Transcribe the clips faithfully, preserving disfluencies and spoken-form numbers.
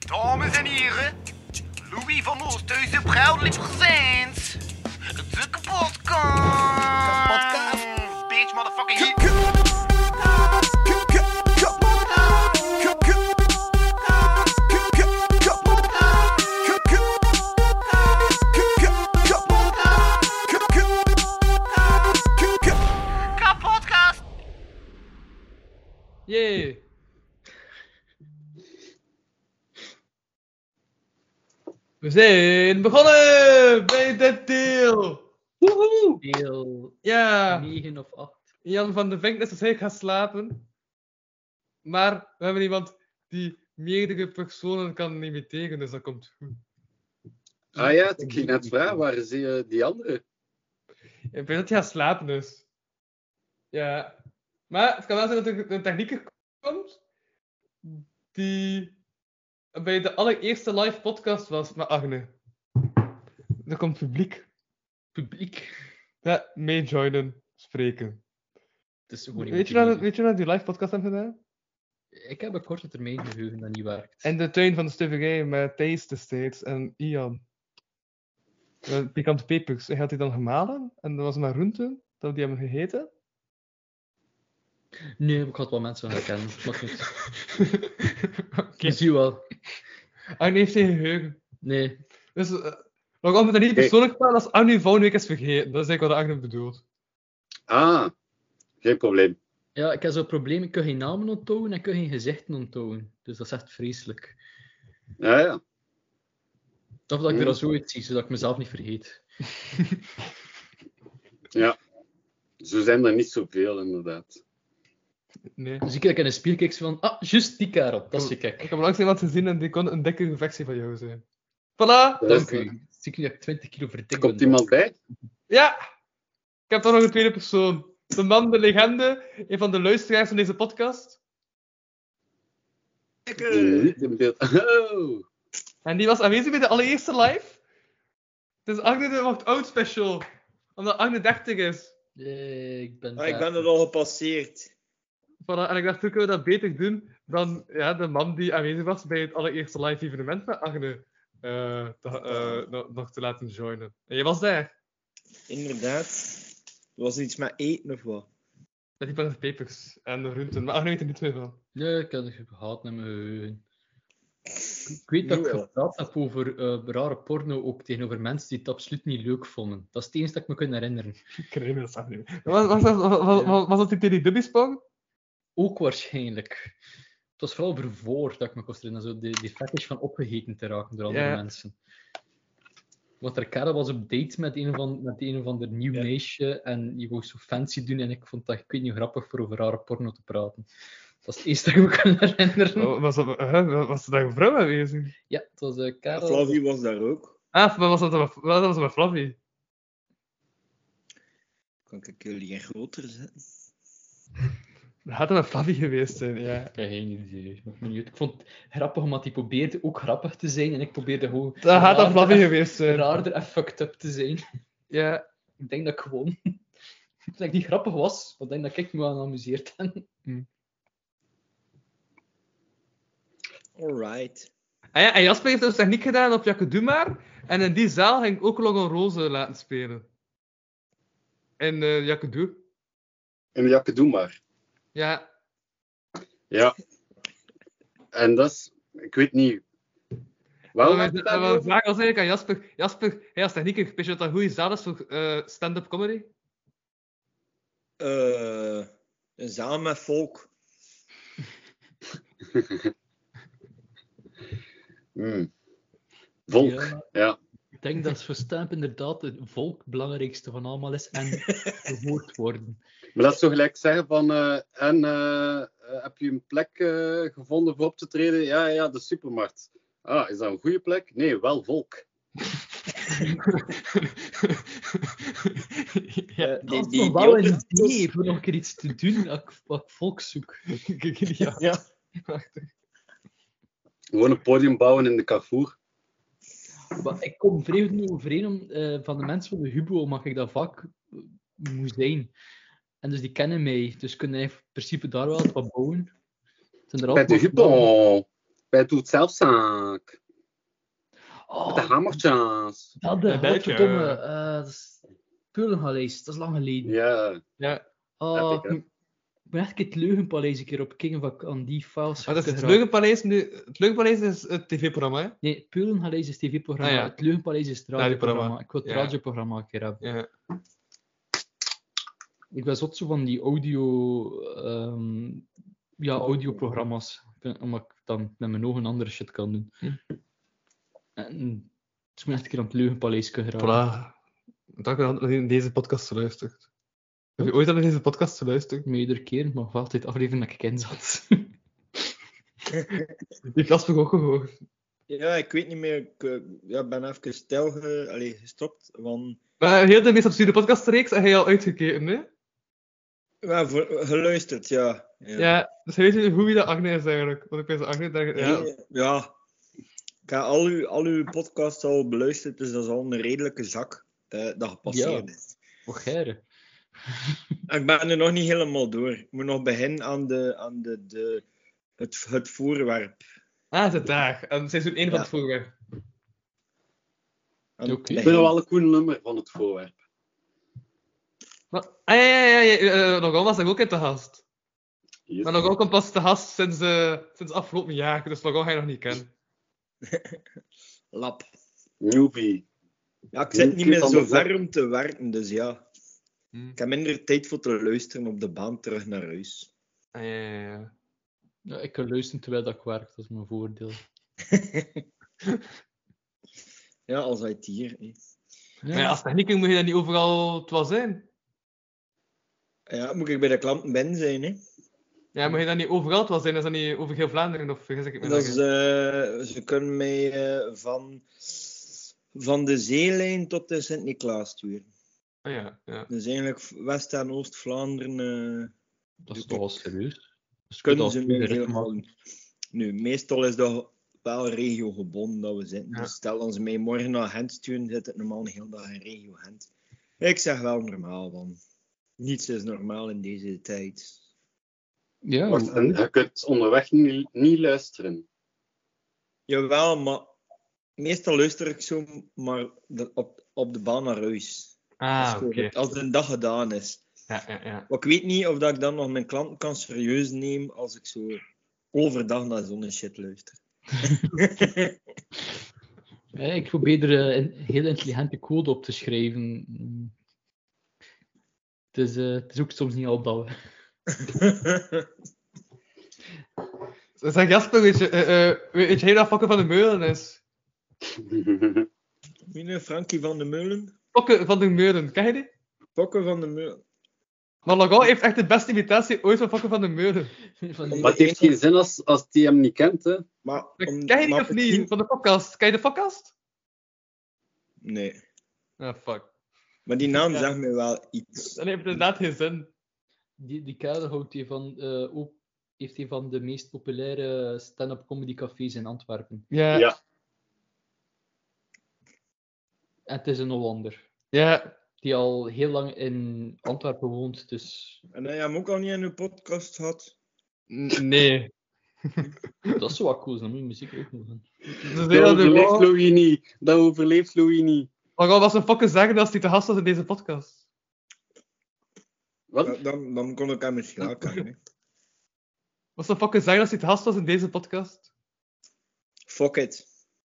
Dames en heren, Louis van Oosthuizen proudly presents de kapotkast. Kapotkast. Bitch, motherfucking hit. Kapotkast. Yay. We zijn begonnen bij dit deel. Woehoe. Deel Ja. negen of acht. Jan van de Vink is dus heel gaan slapen. Maar we hebben iemand die meerdere personen kan imiteren, dus dat komt goed. Ah ja, ik ging net vragen, waar is die, uh, die andere? Ik weet dat hij gaan slapen is. Ja. Maar het kan wel zijn dat er een technieker komt die bij de allereerste live podcast was met Agne. Er komt publiek. Publiek. Ja, mee joinen, spreken. Het is gewoon Weet je, iemand dat, weet je dat die live podcast hebben gedaan? die- Ik heb een korte termijn geheugen dat niet werkt. In de tuin van de stuverij met Thijs destijds en Ian. Met pikante pepers. Hij had die dan gemalen en dat was maar groenten dat die hebben gegeten. Nee, ik had wel mensen herkennen. Maar goed. Oké. Je ziet wel. Agne heeft geen geheugen. Nee. Dus uh, nog altijd dat niet Hey. persoonlijk praten als Agne volgende week is vergeten. Dat is eigenlijk wat Agne bedoelt. Ah, geen probleem. Ja, ik heb zo'n probleem. Ik kan geen namen onthouden en ik kan geen gezichten onthouden. Dus dat is echt vreselijk. Ja, ja. Of dat ik er Hmm. al zo uitzie, zodat ik mezelf niet vergeet. Ja. Zo zijn er niet zoveel, inderdaad. Nee. Dus ik kijk in een spier kijk zo van, ah, juist die kerel. Dat zie Ik ik. heb langs iemand gezien en die kon een dikkere versie van jou zijn. Voilà! Dank u. Zie ik nu dat ik twintig kilo verdikt Er komt ben. iemand bij? Ja! Ik heb toch nog een tweede persoon. De man, de legende, een van de luisteraars van deze podcast. Nee, niet in beeld. Oh. En die was aanwezig bij de allereerste live. Het is Agne de Wacht Oud special. Omdat Agne dertig is. Eh, ik ben Ah, ik daar. ben er al gepasseerd. Voilà. En ik dacht, hoe kunnen we dat beter doen dan ja, de man die aanwezig was bij het allereerste live evenement met Agne eh, te- eh, nog- nog te laten joinen. En je was daar. Inderdaad. Er was iets met eten of wat? Met die pakjes pepers en de groenten. Maar Agne weet er niet meer van. Nee, ik heb het gehad met mijn geheugen. Ik weet dat ik Jawel. gepraat heb over eh, rare porno ook tegenover mensen die het absoluut niet leuk vonden. Dat is het enige dat ik me kan herinneren. Ik herinner me dat niet meer. Was, was, was, was, was, was dat die Teletubbies-pong? Ook waarschijnlijk. Het was vooral vervoor dat ik me kon herinneren. Zo die, die fetish van opgegeten te raken door andere Ja. mensen. Want er kerel was op date met een of, an, met een of ander nieuw Ja. meisje en die wou zo fancy doen en ik vond dat, ik weet niet, grappig voor over rare porno te praten. Dat is het eerste dat ik me kan herinneren. Oh, Was dat, huh? Was dat een vrouw aanwezig? Ja, het was een kerel. Flavie was daar ook. Ah, maar was dat, dat was met Flavie? Kan ik jullie geen groter zetten? Dat had dat met Flavie geweest zijn, ja. Ik heb geen idee. Maakt me niet uit. Ik vond het grappig, omdat hij probeerde ook grappig te zijn. En ik probeerde gewoon Dat had dat raarder Flavie en- geweest zijn. raarder en fucked up te zijn. Ja. Ik denk dat ik gewoon... dat ik niet grappig was, maar ik denk dat ik me aan amuseerd ben. Alright. Ah ja, en Jasper heeft dus techniek gedaan op Jacques Doe maar. En in die zaal ging ik ook Logan Rose laten spelen. En uh, Jacques Doe. En Jakke, doe maar. Ja. Ja. En dat is... Ik weet niet... Waarom we heb je vragen dat ons eigenlijk aan Jasper. Jasper, hij als technieker, weet je wat dat goede zaal is voor uh, stand-up comedy? Eh, een zaal met volk. Hmm. Volk, Ja. ja. Ik denk dat voor Stamp inderdaad het volk het belangrijkste van allemaal is. En gehoord worden. Maar dat is zo gelijk zeggen van... eh, en eh, eh, heb je een plek eh, gevonden voor op te treden? Ja, ja, de supermarkt. Ah, is dat een goede plek? Nee, wel volk. ja. Eh, die, Dat is die, nog wel die een idee voor nog een keer iets te doen dat ik, wat ik volk zoek. ja. Ja. Gewoon een podium bouwen in de Carrefour. Maar ik kom vreemd niet overeen om, uh, van de mensen van de Hubo, mag ik dat vak uh, moet zijn. En dus die kennen mij, dus kunnen in principe daar wel wat bouwen. Het zijn er Bij de altijd Hubo. bij Doe Het Zelfzaak. Oh, Met de hamertjes. dat de Een beetje, godverdomme. eh. eh, dat is Peulenpaleis, dat is lang geleden. Ja, Ja. Oh, epic, hè. ik ben echt een keer het Leugenpaleis een keer op kijken of ik aan die files Maar dat is het geraakt. Leugenpaleis nu... Het Leugenpaleis is het tv-programma, hè? Nee, het Peulenpaleis is het tv-programma, Ah, ja. het Leugenpaleis is het radioprogramma. Radioprogramma. Ik wil het Ja. radioprogramma een keer hebben. Ja. Ik ben zot zo van die audio... ehm, ja, audioprogramma's. Ik vind- Omdat ik dan met mijn ogen andere shit kan doen. Hm. En dus ik moet echt een keer aan het Leugenpaleis kunnen geraken. Voilà. Dank u dat je in deze podcast geluisterd. Heb je ooit al in deze podcast geluisterd? Meerdere keer, maar wel altijd aflevering dat ik in zat. Die klas heb ik ook gehoord. Ja, ik weet niet meer. Ik eh, ja, ben even stil ge, allee, gestopt. Want, Maar heel de meest absurde podcastreeks heb je al uitgekeken, hè? ja, voor, geluisterd, ja. Ja, Ja. dus je weet niet hoe wie dat Agne is eigenlijk. Want ik ben zo Agne, denk ik, ja. Nee, ja. Ik heb al uw, al uw podcasts al beluisterd, dus dat is al een redelijke zak eh, dat gepasseerd Ja. is. Wat geire. Ik ben er nog niet helemaal door. Ik moet nog beginnen aan, de, aan de, de, het, het voorwerp. Ah, de dag. En seizoen één van Ja. het voorwerp. Aan Oké. het ik vind begin. het wel een cool nummer van het voorwerp. Maar, ah ja, ja, ja, ja. Uh, Nogal was ik ook in te gast. Yes. Maar Nogal komt pas te gast sinds, uh, sinds afgelopen jaar, dus Nogal ga je nog niet kennen. Lap. Newbie. Ja, ik zit niet meer Van zo de ver om te werken, dus ja. Hm. Ik heb minder tijd voor te luisteren op de baan terug naar huis. Ah ja, ja, ja. Ja, ik kan luisteren terwijl dat ik werk, dat is mijn voordeel. Ja, als I T'er. hè. Ja. Maar ja, als technieker moet je dat niet overal het wel zijn. Ja, moet ik bij de klanten binnen zijn, hè. Ja, moet je dat niet overal het wel zijn? Is dat niet over heel Vlaanderen of vergis ik me Dat is, zeggen? eh, ze kunnen mij eh, van, van de zeelijn tot de Sint-Niklaas sturen. Ah ja, ja. Dus eigenlijk West- en Oost-Vlaanderen eh, Dat is toch wel serieus. Dus kunnen dat ze is mij weer helemaal gemaakt. doen. Nu, meestal is dat wel regiogebonden dat we zitten. Ja. Dus stel dat ze mij morgen naar Gent sturen, zit het normaal een hele dag in regio Gent. Ik zeg wel normaal, want niets is normaal in deze tijd. Ja, Wacht, en je kunt onderweg niet, niet luisteren. Jawel, maar meestal luister ik zo maar de- op, op de baan naar huis. Ah, als, oké. het- als de dag gedaan is. Ja, ja, ja. Maar ik weet niet of dat ik dan nog mijn klanten kan serieus nemen als ik zo overdag naar zo'n shit luister. ja, ik probeer er eh, een heel intelligente code op te schrijven. Mm. Het is, eh, het is ook soms niet al dat. Zeg Jasper, weet je, uh, uh, weet jij dat Fokke van de Meulen is? Wie nu, Frankie van de Meulen? Fokke van de Meulen, ken je die? Fokke van de Meulen. Maar Nogal heeft echt de beste imitatie ooit van Fokke van de Meulen. Van die- Maar het heeft geen zin als, als die hem niet kent, hè. Maar, om- Ken je die maar of niet? Van de podcast. Ken je de podcast? Nee. Ah, fuck. Maar die naam Ja. zegt me wel iets. Dan heeft het inderdaad geen zin. Die, die kerel houdt die van, eh, ook, heeft hij van de meest populaire stand-up comedy cafés in Antwerpen. Ja. Ja. En het is een Hollander. Ja. Die al heel lang in Antwerpen woont, dus En hij hem ook al niet in uw podcast gehad. N- Nee. dat is zo wat cool. Dan moet je muziek ook nog doen. Dus Dat heel de overleeft Nogal Louis niet. Dat overleeft Louis niet. was een Fokke zeggen als hij te gast was in deze podcast. Wat? Dan, dan, dan kon ik hem misschien wel kennen. hè. Was een Fokke zeggen als hij te gast was in deze podcast? Fuck it.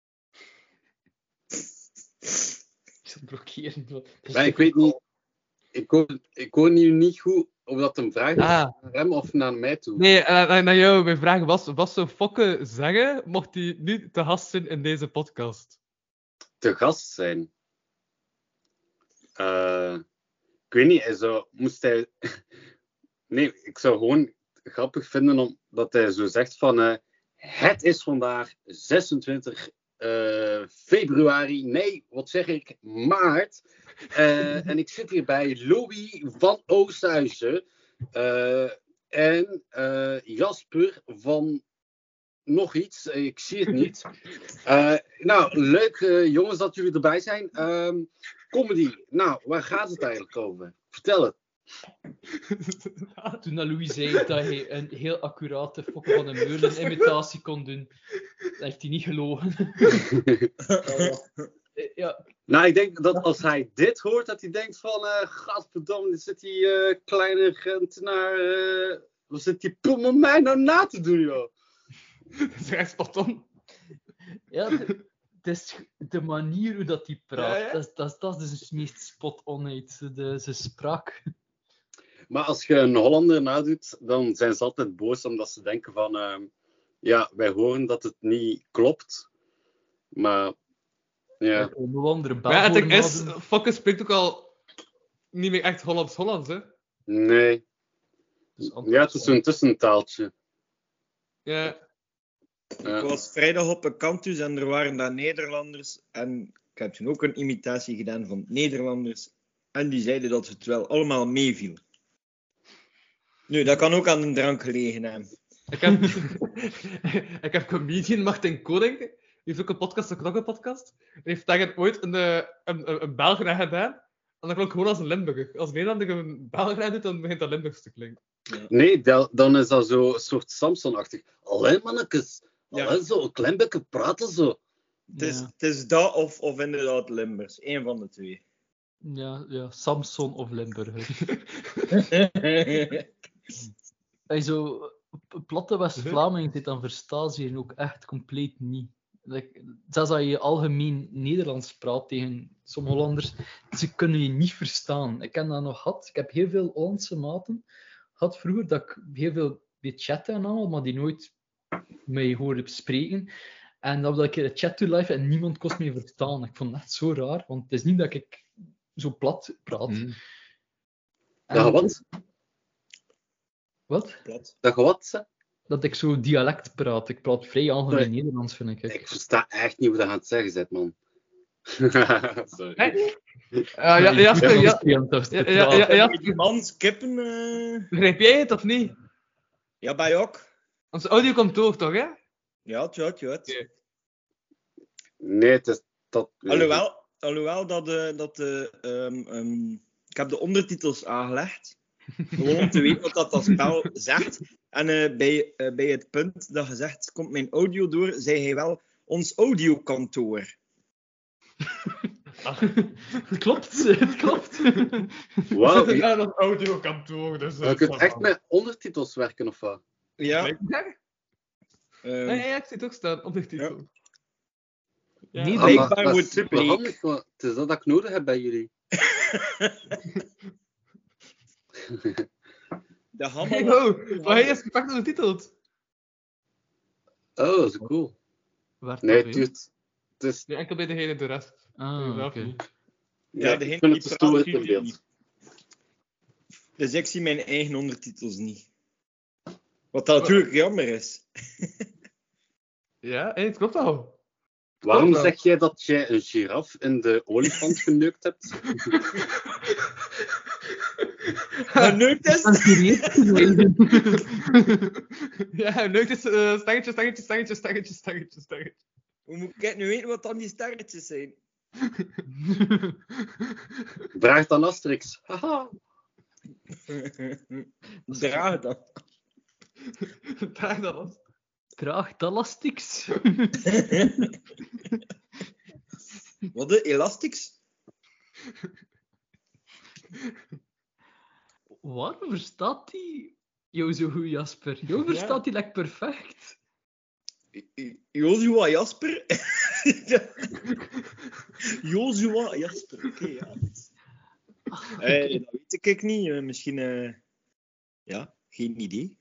Ik zat blokkerend. Dat is Ja, ik toch- weet niet. Ik hoor, ik hoor nu niet goed of dat een vraag is Ah. naar hem of naar mij toe. Nee, en en naar jou, mijn vraag was, wat zou Fokke zeggen mocht hij nu te gast zijn in deze podcast? Te gast zijn. Eh, ik weet niet, hij zou, moest hij... Nee, ik zou gewoon grappig vinden omdat hij zo zegt van... eh, het is vandaag zesentwintig eh, februari, nee, wat zeg ik, maart. Eh, en ik zit hier bij Louis van Oosthuizen. eh, en eh, Jasper van nog iets, eh, ik zie het niet. Eh, nou, leuk eh, jongens dat jullie erbij zijn. Ehm, comedy, nou, waar gaat het eigenlijk over? Vertel het. Toen dat Louis zei dat hij een heel accurate Fokke van de Meulen imitatie kon doen, dat heeft hij niet gelogen. Ja, Nou, ik denk dat als hij dit hoort, dat hij denkt van... Uh, Gadverdamme, dit zit die uh, kleine Gentenaar... Uh, wat zit die poel met mij nou na te doen, joh? Dat is echt spot on. ja de, het is de manier hoe dat hij praat. Ja, ja. Dat, is- dat, is- dat is dus het meest spot-onheid. De, zijn spraak. Maar als je een Hollander nadoet, dan zijn ze altijd boos omdat ze denken van... Uh, ja, wij horen dat het niet klopt. Maar... Ja, Een andere Maar ja, het ding Belg is, nadoen. Fokke spreekt ook al niet meer echt Hollands-Hollands, hè? nee. Dus Ja, het is zo'n tussentaaltje. Ja. Ja. Ik was vrijdag op een campus en er waren daar Nederlanders. En ik heb toen ook een imitatie gedaan van Nederlanders. En die zeiden dat het wel allemaal meeviel. Nu, dat kan ook aan een drank gelegen hebben. Ik heb, ik heb comedian Martin Koning, die heeft ook een podcast, een knokkenpodcast. Die heeft daar ooit een, eh, een, een, een Belg naar gedaan. En dat klonk gewoon als een Limburger. Als een Nederlander een Belg naar doet, dan begint dat Limburgs te klinken. Nee, dat- dan is dat zo een soort Samson-achtig. Alleen mannetjes. Ja. Alleen zo een klein beetje praten zo. Het is, Ja. het is dat of, of inderdaad Limbers. Eén van de twee. Ja, ja, Samson of Limburger. Als je zo p- platte West-Vlaming zit, dan verstaan ze je ook echt compleet niet. Like, zelfs als je algemeen Nederlands praat tegen sommige Hollanders, ze kunnen je niet verstaan. Ik heb dat nog gehad. Ik heb heel veel Hollandse maten gehad vroeger, dat ik heel veel deed chatten en allemaal, maar die nooit mij hoorde spreken. En dan dat ik een chat toe live en niemand kost me verstaan. Ik vond dat echt zo raar, want het is niet dat ik zo plat praat. Mm. En Dat je het wat? is- Wat? Plat. Dat je wat, hè? Dat ik zo dialect praat. Ik praat vrij algemeen Nee. Nederlands, vind ik. Ik versta echt niet wat je aan het zeggen bent, man. Sorry. Hey. Ja, ja, Jasper, ja, ja, ja, ja, ja, ja. Die mans kippen. eh, Begrijp jij het of niet? Ja, bij ook. Onze audio komt door, toch, hè? Ja, tja, tja. Oké. Nee, het is dat... Alhoewel, alhoewel dat... eh, dat eh, ehm, ehm, ik heb de ondertitels aangelegd. Gewoon om te weten wat dat, dat spel zegt. En eh, bij, eh, bij het punt dat je zegt, komt mijn audio door, zei hij wel, ons audiokantoor. Het klopt, het klopt. Wauw, We je, gaan op audiokantoor, dus... je kunt echt met ondertitels werken, of wat? Ja. Ja? ehm, Nee, ja, ik zie het ook staan, ondertitel. Ja. Nee, Ah, blijkbaar maar dat moet is super handig, want het is dat dat ik nodig heb bij jullie. de Hey, handel... wow, maar hij is gepakt ondertiteld. Oh, zo cool. Werd Nee, dat het weer? duurt... Het is... Ja, enkel bij degene de rest. Ah, Zelf oké. niet. Ja, Ja, degene ik vind die het te stoer praat, in ziet het beeld. niet. Dus ik zie mijn eigen ondertitels niet. Wat dat natuurlijk jammer is. Ja, hey, het klopt al. Waarom Klopt wel. zeg jij dat jij een giraf in de olifant geneukt hebt? Geneukt is... Censureert geleden. Ja, leuk is uh, stangetje, stangetje, stangetje, stangetje, stangetje, stangetje. Hoe moet ik nu weten wat dan die sterretjes zijn? Vraag dan Asterix. Haha. Draag dan. Daar dat was. Draag Dalastix. Wat de elastics? Waarom verstaat hij jou zo goed, Jasper? Jou verstaat hij lekker perfect. Joshua Jasper? Joshua Jasper, oké, ja. Eh, dat weet ik niet. eh, misschien, eh, ja, geen idee.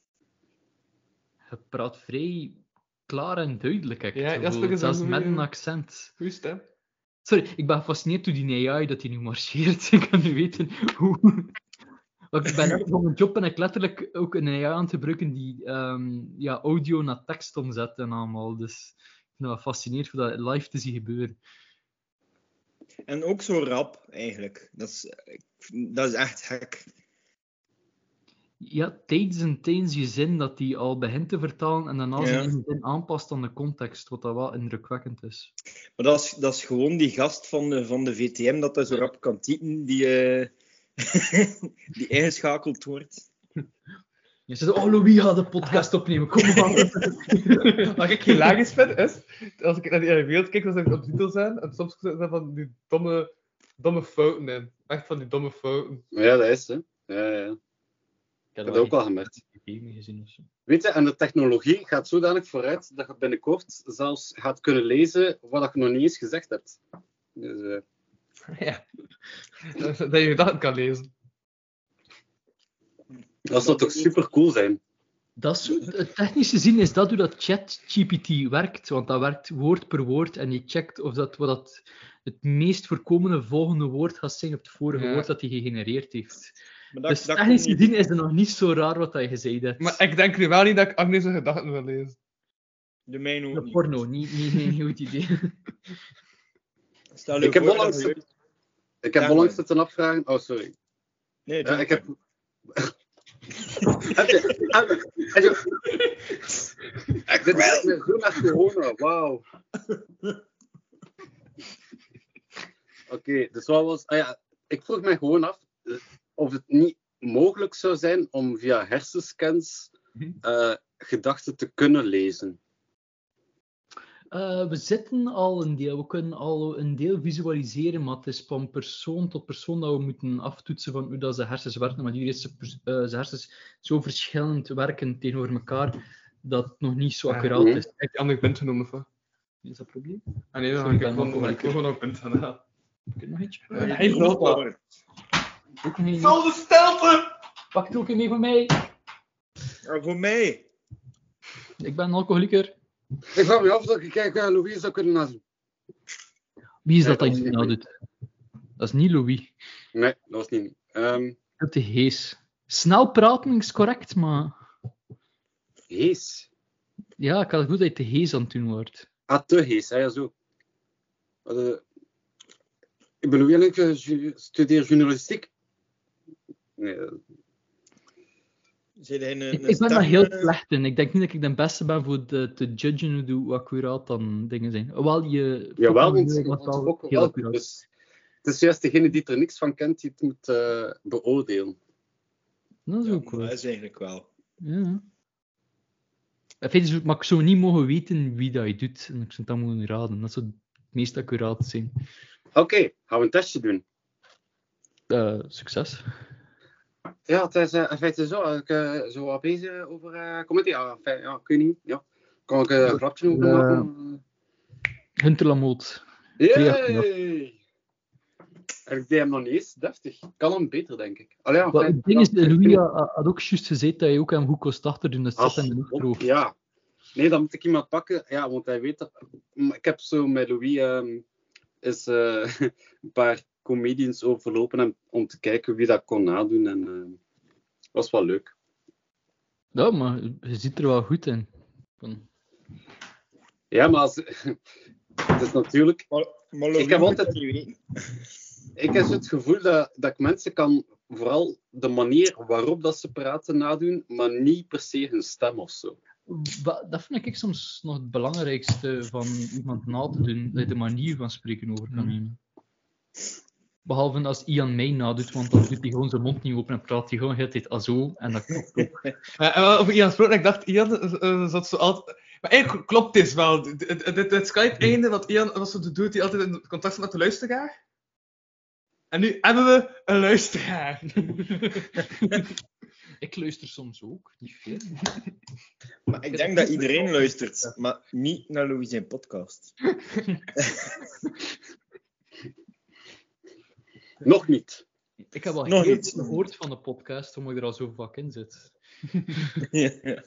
Je praat vrij klaar en duidelijk, heb ik Ja, het Jasper gevoel. is Zelfs een met goeie- een accent. Goeie stem. Sorry, ik ben gefascineerd door die A I dat hij nu marcheert. Ik kan nu weten hoe... Want ik ben net van mijn job en ik letterlijk ook een A I aan het gebruiken die ehm, ja, audio naar tekst omzet en allemaal. Dus ik ben wel gefascineerd voor dat live te zien gebeuren. En ook zo rap, eigenlijk. Dat is, ik- dat is echt gek. Ja, tijdens en tijdens je zin dat hij al begint te vertalen en daarna Ja. zijn eigen zin aanpast aan de context, wat dat wel indrukwekkend is. Maar dat is, dat is gewoon die gast van de, van de V T M dat hij zo rap kan typen, die, eh, Die ingeschakeld wordt. Je zegt, oh, Louis gaat de podcast opnemen. Kom maar. Wat ik hilarisch vind, is... Als ik naar die wereld kijk, dan zijn het op titel zijn. En soms zijn er van die domme, domme fouten in. Echt van die domme fouten. Ja, dat is hè. Ja, ja. Ik Ik heb dat ook al gemerkt. gezien of zo. Weet je, en de technologie gaat zodanig vooruit dat je binnenkort zelfs gaat kunnen lezen wat je nog niet eens gezegd hebt. Dus, uh, Ja. Dat dat je dat kan lezen. dat zou toch super cool zijn? Dat is zo, het technisch gezien is dat hoe dat ChatGPT werkt, want dat werkt woord per woord en je checkt of dat, wat dat het meest voorkomende volgende woord gaat zijn op het vorige Ja. woord dat hij gegenereerd heeft. Maar dat, Dus dat technisch kon niet- gezien is het nog niet zo raar wat dat je gezegd hebt. Maar ik denk nu wel niet dat ik Agnes' gedachten wil lezen. De mijne ook De niet. porno, niet, niet, niet een goed idee. Stel je Ik heb voor onlangs, dat je- ik heb Ja, onlangs maar- zitten afvragen... Oh, sorry. Nee, Ja, doe ik het heb... heb je... Heb je... heb je- Ik zit echt weer zo naar corona, wauw. Oké, dus wat was... Ah ja, ik vroeg mij gewoon af eh, of het niet mogelijk zou zijn om via hersenscans eh, gedachten te kunnen lezen. Uh, we zitten al een deel, we kunnen al een deel visualiseren, maar het is van persoon tot persoon dat we moeten aftoetsen van hoe dat zijn hersens werken. Maar hier is zijn pers- uh, zijn hersens zo verschillend werken tegenover elkaar dat het nog niet zo accuraat Mhm. is. Heb je andere punt genoemd of wat? Is dat een probleem? Ah nee, dan Sorry, ga ik ik ben gewoon, nog ik wil gewoon op punt gaan halen. Heb je nog eentje? Ja, Ja, hij loopt wel. Ook nog eentje. Zal de stelte! Pak het ook een mee voor mij. Ja, voor mij. Ik ben een alcoholieker. Ik vraag me af dat ik kijk uh, Louise zou kunnen nadoen. Wie is Nee, dat dat dat was je niet nou doet? Dat is niet Louis. Nee, dat was niet. Um, Dat is hees. Snel praten is correct, maar... hees. Ja, ik had het goed dat je te hees aan het doen wordt. Ah, te hees, hè, ja, zo. Uh, ik ben Louis en ik uh, ju- studeer journalistiek. Nee, uh, Zit hij een, Ik, een ik ben stem, daar heel eh, slecht in. Ik denk niet dat ik de beste ben voor de, te judgen hoe, hoe accuraat dan dingen zijn. Wel, je... jawel, fucking want heel wat want wel ook heel wel. accuraat. Dus, het is juist degene die er niks van kent, die het moet uh, beoordelen. Dat is Ja, ook dat wel. is eigenlijk wel. Ja. In feite zou- maar ik zou niet mogen weten wie dat je doet. En ik zou het dan moeten raden. Dat zou het meest accuraat zijn. Oké, okay, gaan we een testje doen. Uh, succes. Ja, het is uh, in feite zo. Ik uh, zo wat bezig over uh, comedy. Ja, in feite, ja, ik weet niet. Ja. Kan ik uh, een grapje over Ja. maken? Hunter Lamoot. Yay! En ik deed hem nog niet eens deftig. Kan hem beter, denk ik. Allee, ja, Wel, fijn. het ding is, Ja, Louis had had ook juist gezegd dat je ook hem goed kost achter doen. Dus dat Ach, zat in de achterhoofd. ja. Nee, dan moet ik iemand pakken. Ja, want hij weet dat... Maar ik heb zo met Louis um, is, uh, een paar comedians overlopen om, om te kijken wie dat kon nadoen. En uh, was wel leuk. Ja, maar je ziet er wel goed in. Van... Ja, maar als... Het is natuurlijk... Maar, maar Louis Ik heb moet altijd- dat niet weten. Ik heb zo het gevoel dat, dat ik mensen kan... Vooral de manier waarop dat ze praten nadoen, maar niet per se hun stem of zo. Wa- Dat vind ik soms nog het belangrijkste van iemand na te doen, dat je de manier van spreken over kan nemen. Behalve als Ian mij nadoet, want dan doet hij gewoon zijn mond niet open en praat hij gewoon de hele tijd als zo, en dat klopt ook. Ja, en wel over Ian gesproken, ik dacht, Ian uh, zat zo altijd... Maar eigenlijk klopt dit wel. Dit- dit- dit- Het Skype-einde, wat Ian was zo doet, die altijd in contact staat met de luisteraar. En nu hebben we een luisteraar. Ik luister soms ook, niet veel. Maar ik denk dat iedereen luistert, maar niet naar Louis zijn podcast. Nog niet. Ik heb al Nog heel niet. veel gehoord van de podcast, omdat ik er al zo vaak in zit. Ja.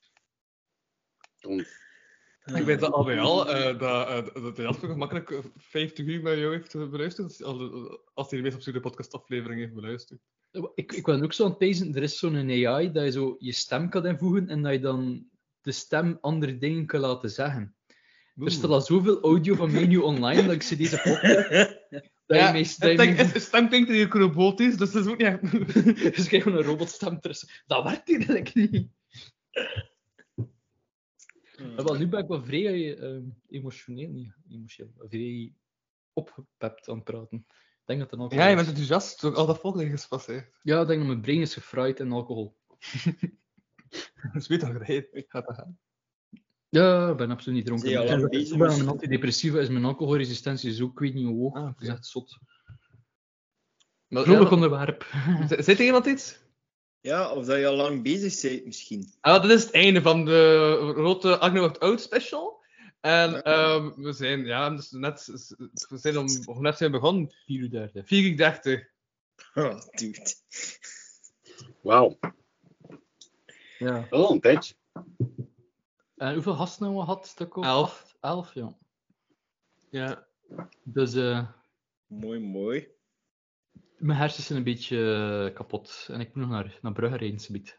Want Ik weet dat al bij al, uh, dat, uh, dat Jasper gemakkelijk uh, vijftig uur met jou heeft beluisterd, als, als, als hij de meest absurde podcastaflevering heeft beluisterd. Ik, ik ben ook zo aan het pezen, er is zo'n A I dat je zo je stem kan invoegen en dat je dan de stem andere dingen kan laten zeggen. Er staat al zoveel audio van mij nu online dat ik ze deze podcast... Dat Ja, je mij het stem... denk- het- het stem klinkt hier robotisch, dus dat is ook niet echt... Dus ik krijg gewoon een robotstem tussen. Dat werkt eigenlijk niet. Maar wel, nu ben ik wel vrij uh, emotioneel, niet emotioneel, maar vrij opgepept aan het praten. Ik denk dat het alcohol Ja, je is. bent enthousiast. Ook al dat volk is gespasseerd. Ja, ik denk dat mijn brein is gefried in alcohol. Dus weet dat gereden. Gaat dat gaan. Ja, ik ben absoluut niet dronken. Zie je al Maar lang ik ben bezig ik ben misschien? een antidepressiva, is mijn alcoholresistentie zo, ik weet niet hoe hoog. Ah, oké. Dat is echt zot. Maar, Gelovig ja, onderwerp. z- Zit er iemand iets? Ja, of dat je al lang bezig bent misschien. Ah, dat is het einde van de Rote Agnew wordt oud special. En Ja. ehm, we zijn, ja, dus net, we zijn om, hoe net zijn we begonnen? vier uur dertig. vier uur dertig. Oh, dude. Wauw. Ja. Dat is al een tijdje. En hoeveel gasten hebben we gehad? Stuk of Elf. acht? Elf, ja. Ja. Dus eh, Mooi, mooi. mijn hersens zijn een beetje eh, kapot. En ik moet nog naar, naar Brugge rijden, subiet.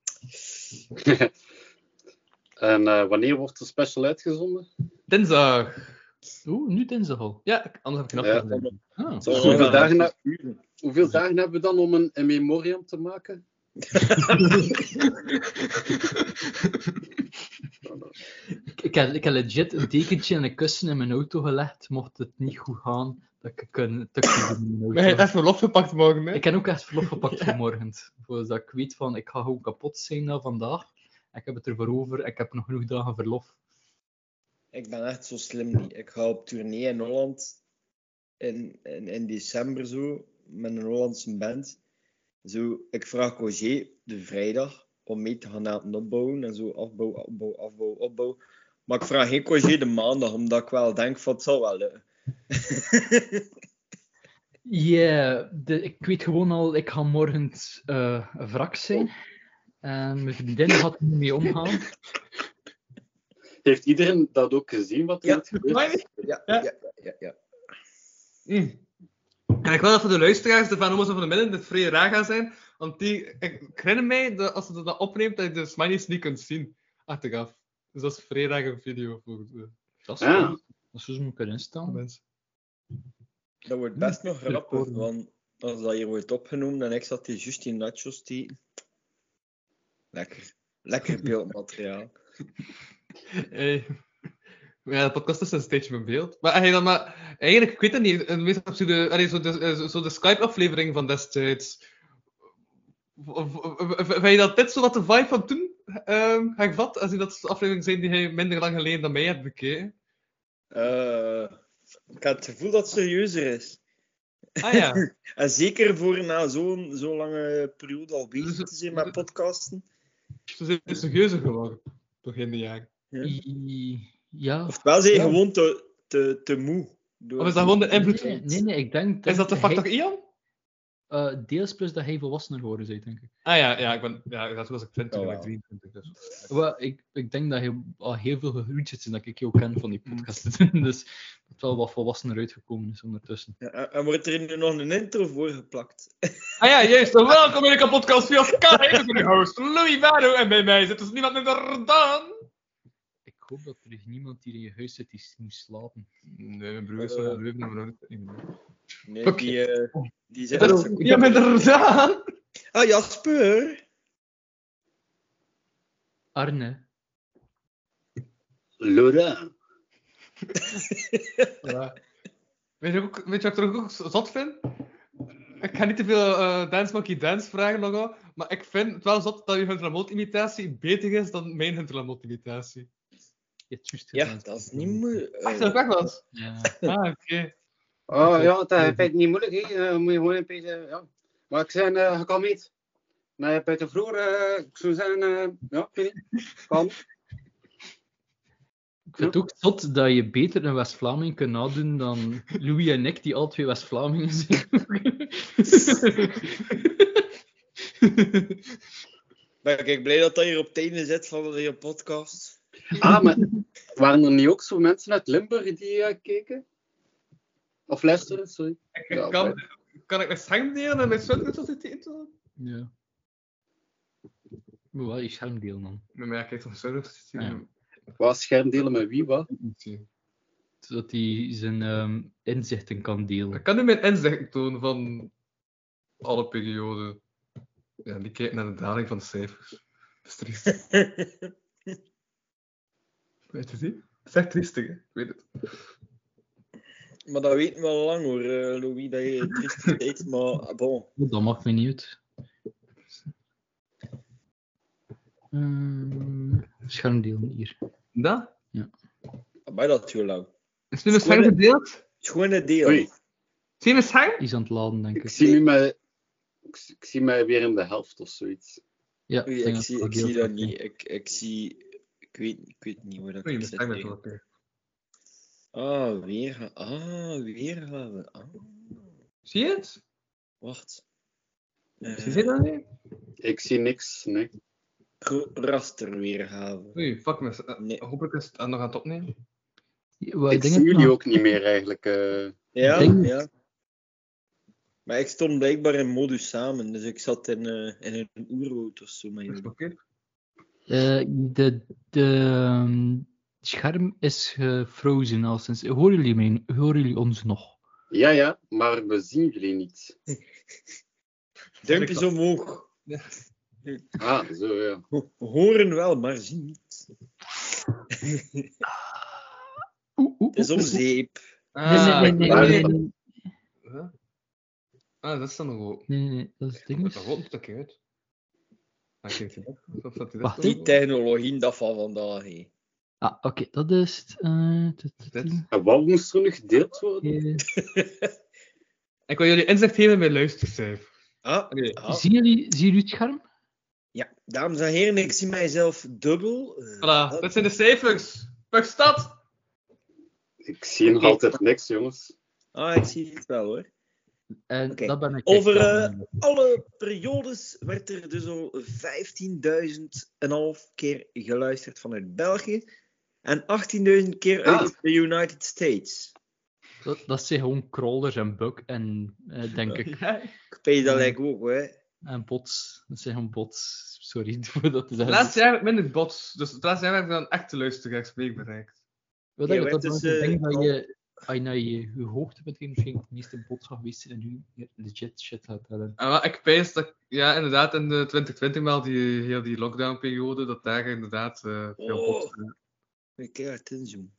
En uh, wanneer wordt de special uitgezonden? Dinsdag. Oeh, nu dinsdag al. Ja, anders heb ik Ja. een aflevering. Ah. Zal Hoeveel wel dagen, gaan na- hoeveel dagen hebben we dan om een, een memoriam te maken? ik, ik, heb, ik heb legit een dekentje en een kussen in mijn auto gelegd, mocht het niet goed gaan, dat ik een tukje doen in mijn Maar je hebt auto. echt verlof gepakt morgen, hè? Ik heb ook echt verlof gepakt voor morgen. Zodat ik weet van, ik ga gewoon kapot zijn na vandaag. Ik heb het ervoor over, ik heb nog genoeg dagen verlof. Ik ben echt zo slim niet. Ik ga op tournee in Holland in, in, in december zo, met een Hollandse band. Zo, ik vraag Cogé de vrijdag om mee te gaan naar het opbouwen en zo afbouw, opbouw, afbouw, opbouw. Maar ik vraag geen Cogé de maandag, omdat ik wel denk van het zal wel lukken. Ja, de- ik weet gewoon al, ik ga morgen eh, een wrak zijn. En mijn vriendin gaat er niet mee omgaan. Heeft iedereen dat ook gezien wat er Ja. net gebeurt? Ja, Ja. ja, ja, ja. Mm. En ik wil dat voor de luisteraars, de Van Omo's en van de Midden, dit vrij raar gaan zijn. Want die, ik, ik herinner mij, dat als je dat opneemt, dat je de smileys niet kunt zien. Achteraf. Dus dat is vrij raar een video voor de Dat is Ja. goed. Dat zou zo moeten kunnen staan. mensen. Dat wordt best nog grappig, want als dat hier wordt opgenomen en ik zat hier juist die nachos te eten. Lekker. Lekker beeldmateriaal. Hey. Ja, de podcast is een stage met beeld. Maar, hey, dan maar eigenlijk, ik weet het niet, een meest absurde, allee, zo de, eh, zo de Skype-aflevering van destijds. V- v- v- Vind je dat dit zo wat de vibe van toen um, ga ik vat? Als je dat de afleveringen zijn die hij minder lang geleden dan mij hebt bekeken. Eh, ik heb het gevoel dat het serieuzer is. Ah ja. En zeker voor na zo'n zo'n lange periode al bezig te zijn met podcasten. Ze zijn serieuzer geworden. Doorheen de jaren. Ja. I- Ja. Oftewel zijn je Ja. gewoon te, te, te moe. Door- Of is dat gewoon de invloed? Nee, nee, nee, ik denk... Is dat de hij- factor Ian? eh, deels plus dat hij volwassener geworden is, denk ik. Ah ja, ja, ik ben, ja dat was ik twintig, Oh, ik ben wow. drieëntwintig. Dus. Wel, ik, ik denk dat hij al heel veel gegroeid zit en dat ik jou ken van die podcasten. Dus dat het wel wat volwassener uitgekomen is ondertussen. Ja, en- en wordt er nu nog een intro voor geplakt? Ah ja, juist. Welkom in de podcast via Skype. Ik ben uw host Louis Vano en bij mij zit dus niemand minder dan... Ik hoop dat er niemand hier in je huis zit die moet slapen. Nee, mijn broer is van de Leuven, maar dat niet meer. Nee, Oké. die, eh, die zit Dat er. is niemand minder dan... Ah, Jasper! Arne. Laurent. Ja. Weet je, ook, weet je wat ik er ook zot vind? Ik ga niet te veel uh, Dance Monkey Dance vragen nogal, maar ik vind het wel zot dat je Hunter Lamotte-imitatie beter is dan mijn Hunter Lamotte-imitatie. Je hebt juist Ja, gedaan. dat is niet moeilijk. Echt, dat ik weg was? Ja. Ah, oké. Oh ja, dat vind ik niet moeilijk. Hè. Uh, moet je gewoon een beetje... Ja. Maar ik zei, uh, gekalmeerd. Maar bij de vroeger, uh, ik zou zeggen, uh, ja, ik weet niet. Kalm. Ik vind het ook zot dat je beter een West-Vlaming kunt nadoen dan Louis en ik, die al twee West-Vlamingen zijn. Ben ik blij dat dat hier op het einde zit van je podcast. Ah, maar waren er niet ook zo mensen uit Limburg die uh, keken? Of luisteren, sorry. Ik, ik Ja, kan, oké. kan ik mijn scherm delen en mijn Sunday tot dit eten? Ja. Moet wel je scherm delen dan. Met mij kijkt van Sunday tot dit Ja. Wat schermdelen met wie, wat? eten. Zodat hij zijn ehm, inzichten kan delen. Ik kan nu mijn inzicht tonen van alle perioden. Ja, die kijken naar de daling van de cijfers. Dat is triest. Weet je die? Dat is echt triestig, hè? Ik weet het. Maar dat weten we al lang hoor, uh, Louis, dat je triest deed, maar bon. Dat maakt me niet uit. Uh, schermdeel hier. Dat? Maar dat heel lang. Is nu mijn scherm gedeeld? Schone deel. Oei, Zie je mijn scherm? Die is aan het laden, denk ik. ik zie nu mij, ik, ik zie mij weer in de helft of zoiets. Ja, Oei, denk ik dat zie, het ik gedeeld zie dat wordt. niet. Ik, ik zie... Ik weet, ik weet niet hoe dat Oei, ik mijn zit. scherm is nu. wel oké. Ah, weer... Ah, weergave. Ah, Zie je het? wacht. Zie je dat niet? Ik zie niks, nee. Gro- Rasterweergave. Oei, fuck me. Uh, Nee. hopelijk is het nog aan het opnemen. Wat Ik denk zie ik jullie nog- ook niet meer eigenlijk. eh. Ja, denk- ja. Maar ik stond blijkbaar in modus samen, dus ik zat in, uh, in een oerwoud of zo. met Is het jullie. oké? Eh, de, de ehm, scherm is gefrozen al sinds. Horen jullie, mij, horen jullie ons nog? Ja, ja, maar we zien jullie niet. Duimpjes omhoog. Ah, zo ja. Ho- Horen wel, maar zien niet. Oeh, oeh, Het is om oeh, zeep. oeh. Nee, nee, nee, nee, maar- nee, nee, Huh? Ah, dat is dan nog ook. nee, nee, nee, dat is het ding. Dat rood moet ik uit. Ah, kijk je dat? Of dat die Wacht, dat Die technologie, dat van vandaag. Hé. Ah, oké, dat is het. eh, tut, tut, Dit. tut. En wat moest er nu gedeeld worden? Eh, Ik wil jullie inzicht geven in mijn luistercijfer. Ah, Oké. ah, Zien jullie, zien jullie het scherm? ja, dames en heren, ik zie mijzelf dubbel. eh, Voilà, dat- dit zijn de cijfers. Per stad. Ik zie nog Oké. altijd niks, jongens. Ah, ik zie het wel hoor. En Oké. dat ben ik. Over echt eh, aan. alle periodes werd er dus al vijftienduizend en half keer geluisterd vanuit België en achttienduizend keer Ah. uit de United States. Dat, dat zijn gewoon crawlers en bug en eh, denk ik. Ik weet dat lijkt ook, hè. En bots. Dat zijn gewoon bots. Sorry voor dat te zeggen. Laatst jaar heb ik minder bots. Dus het laatste jaar heb ik dan echte luisteraars bereikt. Wat Ja, denk ik dat werd dat dus, is een ding eh, dat je, als je naar je, je hoogte bent gegaan, misschien het meeste bots gaat geweest zijn en nu legit shit gaat hebben. En wat ik pijs dat, ja, inderdaad, in de twintig twintig, wel die, heel die lockdown-periode, dat daar inderdaad eh, veel Oh. bots zijn. Ik kijk het inzoomen.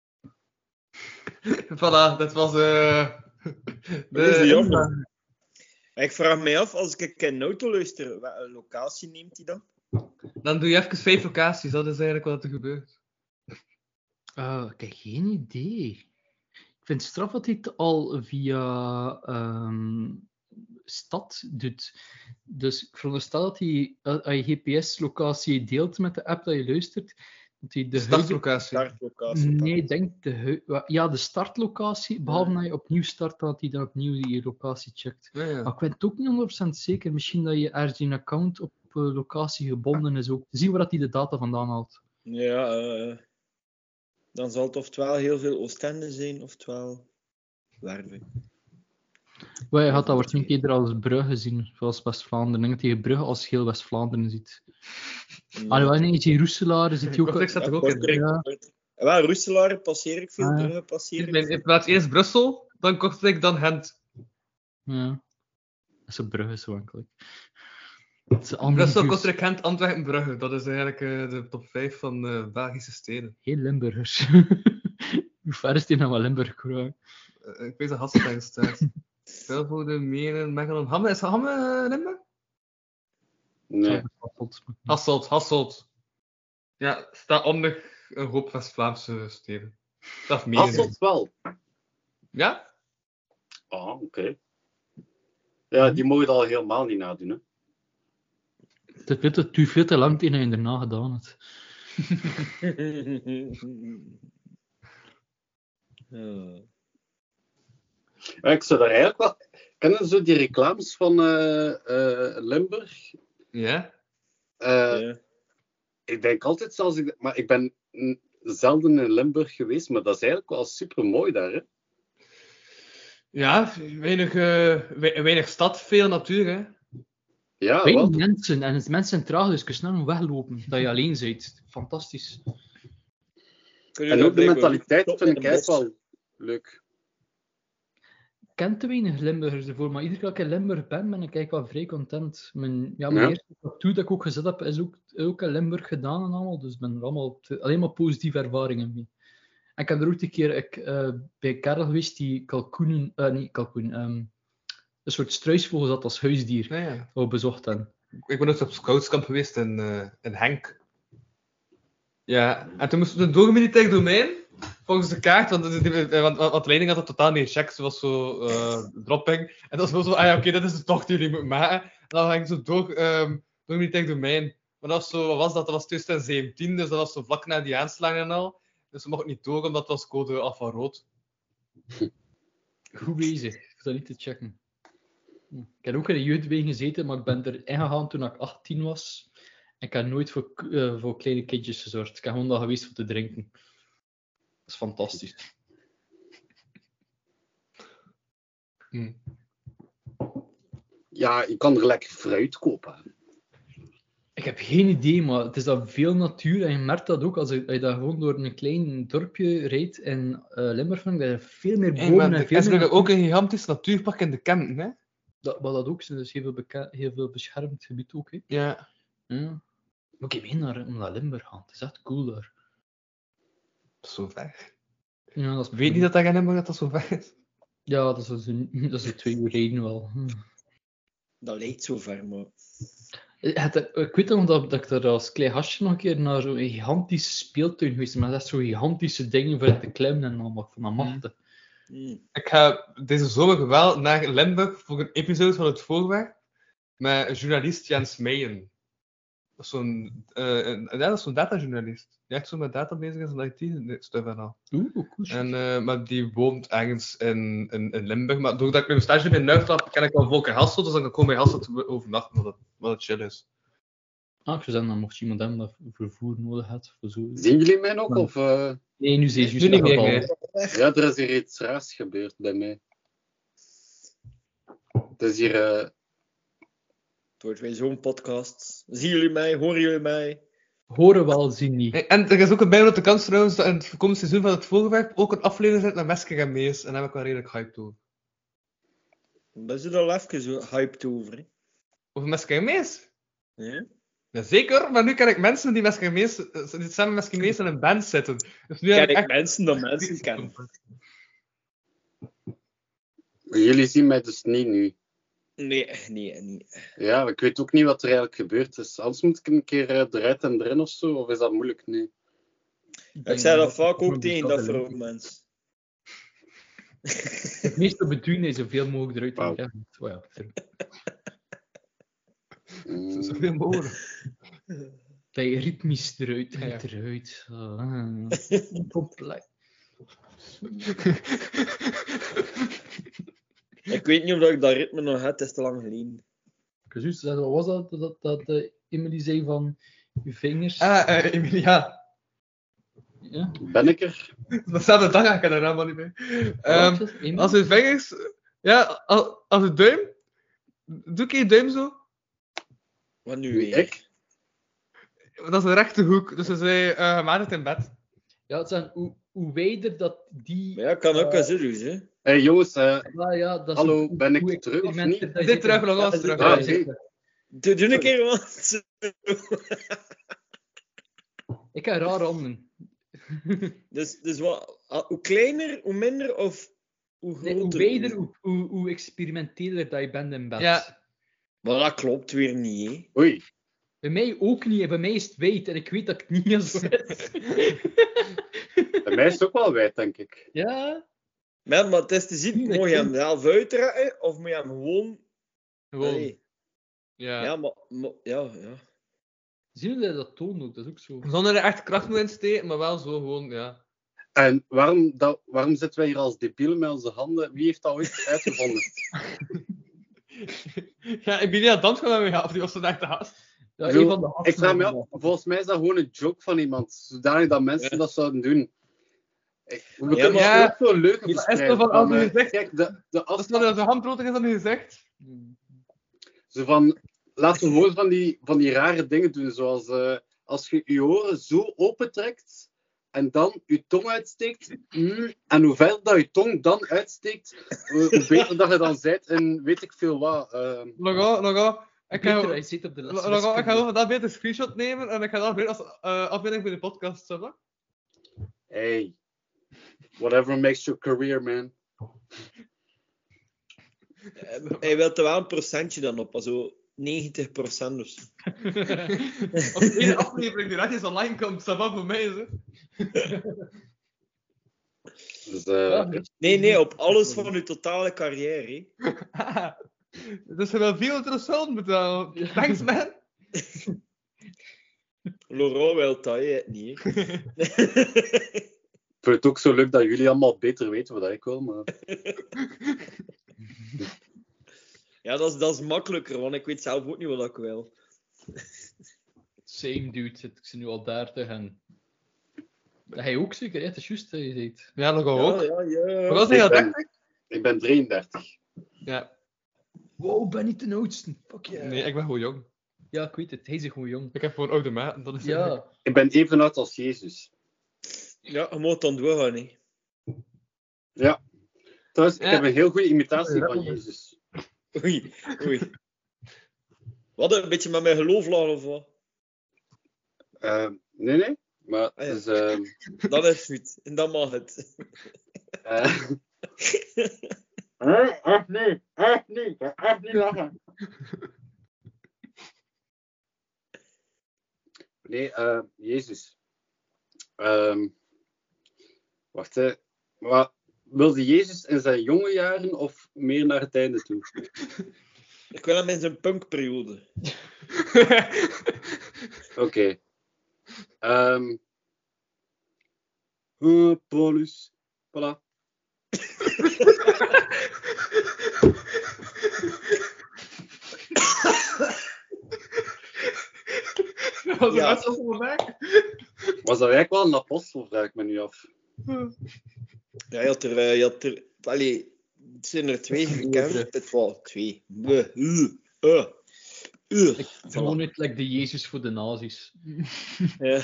Voilà, dat was eh Dat is jammer. Ik vraag mij af, als ik een auto luister, welke locatie neemt hij dan? Dan doe je even vijf locaties, dat is eigenlijk wat er gebeurt. Uh, ik heb geen idee. Ik vind het straf dat hij het al via ehm, stad doet. Dus ik veronderstel dat hij, als je G P S-locatie deelt met de app dat je luistert, dat hij de De huidige... startlocatie. Startlocatie. Nee, ik denk de hui- wa- ja, de startlocatie. Behalve dat je opnieuw start, dat hij dan opnieuw die locatie checkt. Ja, ja. Maar ik weet het ook niet honderd procent zeker. Misschien dat je ergens een account op eh, locatie gebonden is ook. Zie waar dat hij de data vandaan haalt. Ja, eh, dan zal het oftewel heel veel Oostende zijn, oftewel Werven. Maar je had dat waarschijnlijk eerder als Brugge zien, zoals West-Vlaanderen. Ik denk dat je Brugge als heel West-Vlaanderen ziet. Mm. Alhoewel, nee, je ziet Roeselaar, ziet je ook... Kortrijk staat er ook in. Kortrijk, Ja. Kortrijk. Wel, Roeselaar passeer ik veel, Ah. Brugge passeer ik In, in plaats eerst Brussel, dan Kortrijk, dan Gent. Ja. Dat is een Brugge zo enkelijk. Het is allemaal Brussel, juist Kortrijk, Gent, Antwerpen, Brugge. Dat is eigenlijk eh, de top vijf van eh, Belgische steden. heel Limburgers. Hoe ver is die nou wel Limburg? Hoor? Eh, ik weet dat Hasselt daar staat. Vilvoorde, Menen, Mechelen. Hamme, is Hamme eh, Limburg? Nee. Hasselt, Hasselt. Ja, staat onder een hoop West-Vlaamse steden. Dat is Menen. Hasselt wel. Ja? Ah, oké. Ja, die mogen het al helemaal niet nadoen, hè. Het duurt veel te- veel te lang tegen je erna gedaan hebt. Ja. Ja, ik zou daar eigenlijk wel... Kennen zo die reclames van eh, eh, Limburg? Ja? Eh, Ja. Ik denk altijd zelfs... ik- Maar ik ben mm, zelden in Limburg geweest, maar dat is eigenlijk wel super mooi daar, hè. Ja, weinig, eh, we- weinig stad, veel natuur, hè. Ja, Weinig wel. mensen, en het mensen zijn traag, dus kun je snel weglopen. Dat je alleen bent. Fantastisch. Kunnen En we ook de blijkbaar mentaliteit top vind in ik een eigenlijk bos? wel leuk. Ik ken te weinig Limburgers ervoor, maar iedere keer dat ik in Limburg ben, ben ik eigenlijk wel vrij content. Mijn, ja, mijn Ja. eerste tattoo dat ik ook gezet heb, is ook, ook in Limburg gedaan en allemaal, dus ik ben er allemaal te- alleen maar positieve ervaringen mee. En ik heb er ook een keer ik, uh, bij Karel geweest die kalkoenen, uh, niet kalkoen, um, een soort struisvogel had als huisdier. Nee, ja. We bezocht hebben. Ik ben ook op scoutskamp geweest in, uh, in Henk. Ja, en toen moesten we een doorgemilitair domein, volgens de kaart, want, want, want de leiding had het totaal niet gecheckt, ze was zo uh, dropping. En dat was wel zo, ah ja, oké, okay, dit is de tocht die jullie moeten maken. En dan ging ik zo door, um, door militair domein. Maar dat was zo, wat was dat? Dat was twintig zeventien, dus dat was zo vlak na die aanslagen en al. Dus we mochten niet door, omdat dat was code alfa rood. Goed bezig, ik hoef dat niet te checken. Ik heb ook in de jeugdbeweging gezeten, maar ik ben er ingegaan toen ik achttien was. En ik heb nooit voor, uh, voor kleine kindjes gezorgd. Ik heb gewoon daar geweest om te drinken. Dat is fantastisch. Hm. Ja, je kan er lekker fruit kopen. Ik heb geen idee, maar het is dan veel natuur. En je merkt dat ook als je, als je dat gewoon door een klein dorpje rijdt in uh, Limburg. Dat er veel meer bomen hey, en en veel veel meer... Er ook een gigantisch natuurpark in de Kempen, hè? Dat, maar dat ook, dus heel veel, beka- heel veel beschermd gebied ook, hè. Ja. Ja. Moet ik mee naar, naar Limburg gaan? Het is echt cool daar. Dat is zo ver. Ja, dat is Ik weet niet dat dat in Limburg dat, dat zo ver is. Ja, dat is, een, dat is een twee uur rijden wel. Hm. Dat lijkt zo ver, maar... Het, ik weet nog dat, dat ik er als klein gastje nog een keer naar zo'n gigantische speeltuin geweest ben. Maar dat is zo'n gigantische dingen voor te klimmen en allemaal. Ik vond dat machtig. Mm. Ik ga deze zomer wel naar Limburg voor een episode van het voorwerp met journalist Jens Meijen. Dat is zo'n, uh, ja, dat is zo'n datajournalist. Die echt zo met data bezig is en I T-stuff en al. Oeh, cool. En, uh, maar die woont ergens in, in, in Limburg. Maar doordat ik nu een stage heb in Nuifland, ken ik wel Volker Hasselt, dus dan kan ik gewoon bij Hasselt overnachten, wat het, wat het chill is. Ah, ik zou zeggen, dan mocht je iemand hebben dat vervoer nodig had. Voor zo... Zien jullie mij nog? Of, uh... Nee, nu zie je Nu juist niet meer, geval. nee. Ja, er is hier iets raars gebeurd bij mij. Het is hier... Uh... Het wordt weer zo'n podcast. Zien jullie mij? Horen jullie mij? Horen wel, zien niet. En er is ook een bijgrote kans trouwens dat in het komende seizoen van het voorwerp ook een aflevering zit met Mesker en Mees. En daar heb ik wel redelijk hyped over. Daar zit al even zo hyped over. Hè? Over Mesker en Mees? Ja? Jazeker, maar nu ken ik mensen die Mesker en Mees, die samen met Mesker en Mees in een band zitten. Dus nu Ken heb ik echt... mensen dat mensen kennen? Jullie zien mij dus niet nu. Nee, nee, nee. Ja, ik weet ook niet wat er eigenlijk gebeurd is. Anders moet ik een keer uh, eruit en erin of zo, of is dat moeilijk? Nee. Ik zei dat vaak ook tegen dat voor mensen. Het meeste bedoelen is zoveel mogelijk eruit te Wauw. krijgen. Oh ja, Mm. Zoveel mogelijk. dat je ritmisch eruit Ja, ja. gaat eruit. Ah, complex. Ik weet niet of ik dat ritme nog heb, het is te lang geleden. Ik was juist zeggen, wat was dat? Dat, dat uh, Emily zei van je vingers. Ah, uh, Emilia. Ja? Ben ik er? Dat staat er dag, ik kan er helemaal niet mee. Wat Um, was het? Emily? als je vingers... Ja, als, als je duim... Doe ik je duim zo. Wat nu Wie, weer? ik? Dat is een rechte hoek. Dus ze zei, uh, gemaakt het in bed. Ja, het zijn hoe, hoe wijder dat die... Maar ja, kan ook eh, als zo doen, hè. Hé hey, jongens, uh, ja, ja, dat is Hallo, hoe- ben ik hoe terug of experimenten niet? dat je Dit zit terug, in- nog wel Ja, terug. dat Ah, is- oké. Doe, doe een keer wat. Ik heb raar handen. Dus, dus wat, ah, hoe kleiner, hoe minder of hoe Nee, hoe groter? wijder, hoe, hoe, hoe experimenteler dat je bent in bed. Ja. Maar dat klopt weer niet, hè. Oei. Bij mij ook niet. Bij mij is het wijd en ik weet dat ik niet als wit. Bij mij is het ook wel wijd, denk ik. Ja. Maar, maar het is te zien, moet je hem zelf uitrekken of moet je hem gewoon... Gewoon. Allee. Ja. Ja, maar, maar... Ja, ja. Zien jullie dat toont ook? Dat is ook zo. Zonder er echt kracht mee in te steken, maar wel zo gewoon, ja. En waarom, dat, waarom zitten wij hier als debielen met onze handen? Wie heeft dat ooit uitgevonden? Ja, ik ben niet aan het dansen met mijn gast, die was zo echt de gast. Ja, Ik bedoel, een van de Ik vraag me gasten- af, volgens mij is dat gewoon een joke van iemand. Zodanig dat mensen Ja. dat zouden doen. Ik- We Ja, kunnen maar- ook zo'n leugen Ja, is verspreiden. toch van, als van, u eh, zegt- Kijk, de, de Dat is afstand... wat zo handbrodig is dan nu gezegd. Zo van, laten we gewoon van die, van die rare dingen doen. Zoals uh, als je je oren zo opentrekt en dan je tong uitsteekt. Mm, en hoe verder dat je tong dan uitsteekt, hoe, hoe beter dat je dan bent. En weet ik veel wat. Uh, Nog al, nog al. Ik Peter, ga, hij zit op de nog les. al, ik ga over dat beter een screenshot nemen en ik ga dat weer als uh, afbeelding voor de podcast zetten. hey. Whatever makes your career, man. Hij wil er wel een procentje dan op, zo negentig procent of zo. Als één aflevering die netjes online komt, staat dat voor mij, hè. Dus, uh, Nee, nee, op alles van uw totale carrière. Hè. Dus je wil vierhonderd betalen. Thanks, man. Laurent wil dat, hè, niet. Hè. ik vind het ook zo leuk dat jullie allemaal beter weten wat ik wil, maar... Ja, dat is, dat is makkelijker, want ik weet zelf ook niet wat ik wil. Same dude, zit ik ze nu al dertig en... Hij ook zeker, hè? Het is juist dat je ziet. Ja, nogal Ja, ook. ja, ja. Wat was hij Ik al ben- dertig? Ik ben drieëndertig. Ja. Wow, ben niet de oudste. Fuck yeah. Nee, ik ben gewoon jong. Ja, ik weet het. Hij is gewoon jong. Ik heb gewoon oude maat. Dat is Ja. Ik ben even oud als Jezus. Ja, je moet dan doorgaan, hè. Ja. Trouwens, ik Ja. heb een heel goede imitatie Ja. van Jezus. Oei, oei. Wat, een beetje met mijn geloof lachen of wat? Uh, nee, nee. Maar Ah, ja. het is... ehm, Dat is goed. En dan mag het. eh, eh, echt niet. Echt niet. Echt niet lachen. Nee, eh, Jezus. Ehm, wacht, hè. Wat, wilde Jezus in zijn jonge jaren of meer naar het einde toe? Ik wil hem in zijn punkperiode. Oké. Okay. Um, uh, Paulus. Voilà. Dat was een Ja. wedstrijd van vandaag. Was dat eigenlijk wel een apostel, vraag ik me nu af. Ja, je had er... eh, Je had er allee, het zijn er twee gekend. Het was twee. Uh, uh, uh, uh. Gewoon niet like de Jezus voor de nazi's. Ja.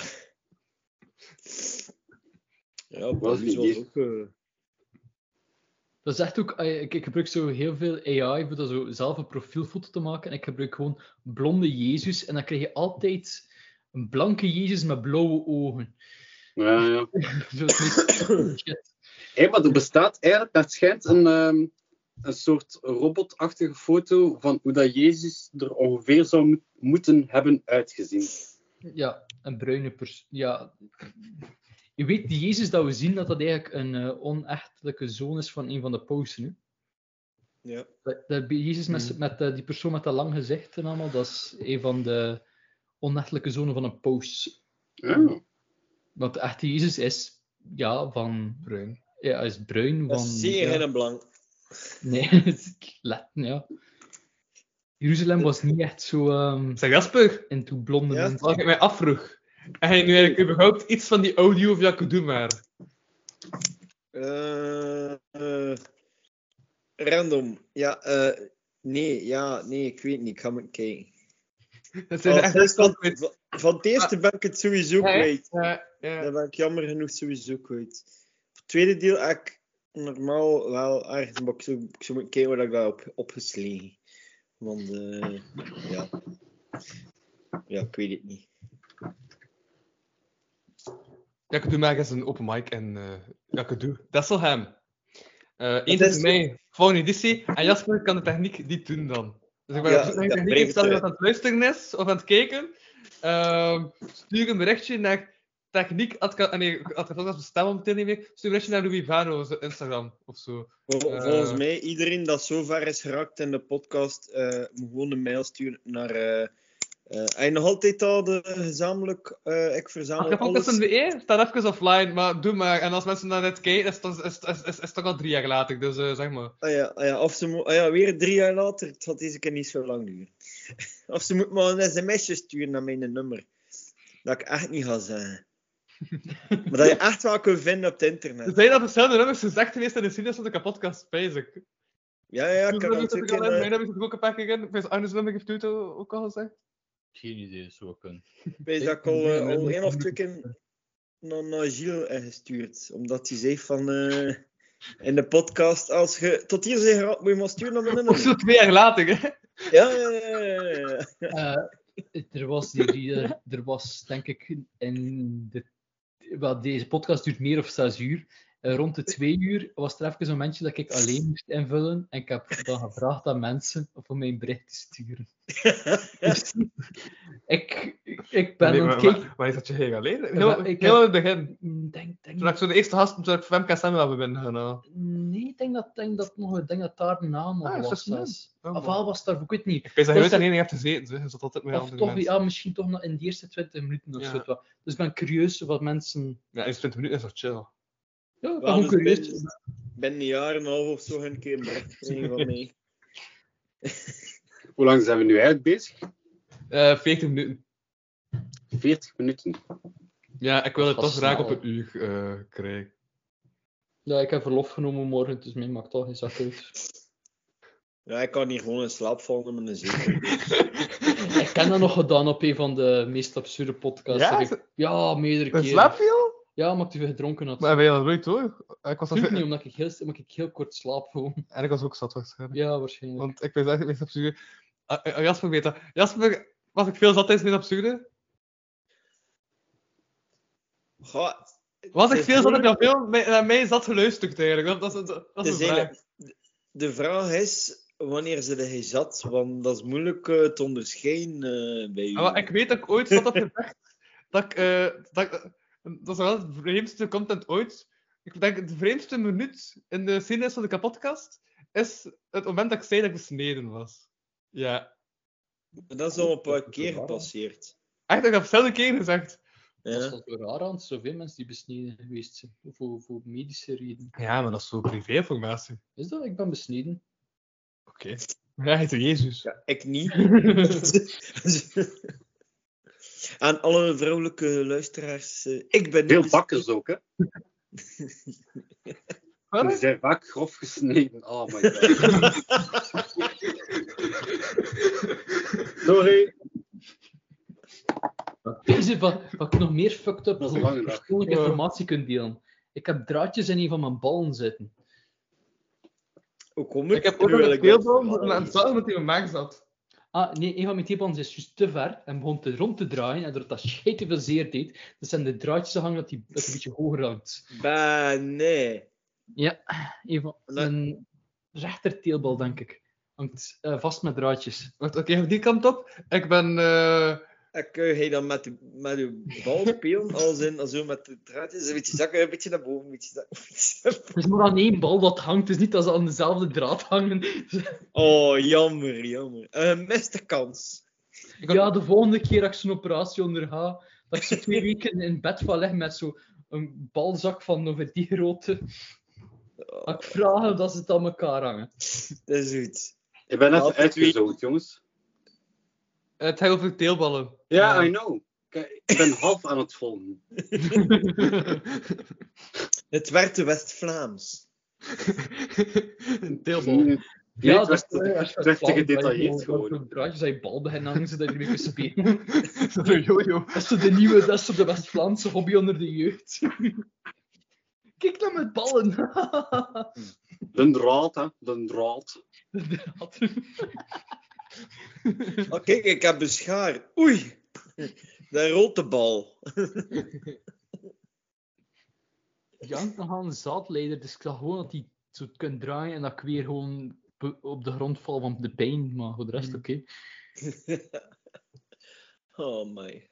Ja, Was niet was hier. ook... eh, Dat is echt ook, eh, ik, ik gebruik zo heel veel A I voor dat zo zelf een profielfoto te maken. En ik gebruik gewoon blonde Jezus. En dan krijg je altijd een blanke Jezus met blauwe ogen. Ja, ja. Zo is niet shit. Hé, maar er bestaat eigenlijk, dat schijnt een, ehm, een soort robotachtige foto van hoe dat Jezus er ongeveer zou mo- moeten hebben uitgezien. Ja, een bruine persoon. Ja. Je weet, die Jezus dat we zien, dat dat eigenlijk een uh, onechtelijke zoon is van een van de pausen. Hè? Ja. Dat, dat Jezus met, Hmm. met uh, die persoon met dat lang gezicht en allemaal, dat is een van de onechtelijke zonen van een paus. Ja. Want de echte Jezus is, ja, van... Bruin. Ja, hij is bruin. Dat Van, is zeer ja. geen belang. Nee, Latin, ja. Jeruzalem was niet echt zo um, Zeg Jasper, into blonde Ja? mensen. wat ik mij afvroeg. En hij nu eigenlijk überhaupt iets van die audio of Jacques doe maar. Eh, eh, random. Ja, eh, nee, ja, nee, ik weet niet. Ik ga maar kijken. Dat zijn Oh, echt dus van, kwijt. van, van het eerste ben ik het sowieso Ja, hè? kwijt. Ja, ja. Dat ben ik jammer genoeg sowieso kwijt. Het tweede deel heb ik normaal wel ergens, maar ik zou, ik zou moeten kijken waar ik daar op opgeslagen. Want, eh, ja. Ja, ik weet het niet. Jacques doe maar is een open mic en uh, Jacques doe. Dasselham. Uh, Dat eenentwintig is- mei, volgende editie. En Jasper kan de techniek niet doen dan. Dus ik ben Ja, op zoek naar ja, de techniek. breng Ik stel je het dat aan het luisteren is of aan het kijken. Ehm, stuur een berichtje naar techniek. At, ah, nee, at, dat bestaan momenteel niet meer. Stuur een berichtje naar Louis Vano, zijn Instagram of zo. Vol- Eh. Volgens mij, iedereen dat zo ver is geraakt in de podcast, eh, moet gewoon een mail sturen naar... eh eh, en nog altijd al de gezamenlijk... eh, ik verzamel Ach, ik heb ook alles... eens een W E, staat even offline, maar doe maar. En als mensen naar dit kijken, is het is, is, is, is, is toch al drie jaar later, dus uh, zeg maar. Ah ja, ah ja, of ze moet, ah ja, weer drie jaar later. Het gaat deze keer niet zo lang duren. Of ze moet maar een sms'je sturen naar mijn nummer. Dat ik echt niet ga zeggen. Maar dat je echt wel kunt vinden op het Er internet. zijn al verschillende nummers gezegd geweest in de series van de podcast, basic. Ja, ja, ik Toen heb nummers heb ik natuurlijk... al in, in, mijn nummer zit er ook een paar keer in. Ik weet Arne's nummer heeft u het ook al gezegd. Geen idee, zo kunnen. eh, weet dat ik al, eh, al één of twee keer naar, naar Gilles heb gestuurd. Omdat hij zei van... eh, in de podcast, als je tot hier bent geraakt, moet je maar sturen naar mijn Of nummer. zo twee jaar later, hè. Ja, ja, ja, ja, ja. Uh, er, was die, die, er, er was, denk ik, in de... Wel, deze podcast duurt meer of zes uur. Uh, rond de twee uur was er even een momentje dat ik alleen moest invullen. En ik heb dan gevraagd aan mensen om mij een bericht te sturen. Dus, ik, ik ben Nee, aan maar, het kijken. maar, maar is dat je heel alleen? Ja, Heel, ik heel heb- in het begin. Mm, Denk, denk, Toen ik zo de eerste gast, toen ik Femke en Samuel hebben binnengehaald. nee, ik denk dat, denk dat nog, ik denk dat daar een naam nog Ah, is dat was. zo? zelfs. Oh, Of al was daar, ik weet niet. Ik weet dat je Dat nooit is- aan één ding hebt gezeten, zeg. Je zat altijd met Of andere toch, mensen. ja, misschien toch nog in de eerste twintig minuten of Ja. zo. wat. Dus ik ben curieus wat mensen. Ja, in twintig minuten is dat chill. Ja, ik ben Ja, gewoon dus curieus. binnen, binnen een jaar en een half of zo een keer een bericht krijgen van mij. Hoe lang zijn we nu eigenlijk bezig? Eh veertig minuten. veertig minuten. Ja, ik wil het Dat toch was graag op snel. een uur eh, krijgen. Ja, ik heb verlof genomen morgen, dus mij maakt toch geen zak uit. Ja, ik kan hier gewoon in slaap vallen met een zetel. Ik heb dat nog gedaan op een van de meest absurde podcasts. Ja? Dat ik- ja, meerdere In keren. slaap viel? Ja, omdat ik te veel gedronken had. Maar ben je al nooit hoor? Ik was al Natuurlijk niet, omdat ik heel, omdat ik heel kort slaap gewoon. En ik was ook zat waarschijnlijk. Ja, waarschijnlijk. Want ik weet echt het meest absurde. Ah, ah, Jasper weet dat. Jasper, was ik veel zat tijdens het meest absurde? Goh, Was ik het is veel zat, heb je moeilijk- al veel me- naar mij zat geluisterd eigenlijk. Dat, dat, is- dat, het is is de vraag. eigenlijk- De vraag is, wanneer ze hij zat? Want dat is moeilijk eh, te onderscheiden eh, bij u. Ah, maar ik weet dat ik ooit zat heb gezegd dat ik, eh, dat ik, dat is wel het vreemdste content ooit. Ik denk de vreemdste minuut in de geschiedenis van de kapotkast is het moment dat ik zei dat ik besneden was. Ja. Dat is al een paar keer gepasseerd. Echt, ik heb hetzelfde keer gezegd. Dat is Ja. wel zo raar aan, zoveel mensen die besneden geweest zijn. Voor, voor medische redenen. Ja, maar dat is zo privéinformatie. Is dat? Ik ben besneden. Oké. Ja, hij heet Jezus. Ja, ik niet. Aan alle vrouwelijke luisteraars, eh, ik ben Veel niet bakkers ook, hè? Wat? Die zijn vaak grof gesneden. Oh my god. Sorry. Deze wat, wat ik nog meer fucked up Dat is een lange dag. persoonlijke Ja. informatie kunt delen. Ik heb draadjes in een van mijn ballen zitten. Hoe kom ik? Ik heb ook nog Terwijl een ik dat speelbal verhaal aan het zagen met die in mijn maag zat. Ah, nee, een van mijn theeballen is juist te ver en begon te rond te draaien. En doordat dat shit te veel zeer deed, dus zijn de draadjes te hangen dat die, dat die een beetje hoger hangt. Bah, nee. Ja, een van Nee. mijn rechterteelbal, denk ik. Hangt eh, vast met draadjes. Wacht, oké, van die kant op. Ik ben... eh, En kun je dan met de, met de bal spelen, als in, als zo met de draadjes, een beetje zakken, een beetje naar boven, een beetje naar boven. Het is maar aan één bal dat hangt, het is niet dat ze aan dezelfde draad hangen. Oh, jammer, jammer. Uh, miste kans. ik had- Ja, de volgende keer dat ik zo'n operatie onderga, dat ik zo twee weken in bed van lig met zo'n balzak van over die grootte. Dat ik vraag dat ze het aan elkaar hangen. Dat is goed. Ik ben even Altijd uitgezoogd, jongens. Het gaat over teelballen. Ja, I know. Kijk, ik ben half aan het volgen. Het werd te West-Vlaams. Een teelbal. Nee, Ja, het werd dat te- is het werd te gedetailleerd gewoon. Zo'n draadjes aan je bal beginnen hangen, zodat je ermee kunt spelen. Zo'n jojo. Dat is zo de nieuwe, dat is zo de West-Vlaamse hobby onder de jeugd. Kijk naar mijn ballen. De draad, hè. De draad. De draad. Oh, kijk, ik heb een schaar. Oei! Daar rolt de bal. Jank nog aan een zaadleider, dus ik zag gewoon dat hij zo kunt draaien en dat ik weer gewoon be- op de grond val van de pijn, maar voor de rest oké. Oh my.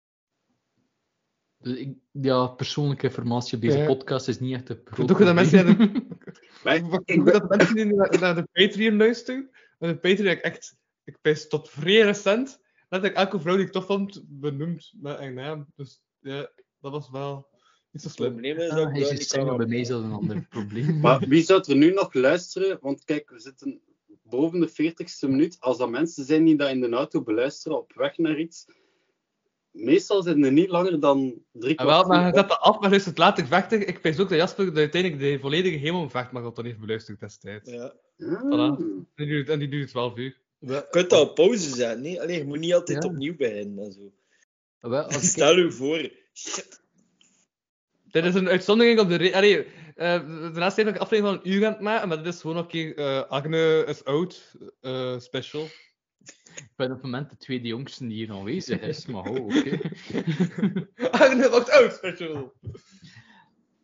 Dus ik, ja, persoonlijke informatie op deze Ja. podcast is niet echt een groot Doe je dat mensen probleem. die Maar Ik ik weet ben, dat mensen die naar, naar de Patreon luisteren. En de Patreon heb ik echt... Ik ben tot vrij recent dat ik elke vrouw die ik tof vond benoemd met een naam. Dus ja, dat was wel niet zo Het slim. probleem is Ah, dat ik hij dat is niet single, kan bij mij is dat een ander probleem. maar wie zou er nu nog luisteren? Want kijk, we zitten boven de veertigste minuut. Als dat mensen zijn die dat in de auto beluisteren op weg naar iets, meestal zijn er niet langer dan drie En wel, maar je kwartier. zet dat af, maar luistert laat ik vechten. Ik weet ook dat Jasper de, uiteindelijk de volledige hemelvechtmarathon heeft beluisterd destijds. Ja. Ah. En die duurt, en die duurt twaalf uur. Je kunt dat op pauze zetten, nee? Alleen, je moet niet altijd Ja. opnieuw beginnen. En zo. Wel, als ik- Stel je voor. Shit. Dit is een uitzondering op de... Re- Allee, uh, de laatste tijd heb ik een aflevering van een uur aan het maken, maar dit is gewoon een keer uh, Agne is oud uh, special. Ik ben op het moment de tweede jongste die hier aanwezig is, maar oh, oké. Agne wordt oud special.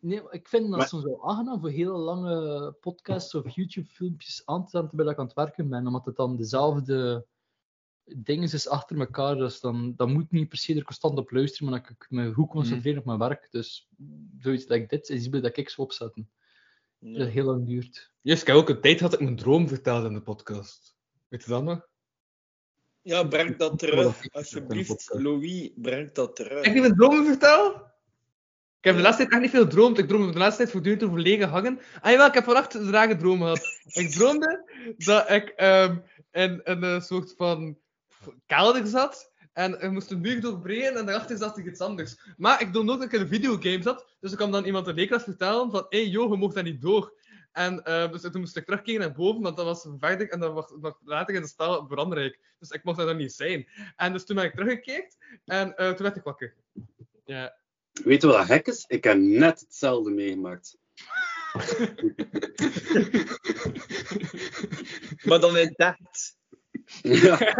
Nee, ik vind dat Maar- soms wel aangenaam voor hele lange podcasts of YouTube-filmpjes aan te zetten terwijl ik aan het werken ben, omdat het dan dezelfde dingen is achter elkaar. Dus dan, dan moet ik niet per se er constant op luisteren, maar dan kan ik me goed concentreren op mijn werk. Dus zoiets like dit is iets dat ik zou opzetten. Ja. Dat heel lang duurt. Juist, ik heb ook een tijd gehad dat ik mijn droom vertelde in de podcast. Weet je dat nog? Ja, breng dat Ja, terug. dat is Alsjeblieft, een podcast. Louis, breng dat terug. Ik niet mijn dromen vertel? Ik heb de laatste tijd echt niet veel gedroomd. Ik droomde de laatste tijd voortdurend over lege hangen. Ah jawel, ik heb vannacht een rare droom gehad. Ik droomde dat ik ehm, in een eh, soort van kelder zat. En ik moest een muur doorbreken en daarachter zat ik iets anders. Maar ik droomde ook dat ik in een videogame zat. Dus ik kwam dan iemand in de leerklas vertellen van hé hey, joh, je mocht dat niet door. En eh, dus toen moest ik terugkeren naar boven, want dat was verder en dat was nog later in het spel belangrijk. Dus ik mocht dat dan niet zijn. En dus toen ben ik teruggekeerd en eh, toen werd ik wakker. Ja. Weet je wat gek is? Ik heb net hetzelfde meegemaakt. Maar dan in dat. Ja.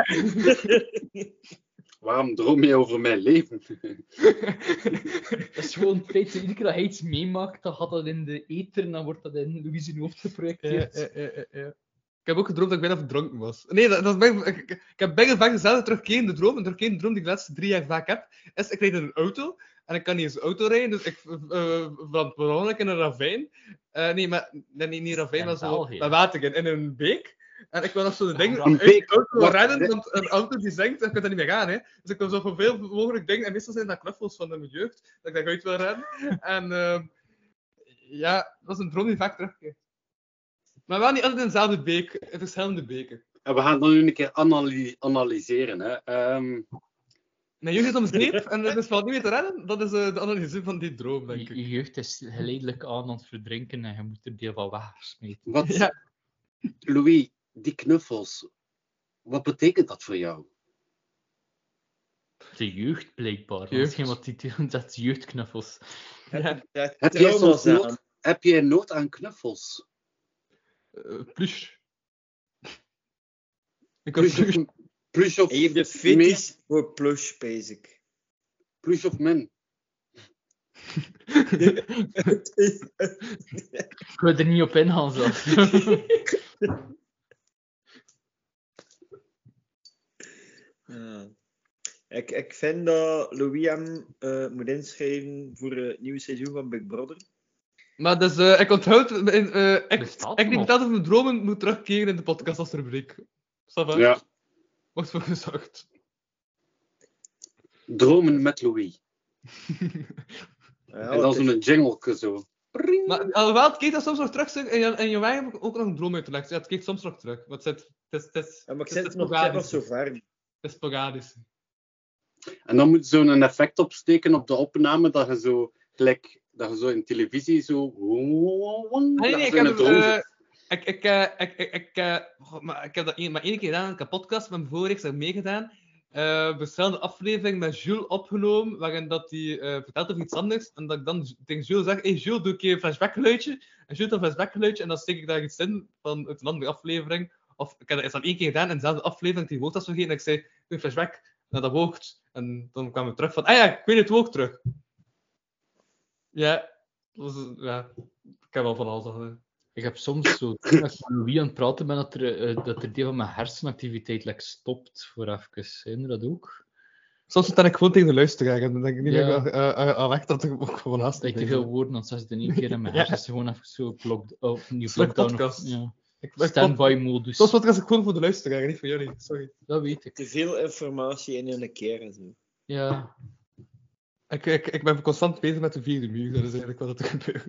Waarom droom je over mijn leven? Dat is gewoon het feit dat iedere keer dat hij iets meemaakt, dan gaat dat in de ether en dan wordt dat in Louis' zijn hoofd Ja, geprojecteerd. ja, ja, ja, ja. Ik heb ook gedroomd dat ik bijna verdronken was. Nee, dat, dat is bijna, ik, ik, ik heb bijna vaak dezelfde terugkerende droom. En terugkerende droom die ik de laatste drie jaar vaak heb, is ik rijd in een auto. En ik kan niet eens auto rijden, dus ik uh, brand per ongeluk in een ravijn. Uh, nee, maar nee, niet, niet ravijn, In maar zo België. met water in, in een beek. En ik wil nog zo de dingen Een uit beek? de auto Wat? redden, want een auto die zinkt, dan kun je dat niet meer gaan. Hè. Dus ik wil zo zoveel mogelijk dingen, en meestal zijn dat knuffels van mijn jeugd, dat ik daaruit wil redden. En uh, ja, dat is een droom die vaak terugkeert. Maar wel niet altijd in dezelfde beek, in verschillende beken. En we gaan dan nu een keer analy- analyseren. Hè. Um, Mijn jeugd is omsneep en er is valt niet meer te redden. Dat is uh, de analyse van die droom, denk Je, ik. je jeugd is geleidelijk aan aan het verdrinken en je moet er deel van wegsmeten. wat, Ja. Louis, die knuffels, wat betekent dat voor jou? De jeugd, blijkbaar. Dat Jeugd. is geen wat die dat is jeugdknuffels. Ja. Dat Heb jij, soms trauma's aan. nood, heb jij nood aan knuffels? Uh, plush. Ik heb Plus plush. of, plus of Hij heeft de min? fetish voor plush, basic. Plus of min? Ik wil er niet op ingaan zelfs. Ja. Ik, ik vind dat Louis hem uh, moet inschrijven voor het nieuwe seizoen van Big Brother. Maar dus, uh, ik onthoud... In, uh, ik Bestaat ik die nog. verteld over mijn dromen moet terugkeren in de podcast als rubriek. Ça va? Ja, Wordt voor gezegd. dromen met Louis. Ja, En dan het is- zo'n jingle zo. Maar alhoewel, het keert dat soms nog terug. En je, en je wij heb ik ook nog een droom uit te leggen. Ja, het keert soms nog terug. Maar het, zit, het, is, het, is, ja, maar ik het, zit is nog, ik zit nog sporadisch. zo ver. Het is sporadisch. En dan moet je zo'n effect opsteken op de opname dat je zo, gelijk, dat je zo in televisie zo... Nee, dat nee, je ik zo in heb, een droom uh, zit. ik, ik, uh, ik, ik, ik, uh, goh, maar ik heb dat één, maar één keer gedaan. Ik heb een podcast met mijn voorreeks heb meegedaan. Uh, verschillende aflevering met Jules opgenomen, waarin dat hij uh, vertelt over iets anders. En dat ik dan tegen Jules zeg, hey Jules, doe ik een flashback geluidje. En Jules doet een flashback geluidje en dan steek ik daar iets in van uit een andere aflevering. Of ik heb dat eens al één keer gedaan in dezelfde aflevering, die woord was vergeten. En ik zei, doe een flashback naar dat woord. En dan kwamen we terug van, ah ja, ik weet het woord terug. Ja, dat was, ja, ik heb wel van alles al gedaan. Ik heb soms zo, toen ik met Louis aan het praten ben, dat er, uh, dat er deel van mijn hersenactiviteit like, stopt voor even. Zie je dat ook? Soms sta ik gewoon tegen de luisteraar en dan denk ik niet Ja. meer uh, uh, uh, weg dat ik ook gewoon haast Dat ik te veel woorden aan zes in één keer en mijn Ja. hersens gewoon even zo blokt, of nieuw Slecht lockdown of podcast. ja, Ik, ik, standby modus. Soms podcast ik gewoon voor de luisteraar, niet voor jullie. Sorry. Dat weet ik. Te veel informatie in een keer en zo. Ja, Ik, ik, ik ben constant bezig met de vierde muur, dat is eigenlijk wat er gebeurt.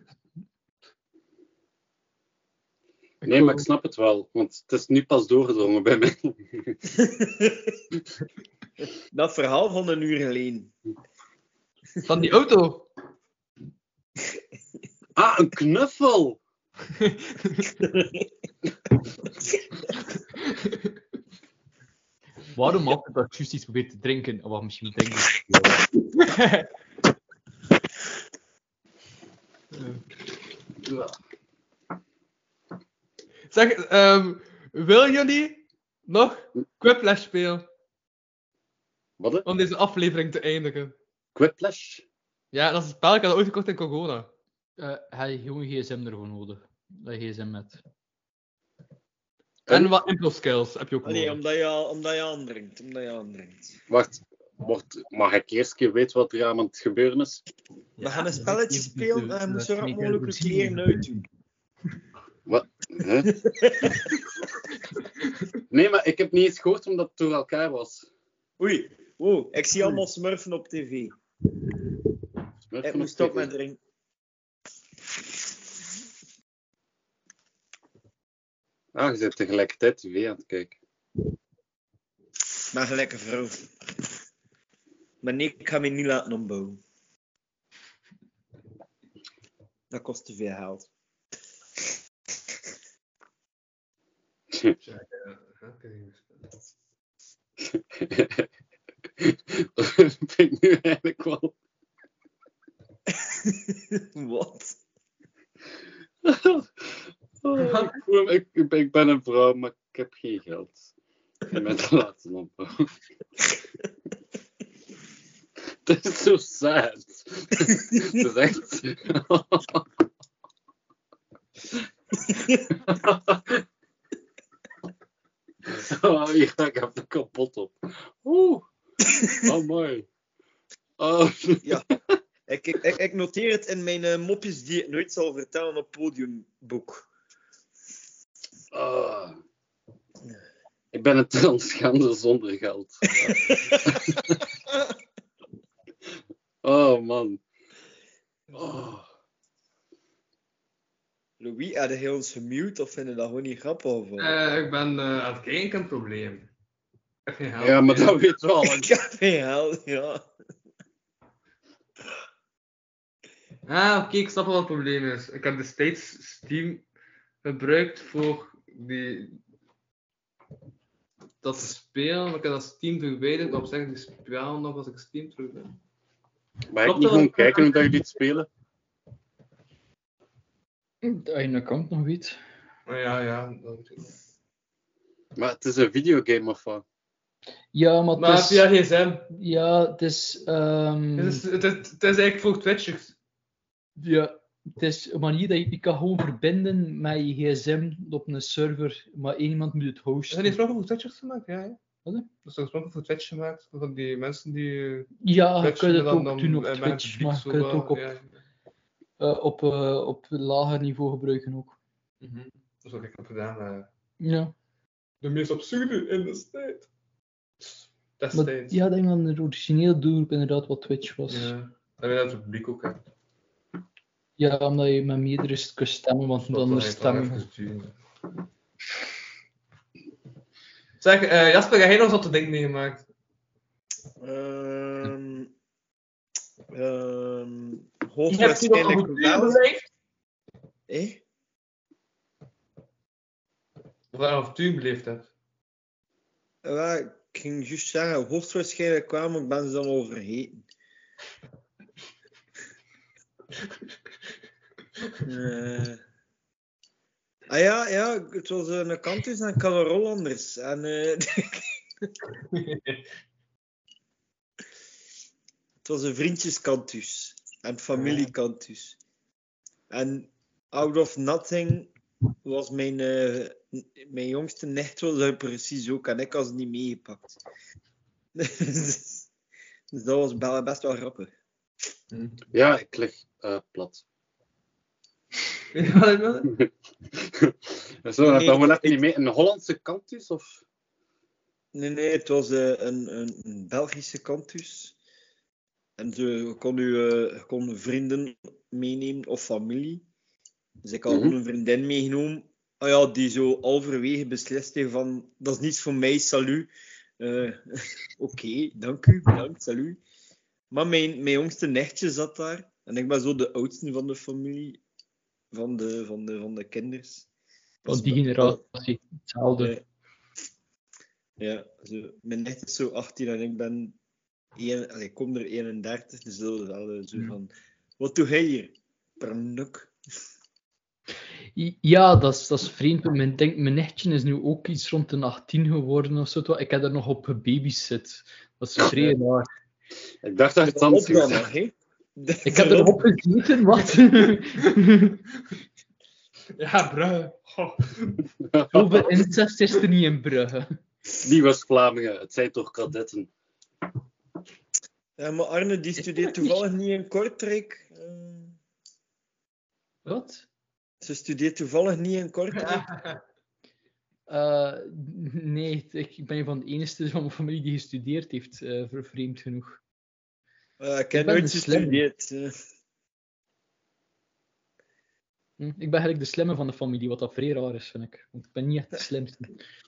Ik Nee, wil- maar ik snap het wel, want het is nu pas doorgedrongen bij mij. Dat verhaal van een uur geleden. Van die auto! Ah, een knuffel! waarom altijd dat ik juist iets probeer te drinken? Of wat misschien drinken. Zeg, um, wil jullie nog Quiplash spelen? Wat? hè? Om deze aflevering te eindigen. Quiplash? Ja, dat is een spel, ik had dat ooit gekocht in Corona. Uh, heb je gewoon een gsm ervoor nodig. Dat je gsm hebt. En wat impulse skills heb je ook Allee, nodig. omdat je, al- omdat je aandringt. Omdat je aandringt. Wacht, wordt, mag ik eerst een keer weten wat er aan het gebeuren is? We gaan een spelletje spelen en je moet zo rap mogelijk je kleren uitdoen. Wat? Huh? Nee, maar ik heb niet eens gehoord omdat het door elkaar was. Oei, wow, ik zie allemaal smurfen op tv. Smurfen Ik moet op stoppen tv. met drinken. Ah, je zit tegelijkertijd tv aan het kijken. Maar gelijk een vrouw. Maar nee, ik ga me niet laten ombouwen. Dat kost te veel geld. Dat vind ik nu eigenlijk wel. Wat? Oh, ik, voel- ik, ik ben- ik ben een vrouw, maar ik heb geen geld. om mij te laten opbouwen. Het is zo sad. Het is echt... Oh, hier ga ik even kapot op. Oeh. Oh, mooi. Oh. Ja. Ik, ik, ik noteer het in mijn uh, mopjes die ik nooit zal vertellen op podiumboek. Oh. Ik ben een transgender zonder geld. Oh, man. Oh. Louis, had hij ons gemute of vinden dat gewoon niet grappig? Of wat? Uh, ik ben uh, aan het kijken, ik heb een probleem. Ik heb geen geld. Ja, maar dat weet je wel. Ik heb geen geld, ja. Ah, oké, okay, ik snap wel wat het probleem is. Ik heb destijds Steam gebruikt voor die... dat te spelen, maar ik heb dat Steam verwijderd, maar op zich die spelen nog als ik Steam terug ben. Maar ik niet gewoon kijken hoe dat jullie het spelen? Dat je een account nog weet. Maar ja, ja. Dat... Maar het is een videogame of wat? Ja, maar, maar het is... via gsm. Ja, het is... Um... Het, is het, is, het is eigenlijk voor Twitchers. Ja, het is een manier dat je je kan gewoon verbinden met je gsm op een server, maar één iemand moet het hosten. Zijn die oorspronkelijk voor Twitchers gemaakt? Ja, ja. Wat? Dat is oorspronkelijk voor Twitch gemaakt. Van die mensen die... Ja, je kunt het ook dan, doen op uh, Twitch, maar je kunt het ook op, ja. uh, op, uh, op lager niveau gebruiken ook. Mm-hmm. Dat is wat ik heb gedaan. Uh, ja. De meest absurde in de tijd. Maar, ja, ik denk dat de originele doelgroep inderdaad wat Twitch was. Ja, dat je dat het publiek ook hebt. Ja, omdat je met meerdere kunt stemmen, want dan anders stemmen. Zeg, uh, Jasper, heb jij nog wat te denken meegemaakt? Um, um, Je hebt hier nog een beleefd? Eh? Of je een avontuur beleefd hebt? Ja, ik ging juist zeggen, hoogstwaarschijnlijk kwamen, ik ben ze dan al vergeten. uh, ah ja, ja, het was een kantus en ik had een rol anders. En, uh, het was een vriendjeskantus en familiekantus. En out of nothing was mijn, uh, mijn jongste nicht was daar precies ook en ik had ze niet meegepakt. Dus dat was best wel grappig. Ja, ik lig uh, plat. Weet je wat ik wilde? Zo, heb je gewoon even niet mee. Een Hollandse kantus of? Nee, nee, het was uh, een, een, een Belgische kantus. En je kon, u, uh, je kon vrienden meenemen of familie. Dus ik had mm-hmm. gewoon een vriendin meegenomen. Oh ja, die zo halverwege beslist heeft van, dat is niets voor mij, salut. Uh, Oké, okay, dank u, bedankt, salut. Maar mijn, mijn jongste nichtje zat daar. En ik ben zo de oudste van de familie. Van de, van de, van de kinders. Van die generatie, hetzelfde. Ja, ja zo, mijn nicht is zo achttien en ik ben... Een, allee, ik kom er eenendertig, dus zo, zo van... Wat doe jij hier? Pernuk. Ja, dat is, dat is vreemd. Mijn, denk, mijn nichtje is nu ook iets rond de achttien geworden of zo. Ik heb er nog op gebabysit. Dat is vrij raar. Ik dacht dat het anders was. Nog, Ik heb erop gezeten, wat? Ja, Brugge. Oh. Zoveel incest is er niet in Brugge. Die was Vlamingen, het zijn toch kadetten. Ja, maar Arne die studeert toevallig niet in Kortrijk. Uh, Wat? ze studeert toevallig niet in Kortrijk. Uh, nee, ik ben een van de enige van mijn familie die gestudeerd heeft, uh, vreemd genoeg. Uh, ik heb ben nooit een slim. gestudeerd. Uh. Hm, ik ben eigenlijk de slimme van de familie, wat dat vrij raar is, vind ik. Want ik ben niet echt de slimste.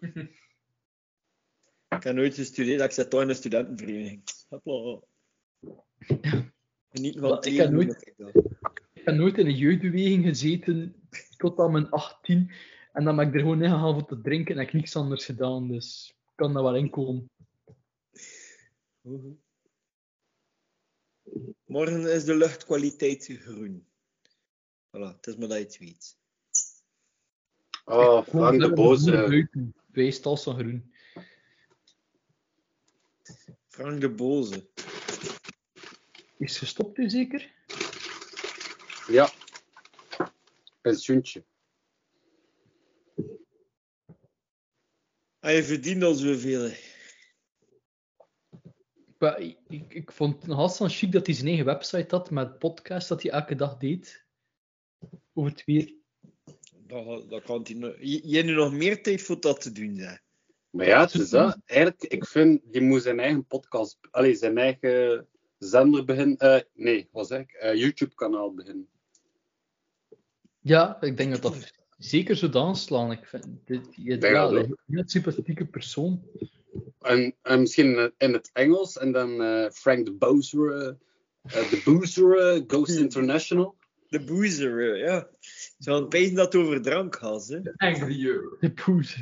Ik heb nooit gestudeerd, ik zit toch in een studentenvereniging. Hopla. Genieten van Ik heb nooit, ik heb nooit in een jeugdbeweging gezeten tot aan mijn achttien. En dan ben ik er gewoon in gegaan voor te drinken en heb ik niks anders gedaan. Dus ik kan daar wel in komen. Morgen is de luchtkwaliteit groen. Voilà, het is maar dat je het weet. Oh, Frank de Boze. Weestal van groen. Frank de Boze. Is gestopt u zeker? Ja. Pensioentje. Ah, je verdient al zoveel. Maar ik, ik, ik vond het nogal zo chic dat hij zijn eigen website had met podcast dat hij elke dag deed. Over het weer. Dat, dat kan hij nog... Je, je hebt nu nog meer tijd voor dat te doen, hè. Maar ja, het is dat. Eigenlijk, ik vind, die moet zijn eigen podcast... Allee, zijn eigen zender beginnen... Uh, nee, wat zeg ik? Uh, YouTube-kanaal beginnen. Ja, ik denk dat dat zeker zo aanslaan. Ik vind dit, je Denk ja, dat een heel sympathieke persoon. En, en misschien in het Engels. En dan uh, Frank de Bozer... Uh, de Boozer, uh, Ghost International. De Boozer, uh, ja. Zou een pijn dat over drank gaat, hè. Angry you. De poes.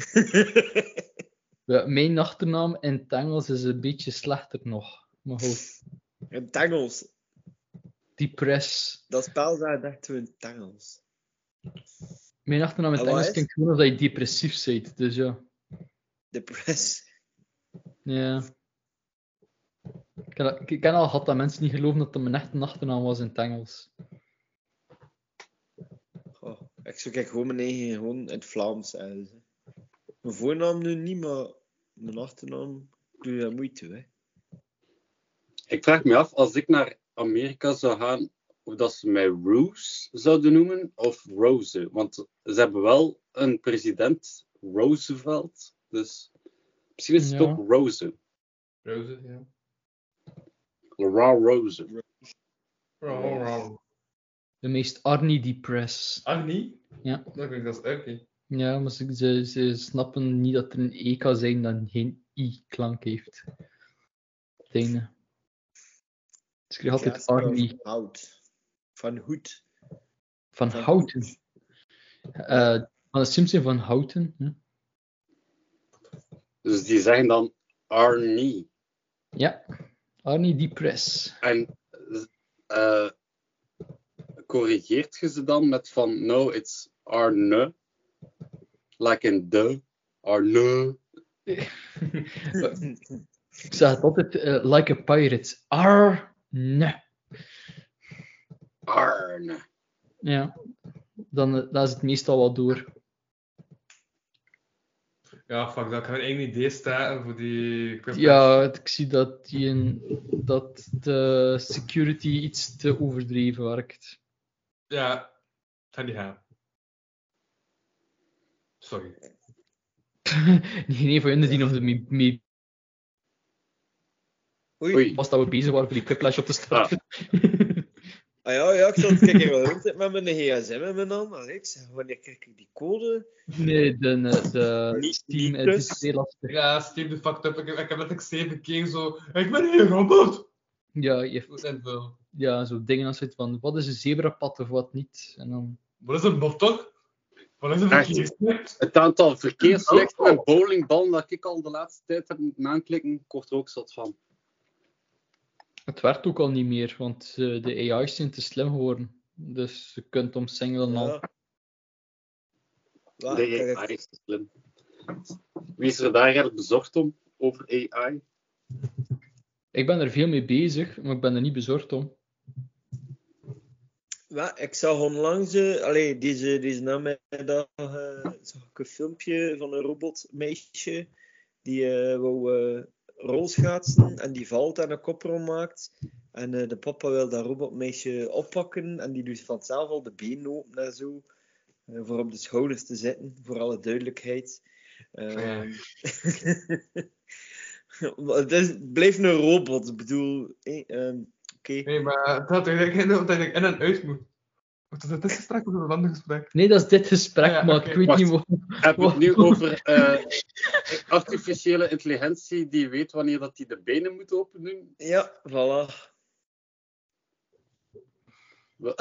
Ja, mijn achternaam in het Engels is een beetje slechter nog. Maar goed. In het Engels. Depress. Dat spel zegt echt zo in het Engels. Mijn achternaam in het Engels klinkt gewoon als dat je depressief bent. Dus ja. Depress. Ja. Ik ken, ik ken al gehad dat mensen niet geloven dat dat mijn echte achternaam was in het Engels. Oh, ik zou kijk gewoon mijn eigen gewoon in het Vlaams zeggen. Mijn voornaam nu niet, maar mijn achternaam doe je moeite, hè. Ik vraag me af, als ik naar Amerika zou gaan, of dat ze mij Roos zouden noemen, of Rose. Want ze hebben wel een president, Roosevelt. Dus misschien is het Ja. ook Rose. Rose, ja. Laurent Rose. Rauw, rauw. De meest Arnie Depress. Arnie? Ja. Dat klinkt als oké. Ja, maar ze, ze, ze snappen niet dat er een E kan zijn dat geen I-klank heeft. Het einde. Dus ik krijg altijd Jasper Arnie van Hout. Van Hoed. van Van Houten. Uh, van de Simpson van Houten. Hè? Dus die zeggen dan Arnie. Ja, Arnie Depress. En uh, corrigeert je ze dan met van no, it's Arne. Like in de. Arne. Ik zeg het altijd uh, like a pirate. Arne. Arne. Ja, dan, uh, dan is het meestal wel door. Ja, fuck dat. Ik heb één idee staan voor die... Ja, ik zie dat, die in, dat de security iets te overdreven werkt. Ja, ga die gaan. Sorry. Nee, nee, voor hen die nog mee, mee Oei. Oei. was dat we bezig waren voor die quiplash op te starten. Ah ja, ja, ik zat kijken wel rond met mijn gsm in mijn hand. Allee, ik zeg, wanneer krijg ik die code? Nee, de, de, de Niet- Steam niet is dus. dus heel lastig. Ja, Steve de fucked up. Ik, ik heb letterlijk zeven keer zo... Ik ben hier, robot! Ja, je Hoe hebt is het wel? ja, zo dingen als het van, wat is een zebrapad of wat niet? En dan... Wat is een boftok? Wat is een Echt? verkeerslicht? Het aantal verkeerslichten en bowlingballen dat ik al de laatste tijd heb moeten aanklikken, ik word er ook zat van. Het werkt ook al niet meer, want uh, de A I's zijn te slim geworden. Dus je kunt omsingelen al. Ja. Waar, De kijk, A I is te slim. Wie is er daar eigenlijk bezorgd om, over A I? Ik ben er veel mee bezig, maar ik ben er niet bezorgd om. Ja, ik zag onlangs, uh, allee, deze, deze namiddag, uh, zag ik een filmpje van een robotmeisje die uh, wou uh, rolschaatsen en die valt en een koprol maakt. En uh, de papa wil dat robotmeisje oppakken en die doet vanzelf al de benen open en zo, uh, voor op de schouders te zitten, voor alle duidelijkheid. Uh, Ja. het, is, het blijft een robot, ik bedoel... Eh, um, Okay. Nee, maar het had eigenlijk in dat ik in en uit moet. Of dat is dit gesprek of is dat een ander gesprek? Nee, dat is dit gesprek, Ah, ja, maar oké. ik weet Wacht. niet wat... Heb je het nu over uh, artificiële intelligentie die weet wanneer dat die de benen moet open doen? Ja, voilà. Wel-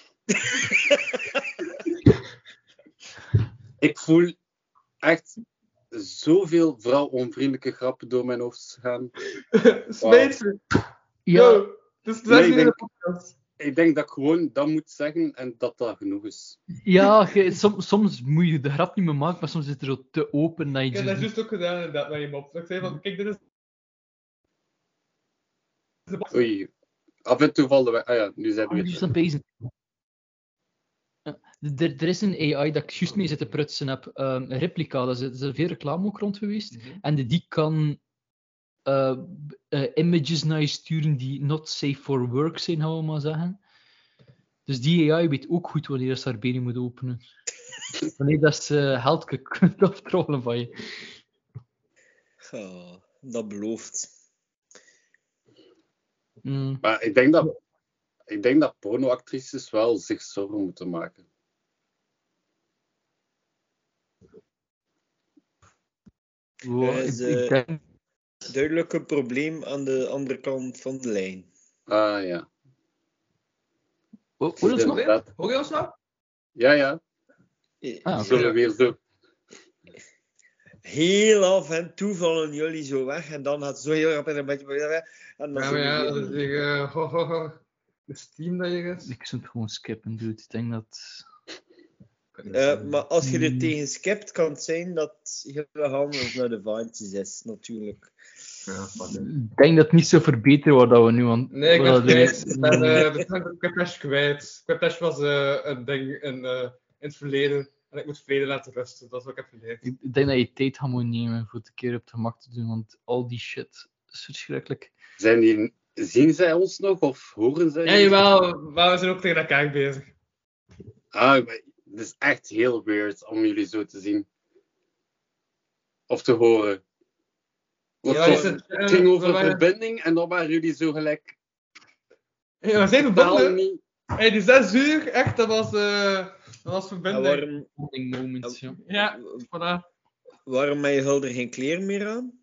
Ik voel echt zoveel vrouwonvriendelijke grappen door mijn hoofd gaan. Smijt ze! Ja, Yo, dus het is Nee, echt ik niet in de denk- podcast. Ik denk dat ik gewoon dat moet zeggen en dat dat genoeg is. ja ge- som, soms moet je de grap niet meer maken, maar soms is het er zo te open dat je... Ik heb just- dat juist ook gedaan inderdaad met je mop. Ik zei van, kijk, dit is... de box. Oei. Af en toe vallen wij... Ah ja, nu zijn we Ah, die is aan weer... het bezig. Ja, er, er is een A I dat ik juist mee zit te prutsen heb. Um, een replica, daar is, er is er veel reclame ook rond geweest. Mhm. En de, die kan uh, uh, images naar je sturen die not safe for work zijn, gaan we maar zeggen. Dus die A I weet ook goed wanneer ze haar benen moet openen. Wanneer dat ze geld kan aftrollen van je. Ja, dat belooft. Mm. Maar ik denk dat... Ik denk dat pornoactrices wel zich zorgen moeten maken. Wow, Er is, ik, ik eh, denk... Duidelijk een probleem aan de andere kant van de lijn. Ah ja. Oh, hoor je ons nog? Inderdaad. Hoor je ons nou? Ja, ja. Eh, Ah, oké. Zullen we weer zo... Heel af en toe vallen jullie zo weg en dan gaat het zo heel rap en een beetje weg. En dan Ja, zijn maar we ja, weer- dat is uh, ho, ho, ho. De Steam dat je is. Ik zou het gewoon skippen, dude. Ik denk dat... Eh, maar als je er Hmm. tegen skipt, kan het zijn dat je handig naar de vaantjes is, natuurlijk. Ja, fuck it. Ik denk dat het niet zo verbeterd wordt dat we nu aan... Nee, ik ben wat het we kwijt. doen. Ik ben, uh, de Quiplash kwijt. Quiplash was uh, een ding in, uh, in het verleden. En ik moet vrede laten rusten. Dat is wat ik heb geleerd. Ik denk dat je tijd gaat moeten nemen voor het een keer op het gemak te doen, want al die shit is verschrikkelijk. Zijn die... Zien zij ons nog of horen zij Ja, ons? jawel. Maar we zijn ook tegen elkaar bezig. Ah, maar het is echt heel weird om jullie zo te zien. Of te horen. Want Ja, zo- is het, het ging uh, over we waren- verbinding en dan waren jullie zo gelijk... Ja, we zijn Totaal verbonden. niet... Hey, die zes uur, echt, dat was, uh, dat was En verbinding. waarom, Bonding moments, ja. Ja, voilà. waarom heb je al er geen kleren meer aan?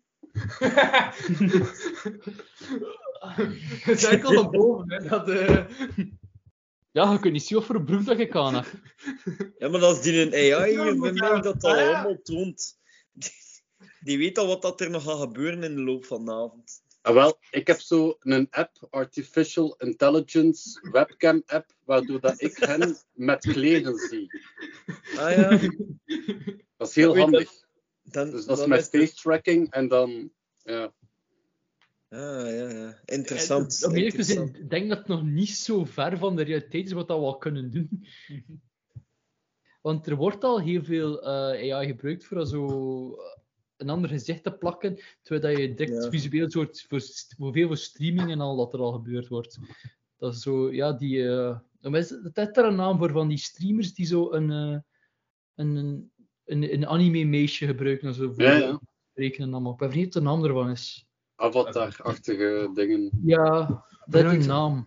Het is enkel van boven, hè. Dat, uh... Ja, je kunt niet zien wat voor een broek dat ik aan heb. Ja, maar als die een A I Ja, hier moet bij ja. mij dat al Ah, ja. allemaal toont, die, die weet al wat dat er nog gaat gebeuren in de loop van de avond. Ah, wel, ik heb zo een app, Artificial Intelligence webcam app, waardoor dat ik hen met kleren zie. Ah ja, Dat is heel Weet je, handig. dan, Dus dat is dan met het- face tracking en dan... Ja. Ah ja, ja. Interessant. Om eerlijk te zijn, interessant. ik denk dat het nog niet zo ver van de realiteit is wat dat we al kunnen doen. Want er wordt al heel veel eh, A I gebruikt voor zo een ander gezicht te plakken, terwijl dat je direct Ja. visueel soort voor, st- voor veel voor streaming en al dat er al gebeurd wordt. Dat is zo, ja, die... eh wat is het heeft daar een naam voor, van die streamers die zo een, eh, een, een, een, een anime-meisje gebruiken en zo voor Ja, ja. rekenen allemaal. Ik ben vergeten wat de naam ervan is. Avatar-achtige dingen. Ja, dat is een naam.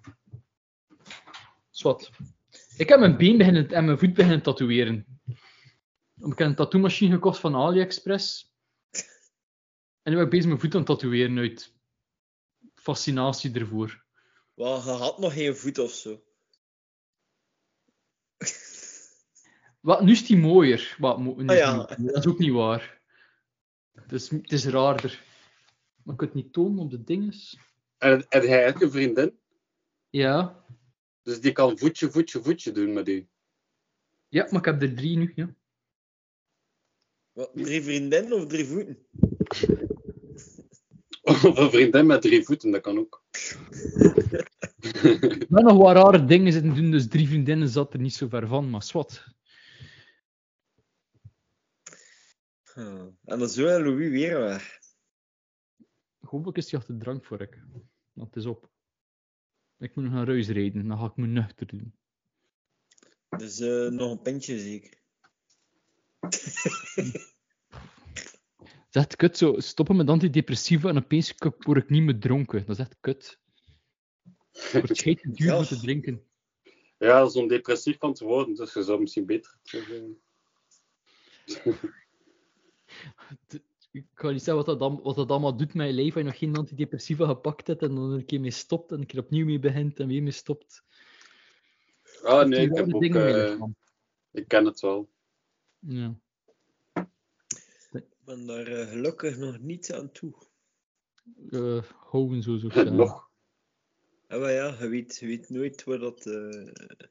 Zwat. Ik heb mijn been beginnen, en mijn voet beginnen tatoeëren. Ik heb een tattoo-machine gekocht van AliExpress. En nu ben ik bezig mijn voet aan het tatoeëren uit fascinatie ervoor. Wel, je had nog geen voet of zo. Wat, nu is die mooier. Wat, mo- nu Ah, is ja. die- dat is ook niet waar. Het is, het is raarder. Maar ik kan het niet tonen op de dinges. En, en hij heeft een vriendin, Ja. dus die kan voetje, voetje, voetje doen met u. Ja, maar ik heb er drie nu, ja. Wat, drie vriendinnen of drie voeten? Of een vriendin met drie voeten, dat kan ook. Maar nog wat rare dingen zitten doen, dus drie vriendinnen zat er niet zo ver van, maar zwart. Huh. En dan zo en Louis weer weg. Hopelijk is hij achter de drank voor ik. Want het is op. Ik moet nog naar huis rijden, dan ga ik me nuchter doen. Dus uh, nog een pintje zeker. Dat is echt kut, zo stoppen met antidepressiva en opeens word ik niet meer dronken. Dat is echt kut. Het wordt scheet duur Ja. om te drinken. Ja, dat is om depressief van te worden, dus je zou misschien beter terug zijn. Ik kan niet zeggen wat dat, dan- wat dat allemaal doet met je leven. Als je nog geen antidepressiva gepakt hebt en dan een keer mee stopt en een keer opnieuw mee begint en weer mee stopt. Ah, Dat nee, doen ik wel heb de ook... dingen in je eh, lichaam. ik ken het wel. Ja. Ik ben daar uh, gelukkig nog niet aan toe. Uh, houden zo zo zeggen. Nog. Ja, maar ja, je weet, je weet nooit waar dat... Uh...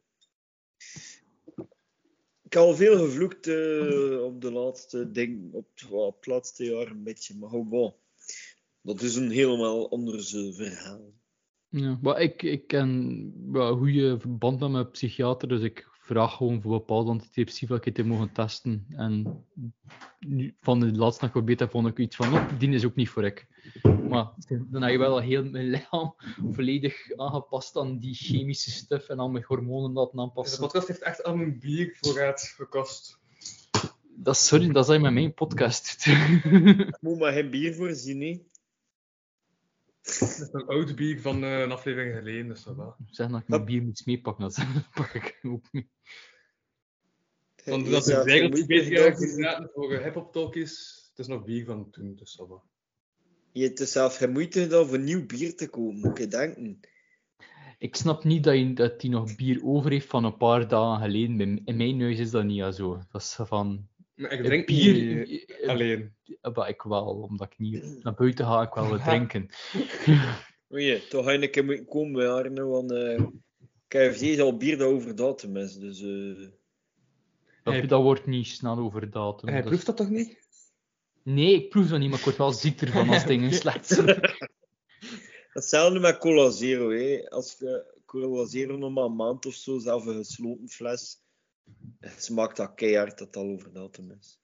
Ik heb al veel gevloekt uh, op de laatste ding, op, op het laatste jaar een beetje, maar oh, bon. Dat is een helemaal anders uh, verhaal. Ja, maar ik, ik ken ja, een goede band met mijn psychiater, dus ik vraag gewoon voor bepaalde antidepressiva te mogen testen. En nu, van de laatste dat ik geprobeerd heb, vond ik iets van, oh, die is ook niet voor ik. Maar dan heb je wel heel mijn lichaam volledig aangepast aan die chemische stuff en aan mijn hormonen laten De aanpassen. podcast heeft echt al een biervoorraad gekost. Dat is, sorry, dat is met mijn podcast. Ik moet maar geen bier voorzien, hè. Dat is een oud bier van uh, een aflevering geleden, dus dat wel. Zeg dat ik mijn bier moet meepakken, dat pak ik ook mee. Want Je dat is zou eigenlijk het bezig moeite is gedaan- voor hip-hop talkies. Het is nog bier van toen, dus dat wel. Je hebt er zelf geen moeite gedaan voor nieuw bier te kopen, moet je denken. Ik snap niet dat hij dat die nog bier over heeft van een paar dagen geleden. Bij- In mijn huis is dat niet ja, zo. Dat is van... Maar ik drink bier bier eh, alleen. eh, maar ik wel, omdat ik niet naar buiten ga, ik wel wat drinken. Oei, toch ga je een keer moeten komen bij Arno, want uh, K F C is al bier dat over datum is, dus... Uh... Dat, Hij- dat wordt niet snel over datum. Hij Dat proeft is- dat toch niet? Nee, ik proef dat niet, maar ik word wel ziek ervan als dingen slecht zijn. Hetzelfde met Cola Zero, hè. Als je Cola Zero nog maar een maand of zo, zelf een gesloten fles, smaakt dat keihard dat het al over datum is.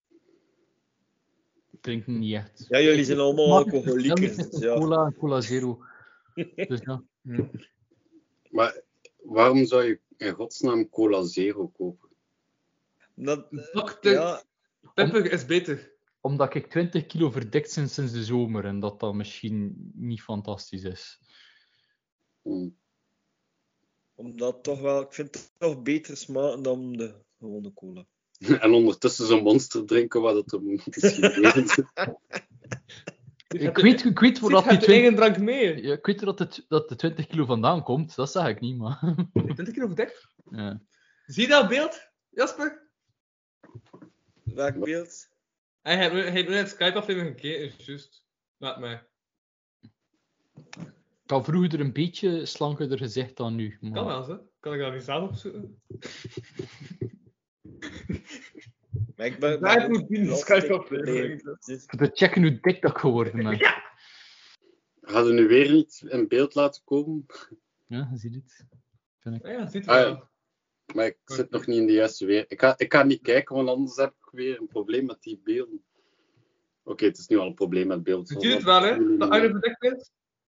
Ik drink niet echt. Ja, jullie zijn allemaal Maar het alcoholiekers, verschil is dus tussen ja. Cola en Cola Zero. Dus ja. Maar waarom zou je in godsnaam Cola Zero kopen? Dat, Dokter ja, Pepper is beter. Omdat ik twintig kilo verdikt ben sinds de zomer en dat dat misschien niet fantastisch is. Hm. omdat toch wel, ik vind het toch beter smaken dan de gewone cola. En ondertussen zo'n monster drinken waar dat er misschien in zit. Ik weet, ik weet waar Ziet, dat die hebt twintig... eigen drank mee. Ja, ik weet dat de, dat de twintig kilo vandaan komt, dat zeg ik niet, maar... twintig kilo verdekt. ja. Zie je dat beeld, Jasper? Welk beeld? Hij heeft hij heeft net Skype-aflevering gekeken, is juist. Laat mij. Ik had vroeger een beetje slankerder gezegd dan nu. Maar... Kan wel, hè? Kan ik dat niet zelf opzoeken? Maar ik ben, Daar ben moet die ook Skype-aflevering. Dus- Om te checken hoe dik dat ik geworden ben. Ja, Hadden we nu weer niet in beeld laten komen? je ziet het. Vind ik. Ah ja, ziet je Ah, wel. ja. Maar ik zit nog niet in de juiste weer. Ik ga, ik ga niet kijken, want anders heb ik weer een probleem met die beelden. Oké, okay, het is nu al een probleem met beeld. Ziet je het wel, hè? Dat Arno verdekt is?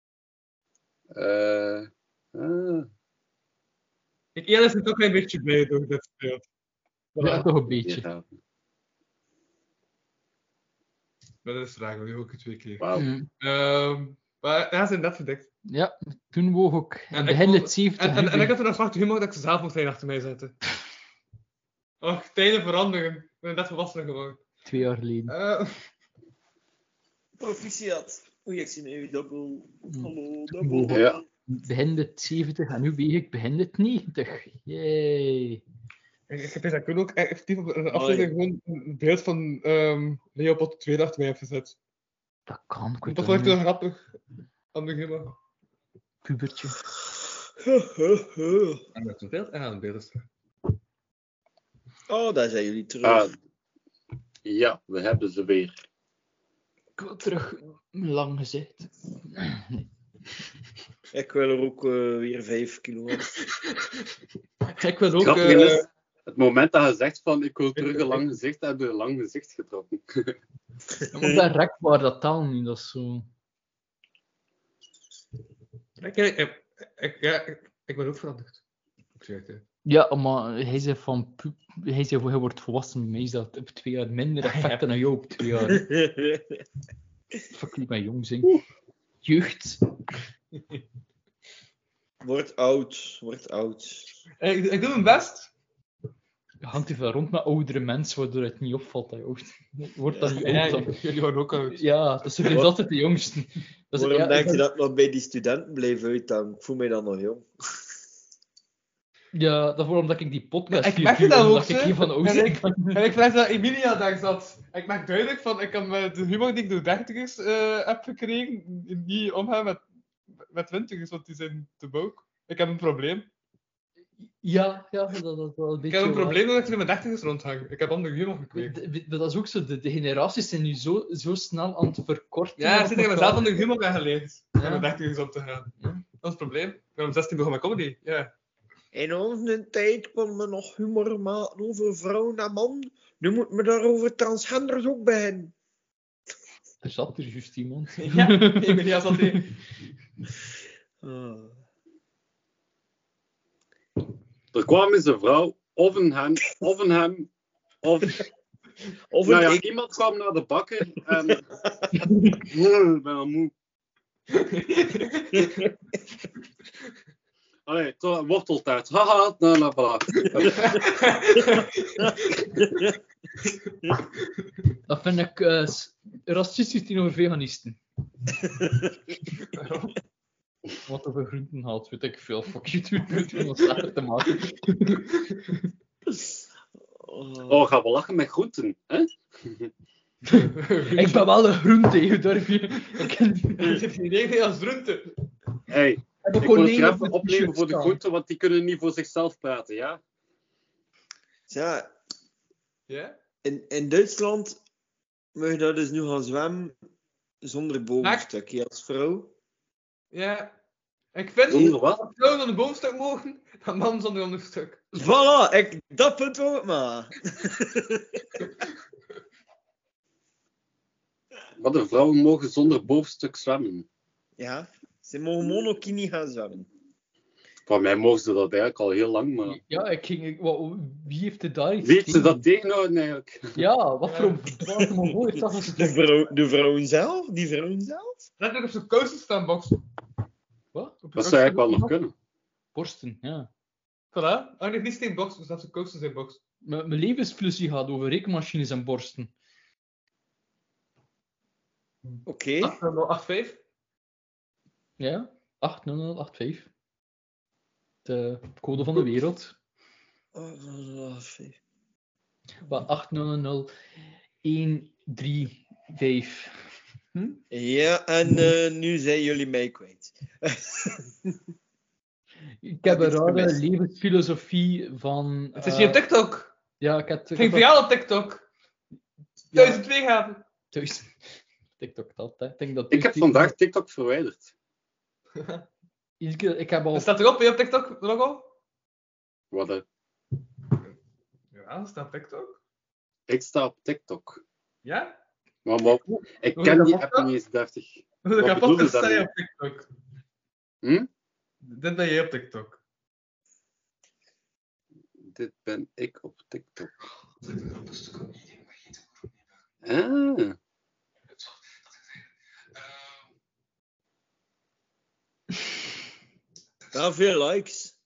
Uh, ah. Ik eerlijk is ook een beetje blij door dit speelt. Ja, toch een beetje. Ja. Maar dat is raar, nu ook twee keer. Wauw. Mm. Ehm, maar ja, ze zijn net verdekt. Ja, toen woog ik in En begin ik de vond- zeventig. En, en, en ik had er een zwarte humor dat ik ze zelf moest zijn achter mij zetten. Och, tijden veranderen. Ik ben net volwassen geworden. Twee jaar geleden. Eh, Proficiat. Oei, ik zie nu dubbel. Hallo, Wow. dubbel. Ja. Begin de zeventig en nu weeg ik begin de negentig. Yay. ik, ik heb eens dat ik ook effectief op een aflevering gewoon een beeld van ehm Leopold twee achter mij heb gezet. Dat kan, ik weet Toch dat vond ik niet. het wel grappig. Aan de humor. Pubertje. En dat is een beeld en aan het beeld is terug. Oh, daar zijn jullie terug. Ah, ja, we hebben ze weer. Ik wil terug mijn lang gezicht. Nee. Ik wil er ook uh, weer vijf kilo af. Ik wil ook... Grappig Uh, is, het moment dat je zegt van ik wil terug een lang gezicht, heb je een lang gezicht getrokken. want dat rekbaar, dat taal niet, dat is zo... Ik, ik, ik, ik, ja, ik, ik ben ook veranderd. Ik zeg het, hè. Ja, maar hij zei van... pu- Hij zei, hij wordt volwassen, bij mij is dat op twee jaar minder effect dan jou op twee jaar. Fuck, niet mijn jong zijn. Jeugd. Word oud, word oud. Ik, ik doe mijn best. Je hangt even rond met oudere mensen, waardoor het niet opvalt dat je oud wordt. Dat niet Ja, oud dan. jullie worden ook oud. Ja, dat is blijft altijd de jongsten. Dat is, Waarom ja, denk ik je ben- dat ik nog bij die studenten blijf uithangen? Ik voel mij dan nog jong. Ja, dat is waarom dat ik die podcast Ik hier merk doe, dat ook, omdat ik hè. een van de En oudsten ik- ben. En ik vrees dat Emilia daar zat. Ik merk duidelijk van, ik heb met de humor die ik door dertigers uh, heb gekregen, niet omgaan met, met twintigers, want die zijn te boek. Ik heb een probleem. Ja, ja, dat, dat is wel een Ik beetje heb een waar. probleem dat ik met dertigers rondhang. Ik heb andere humor gekregen. De- de- Dat is ook zo, de, de generaties zijn nu zo, zo snel aan het verkorten. Ja, op ik zit ik elkaar. mezelf onder humor ben geleerd. Om Ja. met dertigers om te gaan. Ja. Dat is het probleem. Ik ben om zestien begonnen met comedy. Ja. In onze tijd kon men nog humor maken over vrouw en man. Nu moet men daar over transgenders ook beginnen. Er zat er juist iemand. Ja, Emilia zat hier. Ah. Er kwam eens een vrouw, of een hem, of een hem, of... Of Nou een ja, ik. iemand kwam naar de bakker en... ik ben al moe. Allee, toch een worteltaart. Haha, nou, nou, voilà. Dat vind ik uh, racistisch tegenover veganisten. Wat over groenten haalt, weet ik veel. Fuck you, doe het om ons slechter te maken. Oh, gaan we lachen met groenten, hè? Ik ben wel een groente, je durf je. Ik ken Je zit hier niet als groente. Hey, heb ik een wil het konijn hier op even mijn opnemen t-shirt voor de staan. groenten, want die kunnen niet voor zichzelf praten, ja? Ja, Ja? in, in Duitsland mag je dat dus nu gaan zwemmen zonder boomstukje als vrouw. Ja. Ik vind Zonder wat? dat vrouwen aan de boomstuk mogen, dan mannen zonder onderstuk. Voilà, ik, dat punt wil ik maar. Wat de vrouwen mogen zonder bovensstuk zwemmen. Ja, ze mogen monokini gaan zwemmen. Van mij mogen ze dat eigenlijk al heel lang, maar... Ja, ik ging... ik- wat- Wie heeft er daar iets Wie heeft ze tegen? dat tegenhouden eigenlijk? Ja, wat voor een verdwaald mongool heeft dat De, gezegd? vrouw, de vrouwen zelf? Die vrouwen zelf? Laat ik op zijn kousen staan, box. Wat? Op Dat zou eigenlijk wel nog kunnen. Borsten, ja. Voilà. Oh, nee, niet steen box, dus dat zijn kousen zijn box. M- Mijn levensfilosofie gaat over rekenmachines en borsten. Oké. acht nul acht vijf. Ja? acht nul nul acht vijf. De code van de wereld. Wat acht nul nul een drie vijf. Hm? Ja, en uh, nu zijn jullie mij kwijt. Ik heb een iets rare gemist. levensfilosofie van... Het is eh, hier op TikTok. Ja, ik heb... ik Het ging heb voor jou op TikTok. Duizend weergaven. thuis... TikTok dat, hè. Ik, denk dat Ik heb thuis- vandaag TikTok verwijderd. Ik, ik heb al... Dat staat erop, hè, op TikTok, logo? Wat, hè? Ja, dat staat op TikTok. Ik sta op TikTok. Ja? Maar, maar ik Hoe ken dat die kapot app gaat? niet eens deftig. De Wat kapot bedoel je is sta je daarmee? op TikTok. Hm? Dit ben je op TikTok. Dit ben ik op TikTok. Ah. Ja, veel likes.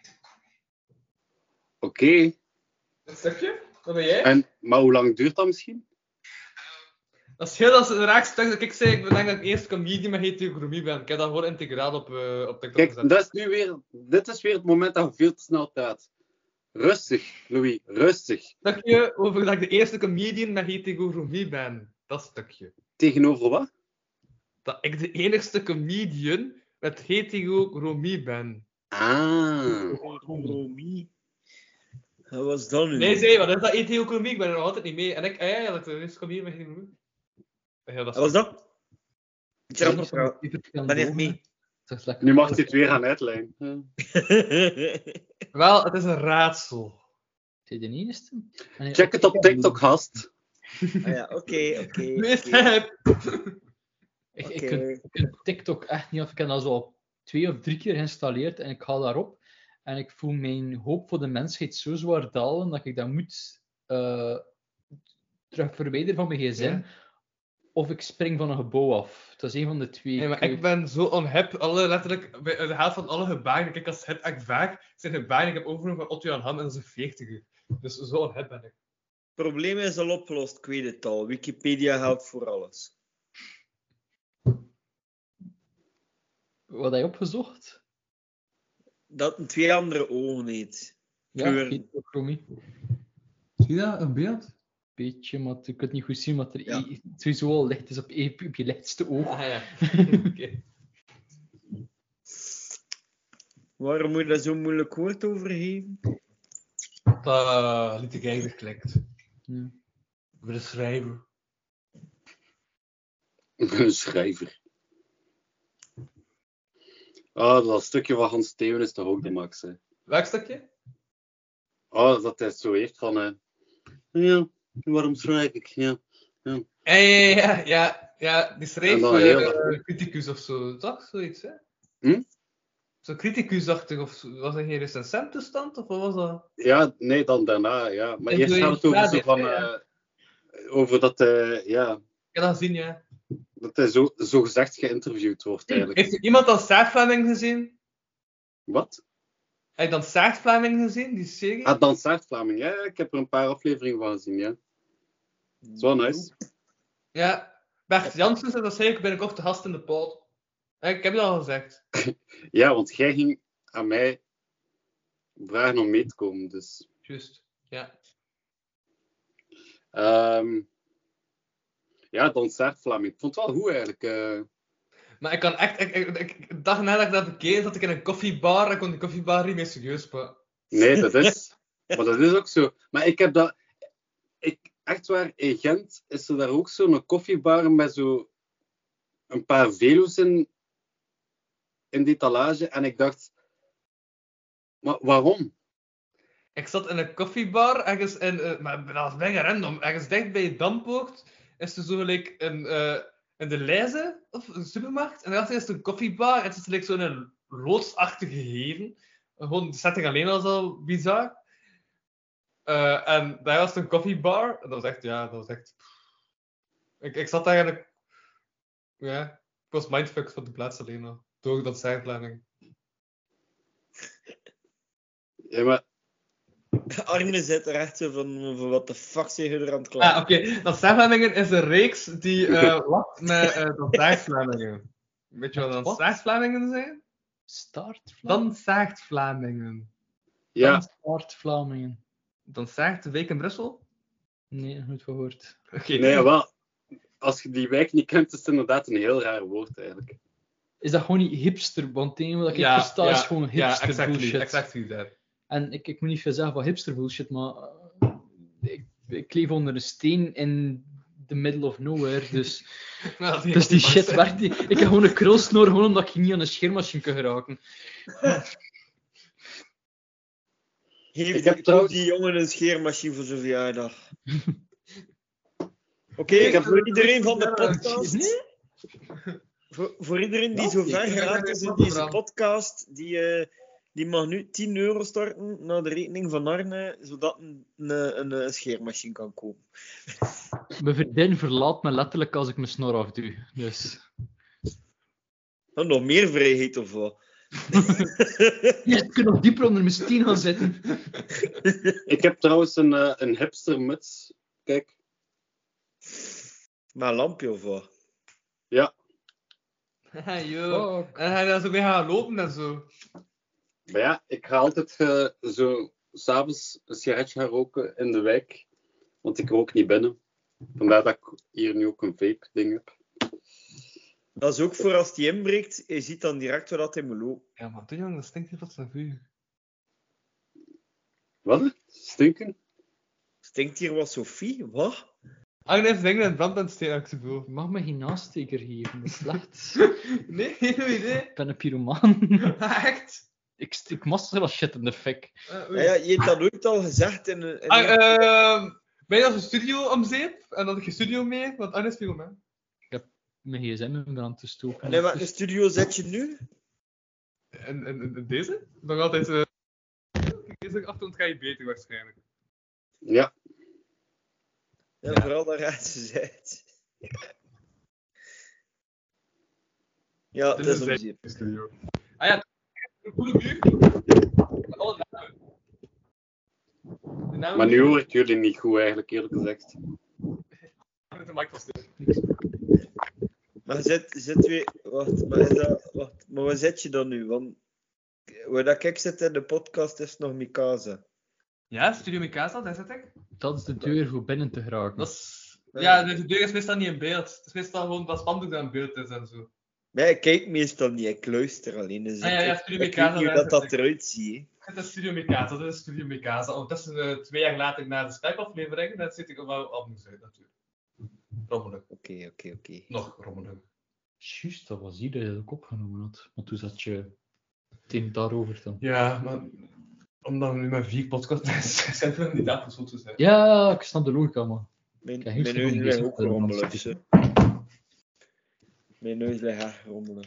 Oké. Een stukje? Dat ben jij? En, maar hoe lang duurt dat misschien? Dat is heel dat is een raak stuk dat ik zei, ik denk dat ik eerst comedian met heterochronie ben. Ik heb dat gewoon integraal op, uh, op TikTok Kijk, gezet. dat is nu weer, dit is weer het moment dat je veel te snel praat. Rustig, Louis, rustig. Stukje over dat ik de eerste comedian met heterochronie ben. Dat stukje. Tegenover wat? Dat ik de enigste comedian met heterochromie ben. Ah. Romie. Wat was dat nu? Nee, zei wat is dat heterochromie? Ik ben er nog altijd niet mee. En ik, ah ja, ja, dat is de enigste comedian met heterochromie. Ja, dat Wat is was dat? Ik Ja, heb nog praten. even gaan Ben je boven. mee? Dat is lekker. Nu mag je het weer gaan uitleggen. Ja. Wel, het is een raadsel. Zit je de eerste? Ah, nee, Check het op TikTok, gast. Ah ja, oké, oké. Wees oké. het! Ik, Oké. ik, kan, ik kan TikTok echt niet af. Ik heb dat zo al twee of drie keer geïnstalleerd en ik ga daarop. En ik voel mijn hoop voor de mensheid zo zwaar dalen dat ik dat moet uh, terug verwijderen van mijn gsm. Ja. Of ik spring van een gebouw af. Dat is een van de twee. Nee, maar ik ben zo onhip. Alle, letterlijk, bij de helft van alle gebaarden, kijk, als het echt vaak zijn gebaarden. Ik heb overgenomen van Otto Jan Ham en dat is een veertiger. Dus zo onhip ben ik. Het probleem is al opgelost, ik weet het al. Wikipedia helpt voor alles. Wat heb je opgezocht? Dat een twee andere ogen heeft. Ja, Kleuren. heterochromie. Zie je dat? Een beeld? Beetje, maar ik kan het niet goed zien, maar er Ja. i- sowieso al licht is op je, op je lichtste oog. Ah ja. Oké. Waarom moet je daar zo'n moeilijk woord over geven? Dat uh, liet ik eigenlijk klinkt. Ja. Voor de schrijver. Een schrijver. Oh, dat stukje van Hans Steeuwen is toch ook de max, hè. Welk stukje? Oh, dat hij het zo heeft van... Uh, ja, waarom schrijf ik? Ja, ja. Ja, ja, ja, ja, ja. Die schreef En dan uh, heel dat- uh, criticus of zo, toch? Zoiets, hè? Hm? Zo criticusachtig of zo. Was dat geen recensentenstand of wat was dat? Ja, nee, dan daarna, ja. Maar En eerst doe je gaat het over ja, zo dit, van... hè, Uh, over dat hij, ja... Ik heb dat gezien, ja. Dat hij zo, zo gezegd geïnterviewd wordt, eigenlijk. Heeft er iemand dan Saart-Vlaming gezien? Wat? Heb je dan Saart-Vlaming gezien, die serie? Ah, dan Saart Vlaming. Ja, ja, ik heb er een paar afleveringen van gezien, ja. Zo nice. Ja. Bert Janssen zei dat zeker binnenkort de gast in de pod. Ja, ik heb het al gezegd. Ja, want jij ging aan mij vragen om mee te komen, dus... Juist, ja. Um, ja, dan Saart Vlaming. Ik vond het wel goed, eigenlijk. Uh... Maar ik kan echt... Ik, ik, ik, de dag nadat ik dat bekeek, zat ik in een koffiebar en ik kon die koffiebar niet meer serieus pakken. Nee, dat is... maar dat is ook zo. Maar ik heb dat... Ik, echt waar, in Gent is er daar ook zo'n koffiebar met zo een paar velo's in, in die talage. En ik dacht... Maar waarom? Ik zat in een koffiebar, ergens in... Uh, maar dat was bijna random. Ergens dicht bij Dampoort is er zo gelijk een... Uh, in de Leize, of een supermarkt. En daarachter is het een koffiebar. En het is like zo'n loodsachtige gegeven. Gewoon de setting alleen al zo bizar. Uh, en daar was het een koffiebar. En dat was echt, ja, dat was echt... Ik, ik zat daar eigenlijk... Ja, ik was mindfucked van de plaats alleen al. Door dat zijplanning. Ja, maar... Arne zit er echt zo van, van wat de fuck zeg je er aan het klaar. Ah, oké. Okay. Dat Zijvlamingen is een reeks die uh, lacht met uh, dat Zaagvlamingen. Weet je wat dan Zaagvlamingen zijn? Staartvlamingen? Dan Zaagvlamingen. Ja. Dan Staartvlamingen. Dan Zaagt de week in Brussel? Nee, nog nooit gehoord. Oké. Okay. Nee, wel. Als je die wijk niet kent, is het inderdaad een heel raar woord, eigenlijk. Is dat gewoon niet hipster? Want het enige wat ik ja, versta ja, is gewoon hipster ja, exactly, bullshit. exactly that. En ik, ik moet niet veel zeggen van hipster bullshit, maar uh, ik, ik leef onder een steen in the middle of nowhere, dus, nou, die dus die shit werkt niet. Ik heb gewoon een krulsnoor, gewoon omdat ik niet aan een scheermachine kan geraken. Geef Ik heb die, trouwens- die jongen een scheermachine voor zijn verjaardag. Oké, okay, voor iedereen van de podcast... Nee? Voor, voor iedereen die zo ver geraakt is in deze podcast, die, uh, die mag nu tien euro storten naar de rekening van Arne, zodat een, een, een, een scheermachine kan kopen. Mijn vriendin verlaat me letterlijk als ik mijn snor afduw. Dus... Dan nog meer vrijheid of wat? Ja, ik kan nog dieper onder mijn steen gaan zitten. Ik heb trouwens een, uh, een hipstermuts. Kijk. Met een lampje of wat? Ja. Yo. En hij is ook weer gaan lopen en zo. Maar ja, ik ga altijd uh, zo s'avonds een sigaretje gaan roken in de wijk. Want ik rook niet binnen. Vandaar dat ik hier nu ook een vape-ding heb. Dat is ook voor als die inbreekt, je ziet dan direct waar dat hij moet lopen. Ja, maar toen jongen, dat stinkt hier wat zijn vuur. Wat? Stinken? Stinkt hier wat Sophie? Wat? Agnes dingen in brand aan het steken, heb ik het gevoel. Je mag me geen aansteker geven, dat is slecht. Nee, geen goed idee. Ik ben een pyromaan. Ah, echt? ik stik master als shit in de fik. Uh, Ja, ja, je hebt dat ooit al gezegd in een... in Ah, een- ehm, ben je als een studio om zeep? En dan had ik geen studio mee, want Agnes viel me. Mijn gsm in brand te stoken. En in welke studio zit je nu? En, en, en deze? Nog altijd... Uh, deze achtergrond ga je beter waarschijnlijk. Ja, Ja, vooral daar rechts zit. Ja, Dit dat is is om een zeep. studio. Ah ja, een goede muur. Met alle namen. De namen maar nu hoor ik jullie niet goed eigenlijk, eerlijk gezegd. met de mic vast. Maar zit, zit weer... Wacht, maar is dat... Wacht, maar waar zit je dan nu? Want waar dat ik zit in de podcast is nog Mikasa. Ja, Studio Mikasa, daar zit ik. Dat is de deur voor binnen te geraken. Dat is... Ja, de deur is meestal niet in beeld. Het is meestal gewoon dat spandoek dat in beeld is en zo. Nee, ik kijk meestal niet, ik luister alleen. Dus Ah, ja, ja, ik, Studio ik Mikasa, weet niet hoe daar dat, zit dat eruit ziet. Het is Studio Mikasa, dat is Studio Mikasa. Ondertussen, uh, twee jaar later na de Skype-aflevering, dan zit ik er wel anders uit natuurlijk. Rommelig. Oké, oké, oké. Nog rommelig. Juist, dat was hier dat je het ook opgenomen had. Want toen zat je het een daarover dan. Ja, maar omdat we nu met vier podcasts zijn, we niet dat zo te zijn. Ja, ik snap de logica, man. Mijn, Kijk, mijn heeft neus ze ligt gewoon ook deze rommelig. podcast zo. Mijn neus ligt echt rommelig.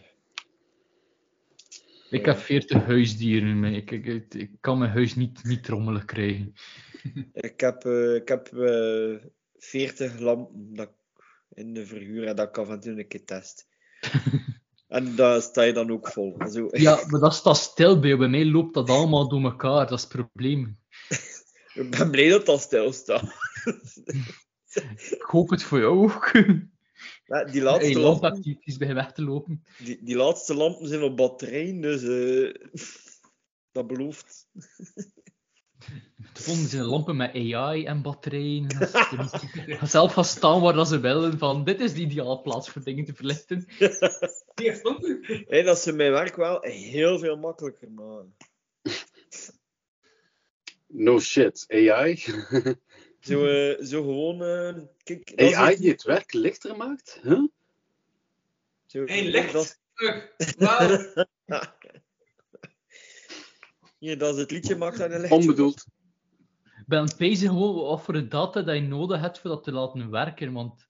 Ik heb veertig huisdieren mee. Ik, ik, ik, ik kan mijn huis niet, niet rommelig krijgen. Ik heb, eh, ik heb eh, veertig lampen dat ik in de verhuur en dat ik af en toe een keer test. En daar sta je dan ook vol. Zo. Ja, maar dat staat stil bij. Bij mij loopt dat allemaal door elkaar. Dat is het probleem. Ik ben blij dat dat stilstaat. Ik hoop het voor jou ook. Ja, die, Hey, laatste lampen, lampactiviteit bij weg te lopen. die, die laatste lampen zijn op batterijen, dus eh, dat belooft. De volgende zijn lampen met A I en batterijen. Dat is- je moet zelf gaan staan waar dat ze willen. Van, dit is de ideale plaats voor dingen te verlichten. Hier stond u. Hey, dat ze mijn werk wel heel veel makkelijker maken. No shit, A I. Zo, eh, zo gewoon... eh, kijk, dat is A I het- die het werk lichter maakt? Huh? zo, Hey, licht. dat is- Terug. Wauw. Hier, dat is het liedje maakt aan een lichtje. Onbedoeld. Ik ben aan het pezen gewoon wat voor de data dat je nodig hebt voor dat te laten werken. Want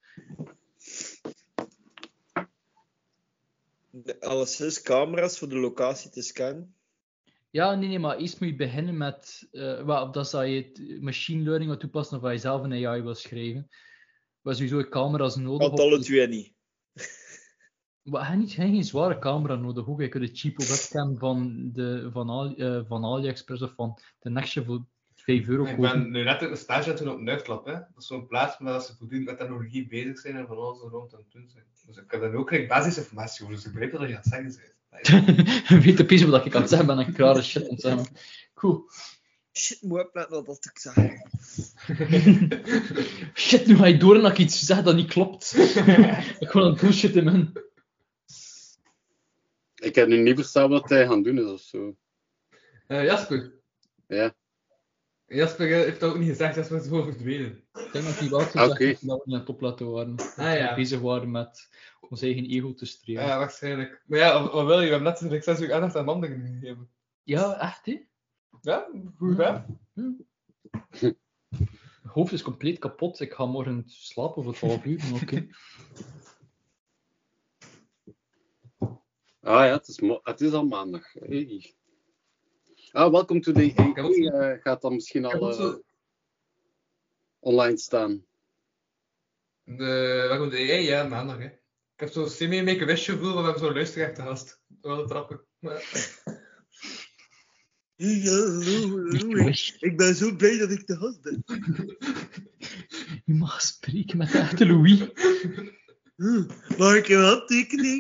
Alleszins camera's voor de locatie te scannen. ja, nee, nee, maar eerst moet je beginnen met... eh well, dat is dat je het machine learning wat toepassen of waar je zelf een A I wil schrijven. Waar sowieso camera's nodig Want alle twee niet. Maar je hebt niet, je hebt geen zware camera nodig. Ook. Je kunt een cheapo webcam van, de, van, Ali, eh, van AliExpress of van de Nextje voor vijf euro Ik kopen. ben nu net een stage aan het doen op Nerdlab, hè. Dat is zo'n plaats waar ze voortdurend met technologie bezig zijn en van alles er rond aan het doen zijn. Dus ik heb daar ook geen basisinformatie over, dus ik begrijp wat je aan het zeggen bent. Je weet opeens wat ik aan het zeggen ben en ik rare shit aan het zeggen. Cool. Shit, moet opletten wat dat ik zeg. Shit, nu ga je door en dat ik iets zeg dat niet klopt. Ik gewoon aan het bullshitten, man. Ik heb nu niet verstaan wat hij gaan doen is of zo. Uh, Jasper. Ja. Jasper uh, heeft dat ook niet gezegd, Jasper is gewoon verdwenen. Ik denk dat die wel zo Oké. zeggen dat we niet aan het opletten waren. Dat Ah, ja. we bezig waren met ons eigen ego te streven. Ja, waarschijnlijk. Maar ja, wat, wat wil je? We hebben net like, zes uur aandacht aan anderen gegeven. Ja, echt, hè? Ja, goed hè? Mijn hoofd is compleet kapot. Ik ga morgen slapen voor twaalf uur, maar oké. Ah ja, het is, mo- het is al maandag. Hey. Ah, welkom to the A I. heb ook zo- eh, gaat dan misschien Ik heb al ook eh, zo... online staan. De... Waar komt de A I? Ja, maandag hè. Ik heb zo'n semi-make-a-wish gevoel, maar we hebben zo'n luisteraar te gast. Wel trappen. Maar... Ja, hallo, hallo. Ik, ik ben zo blij dat ik de gast ben. Je mag spreken met de echte Louis. Hm, mag ik een handtekening?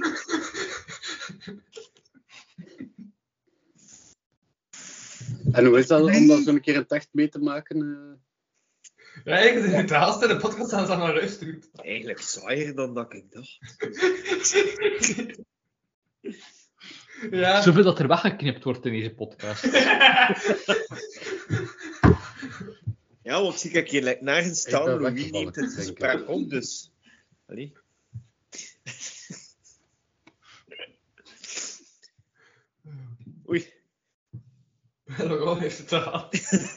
En hoe is dat om dat zo'n keer in het echt mee te maken? eh? Ja, eigenlijk is het de gast in de podcast aan ze maar luisteren. Eigenlijk saaier dan dat ik dacht. Ja. Zoveel dat er weggeknipt wordt in deze podcast. Ja, want zie ik hier like, nergens Ik staan. ben Louis weggevallen, neemt het denk ik. gesprek op, dus... Allee. Oei. Waarom heeft het gehad?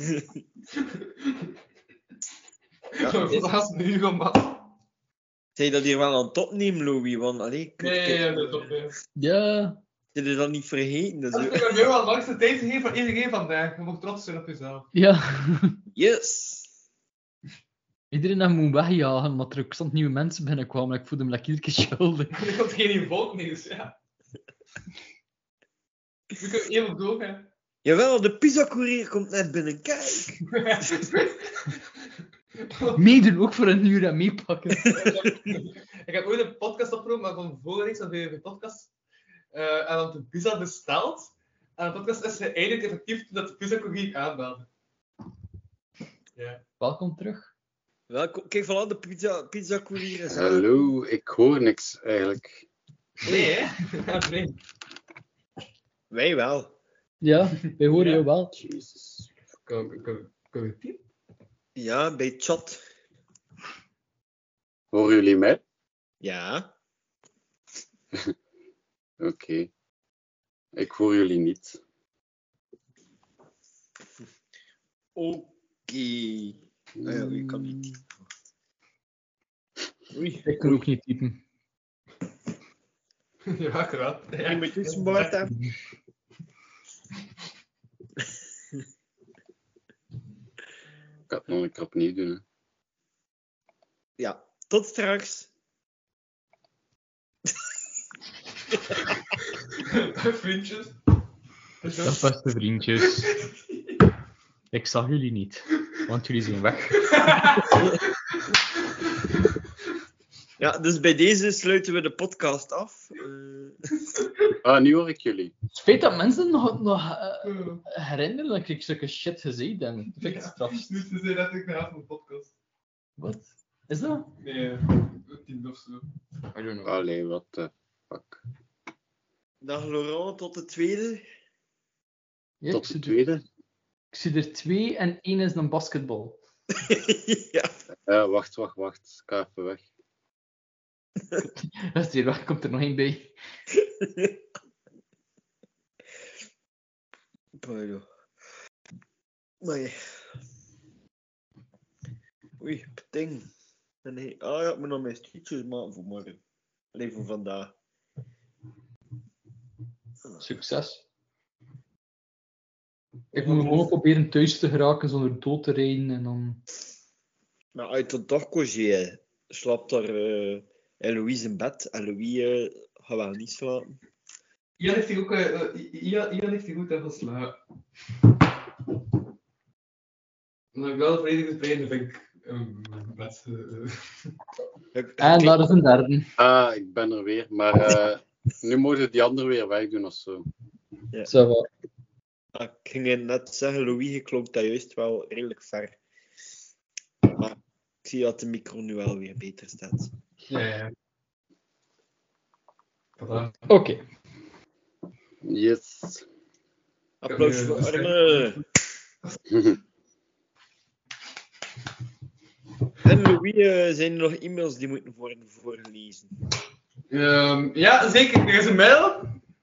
Ja, is- Dat is nu gewoon maar. Zijn je dat hier wel aan het opnemen, Louis? Want, allee, ik- Nee, kijk, ja, dat is op nee. Ja, Heb je dat niet vergeten? Dus, Dat is nu wel de langste tijd gegeven van iedereen vandaag. Je mag trots zijn op jezelf. ja. yes! Iedereen dat moet wegjagen, maar er constant nieuwe mensen binnenkwamen. Ik voelde me like iedere keer schuldig. Er komt geen volk meer, dus ja. We kunnen even doorgaan. Jawel, de pizza-courier komt net binnen. Kijk! Meedoen ook voor een uur en meepakken. Ik heb ooit een podcast opgenomen, maar van vorige week, van de podcast. Uh, en dan de pizza besteld. En de podcast is eigenlijk effectief toen dat de pizza-courier aanbelde. Ja. Welkom terug. Welkom. Kijk, voilà, de pizza, pizza-courier is aan. Hallo, ik hoor niks eigenlijk. Nee, hè? Ja, nee. Wij wel. Ja, wij horen Ja. jou wel. Jezus. Kan kan- kan je typen? Ja, bij chat. Horen jullie mij? Ja. Oké. Ik hoor jullie niet. Oké. Ah ja, ik kan niet. Oei. Ik kan ook niet typen. Ja, kwaad. Ja. Je moet toetsenbord hebben. Ik ga het nog een keer opnieuw doen. Hè. Ja, tot straks. Vriendjes. Dag beste vriendjes. Ik zag jullie niet, want jullie zijn weg. Ja, dus bij deze sluiten we de podcast af. Eh, Ah, nu hoor ik jullie. Het feit dat mensen nog, nog eh, herinneren dat ik zulke shit gezegd heb, dat vind ik het strafst. Nu te zijn dat ik naar van de podcast. Wat? Is dat? Nee, tien of zo. I don't know. Allee, wat de fuck. dag Laurent, tot de tweede. Ja, Tot ik, de zie er, tweede. ik zie er twee en één is een basketbal. Ja. Ja, wacht, wacht, wacht. Ik ga even weg. Dat is hier weg, komt er nog één bij. Pardon. Nee. Oei, ding. Nee. Ah ja, ik moet nog mijn stietjes maken voor morgen. Alleen voor vandaag. Succes. Ik moet gewoon proberen thuis te geraken zonder dood te rijden en dan... Maar uit de dagcogé slaapt daar uh, Eloïse in bed. En Louis uh, gaat wel niet slapen. Ian heeft hier ook uh, Ian, Ian heeft hier goed aan geslagen. Maar ik wel volledig tevreden, vind ik. Um, met, uh, En daar is een derde. Ah, ik ben er weer. Maar uh, nu moeten die anderen weer wegdoen of zo. Ja. Zo wat. Ah, ik ging net zeggen, Louis, je klonk dat juist wel redelijk ver. Maar ik zie dat de micro nu wel weer beter staat. ja, ja. Voilà. Oké. Okay. Yes. Applaus voor Arne. En Louis, uh, zijn er nog e-mails die moeten worden voorgelezen? Um, ja, zeker. Er is een mail.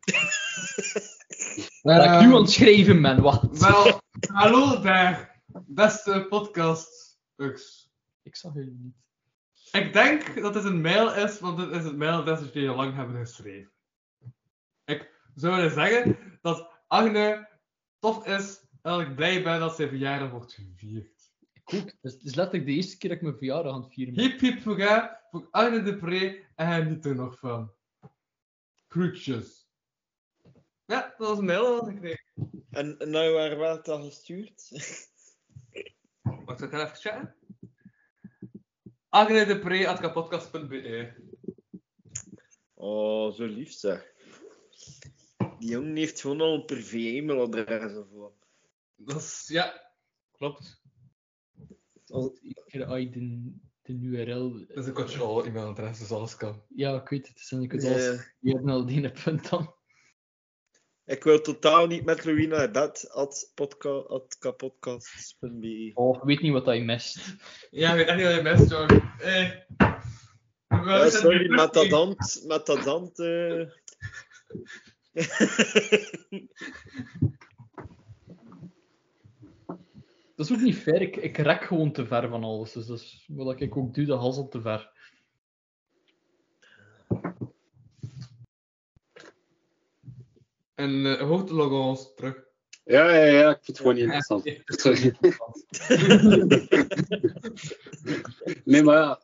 Waar ik nu aan het schrijven ben, wat? Wel, hallo daar, beste podcasters. Ik zag jullie niet. Ik denk dat het een mail is, want het is het mail dat ze heel lang hebben geschreven. Ik zou willen zeggen dat Agne tof is en dat ik blij ben dat zijn verjaardag wordt gevierd. Ik ook. Het is, het is letterlijk de eerste keer dat ik mijn verjaardag aan het vieren ben. Hip hip hoera voor Agne de Pre en hij niet er nog van. Groetjes. Ja, dat was een mail dat ik kreeg. En, en nou waar werd dat gestuurd? Wacht, ik ga even checken. Agne de Pre at kapodcast punt be. Oh, zo lief zeg. Die jongen heeft gewoon al een privé-e-mailadres voor. Dat is, ja, klopt. Als keer als je de, de U R L... Dat is een control e-mailadres, dus alles kan. Ja, ik weet het. Het is een Ja. als je hebt al die punt dan. Ik wil totaal niet met Louis naar bed. At podca- at kapodcasts punt b e. Oh, ik weet niet wat hij mist. Ja, ik weet echt niet wat je best, John. Eh. Ja, sorry, met dat hand... Met dat hand... Uh... Dat is ook niet ver. Ik, ik rek gewoon te ver van alles. Dus dat is wat ik ook doe, de hals al te ver. En uh, hoogtelogons terug. Ja, ja, ja, ik vind het gewoon niet interessant. Ja. Sorry. Nee, maar ja.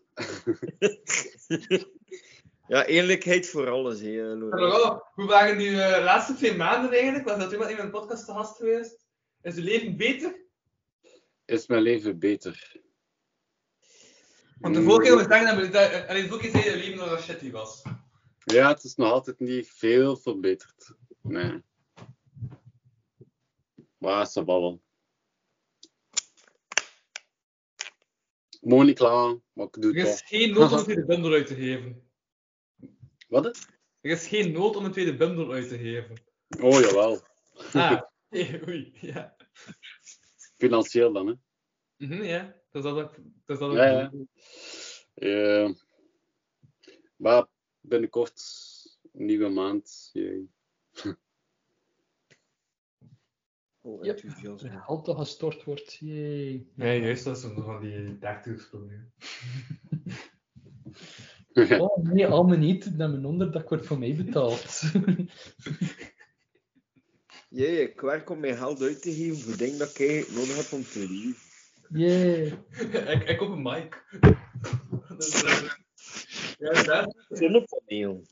Ja, eerlijkheid voor alles, hè, Laurent. Hallo, hoe waren die uh, laatste twee maanden eigenlijk? Was dat iemand in mijn podcast te gast geweest? Is je leven beter? Is mijn leven beter? Want de vorige keer we zeggen dat, dat alleen de vorige keer zei je leven nog als shitty was. Ja, het is nog altijd niet veel verbeterd. Nee. Maar ça va wel. Monica, wat doe Er ik is toch? geen nood om een tweede bundel uit te geven. Wat? Er is geen nood om een tweede bundel uit te geven. Oh, jawel. Ah, oei, ja. Financieel dan, hè? Mhm, ja, dat is dat ook. Dat is dat ook. Ja, ja. Ja. Maar binnenkort, nieuwe maand. Jee. Oh, Yep. enthousiasme. Er halte gestort wordt. Jee. Nee, juist, dat is een van die dertigers probleem. Oh nee, al mijn eten naar mijn onderdak wordt voor mij betaald. Jee, ik werk om mijn geld uit te geven voor dingen dat ik nodig heb om te leven. Jee. ik, ik koop een mic. Dus, uh, ja, inderdaad. Zonnepaneel.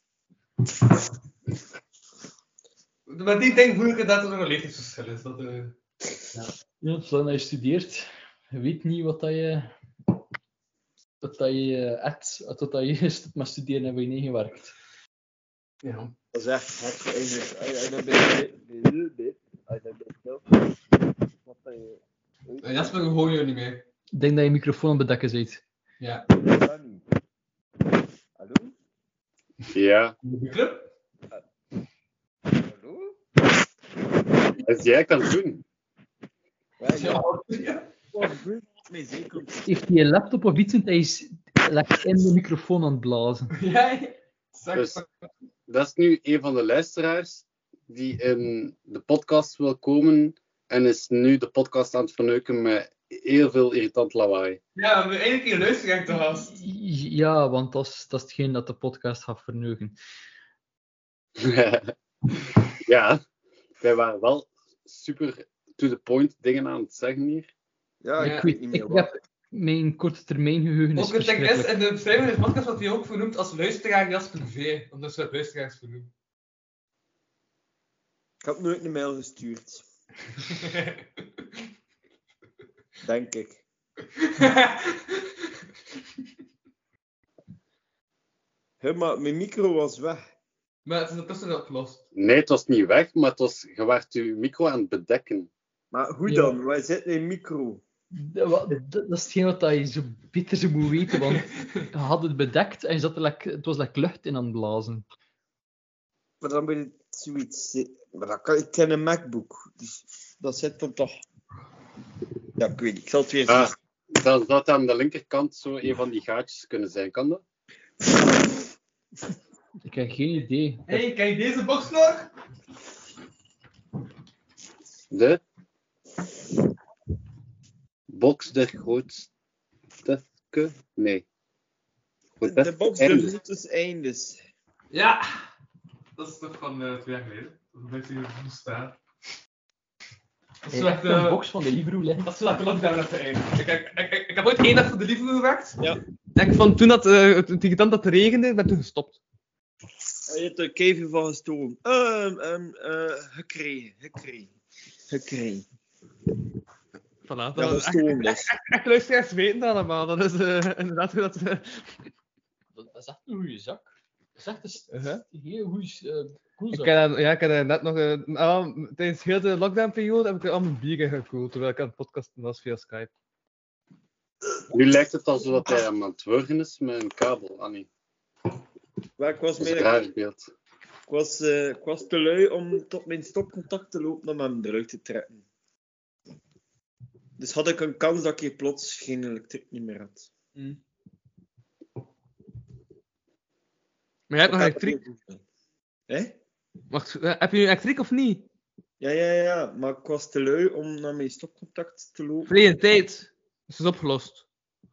Maar die denk voel ik dat er nog een leeftijdsverschil is. Dat, uh... Ja, zolang je studeert, je weet niet wat dat je... Wat dat je echt, totdat je stopt met studeren en waar je niet gewerkt. Ja. Dat is echt het eigenlijk. Als je dat bij als je dat bij zelf wat dat je... En Jasper, we horen je niet meer. Ik denk dat je microfoon aan het bedekken zit. Ja. Dat niet. Hallo? Ja. De club? Hallo? Wat is jij kan doen? Ja, ja. Ja. Wat gebeurt er met zeker? Heeft hij een laptop of iets en hij is lekker in de microfoon aan het blazen. Ja, zeg Dus- maar. Dat is nu een van de luisteraars die in de podcast wil komen en is nu de podcast aan het verneuken met heel veel irritant lawaai. Ja, we hebben één keer luisteren te gast. Ja, want dat is, dat is hetgeen dat de podcast gaat verneuken. Ja, wij waren wel super to the point dingen aan het zeggen hier. Ja, Ja, ik Ik, weet weet, niet ik meer wat. heb mijn korte termijn geheugen is Ook het ding is, verschrikkelijk. in de beschrijving van de podcast wordt hij ook vernoemd als luisteraar Jasper V. Omdat ze luisteraars vernoemen. Ik heb nooit een mail gestuurd, denk ik. Hé, maar mijn micro was weg. Maar het is ondertussen opgelost. Nee, het was niet weg, maar het was, je werd je micro aan het bedekken. Maar hoe Ja. dan? Waar zit mijn micro? Dat, wa- dat, dat is hetgeen wat je zo beter zou moeten weten, want je had het bedekt en je zat er like, het was like lucht in aan het blazen. Maar dan moet het zoiets zitten. Maar dat kan ik ken een MacBook. Dus dat zit dan toch. Ja, ik weet niet. Ik zal het weer Ah, zien. dat dat aan de linkerkant zo een van die gaatjes kunnen zijn, kan dat? Ik heb geen idee. Hé, hey, kijk deze box nog? De box der grootste... Nee. Goed, De, de box de Eindes. route is eindes. Ja. Dat is toch van uh, twee jaar geleden. Dat is een beetje hier staan. Dat is Ik zo echt, heb een uh, box van de Libro liggen. dat is zo echt de lockdown aan het einde. Ik, ik, ik, ik, ik heb ooit één dag voor de liefde gewerkt. Ja. En ik vond toen dat uh, het irritant dat het regende, ben toen gestopt. Hij heeft er keiveel van gestolen. Ehm, ehm, eh, gekregen, gekregen, gekregen. Voilà, dat Ja, is echt, gestolen dus. echt luisteraars weten dat allemaal. Dat is uh, inderdaad hoe dat... Uh, Dat is echt een goede zak. Dat is echt een uh-huh. heel goede uh, Ik heb, ja, ik heb net nog... Uh, ah, tijdens heel de lockdown-periode heb ik er allemaal bier in gekoeld, terwijl ik aan het podcasten was via Skype. Nu lijkt het alsof hij aan het wurgen is met een kabel, Annie. Maar ik was Dat is een meer... raar beeld. Ik Ik was, uh, ik was te lui om tot mijn stopcontact te lopen om hem eruit te trekken. Dus had ik een kans dat ik hier plots geen elektriek niet meer had. Mm. Maar je hebt nog elektriek? Hé? Wacht, heb je nu elektriek of niet? Ja, ja, ja, maar ik was te lui om naar mijn stopcontact te lopen. Vrije tijd. Is het opgelost?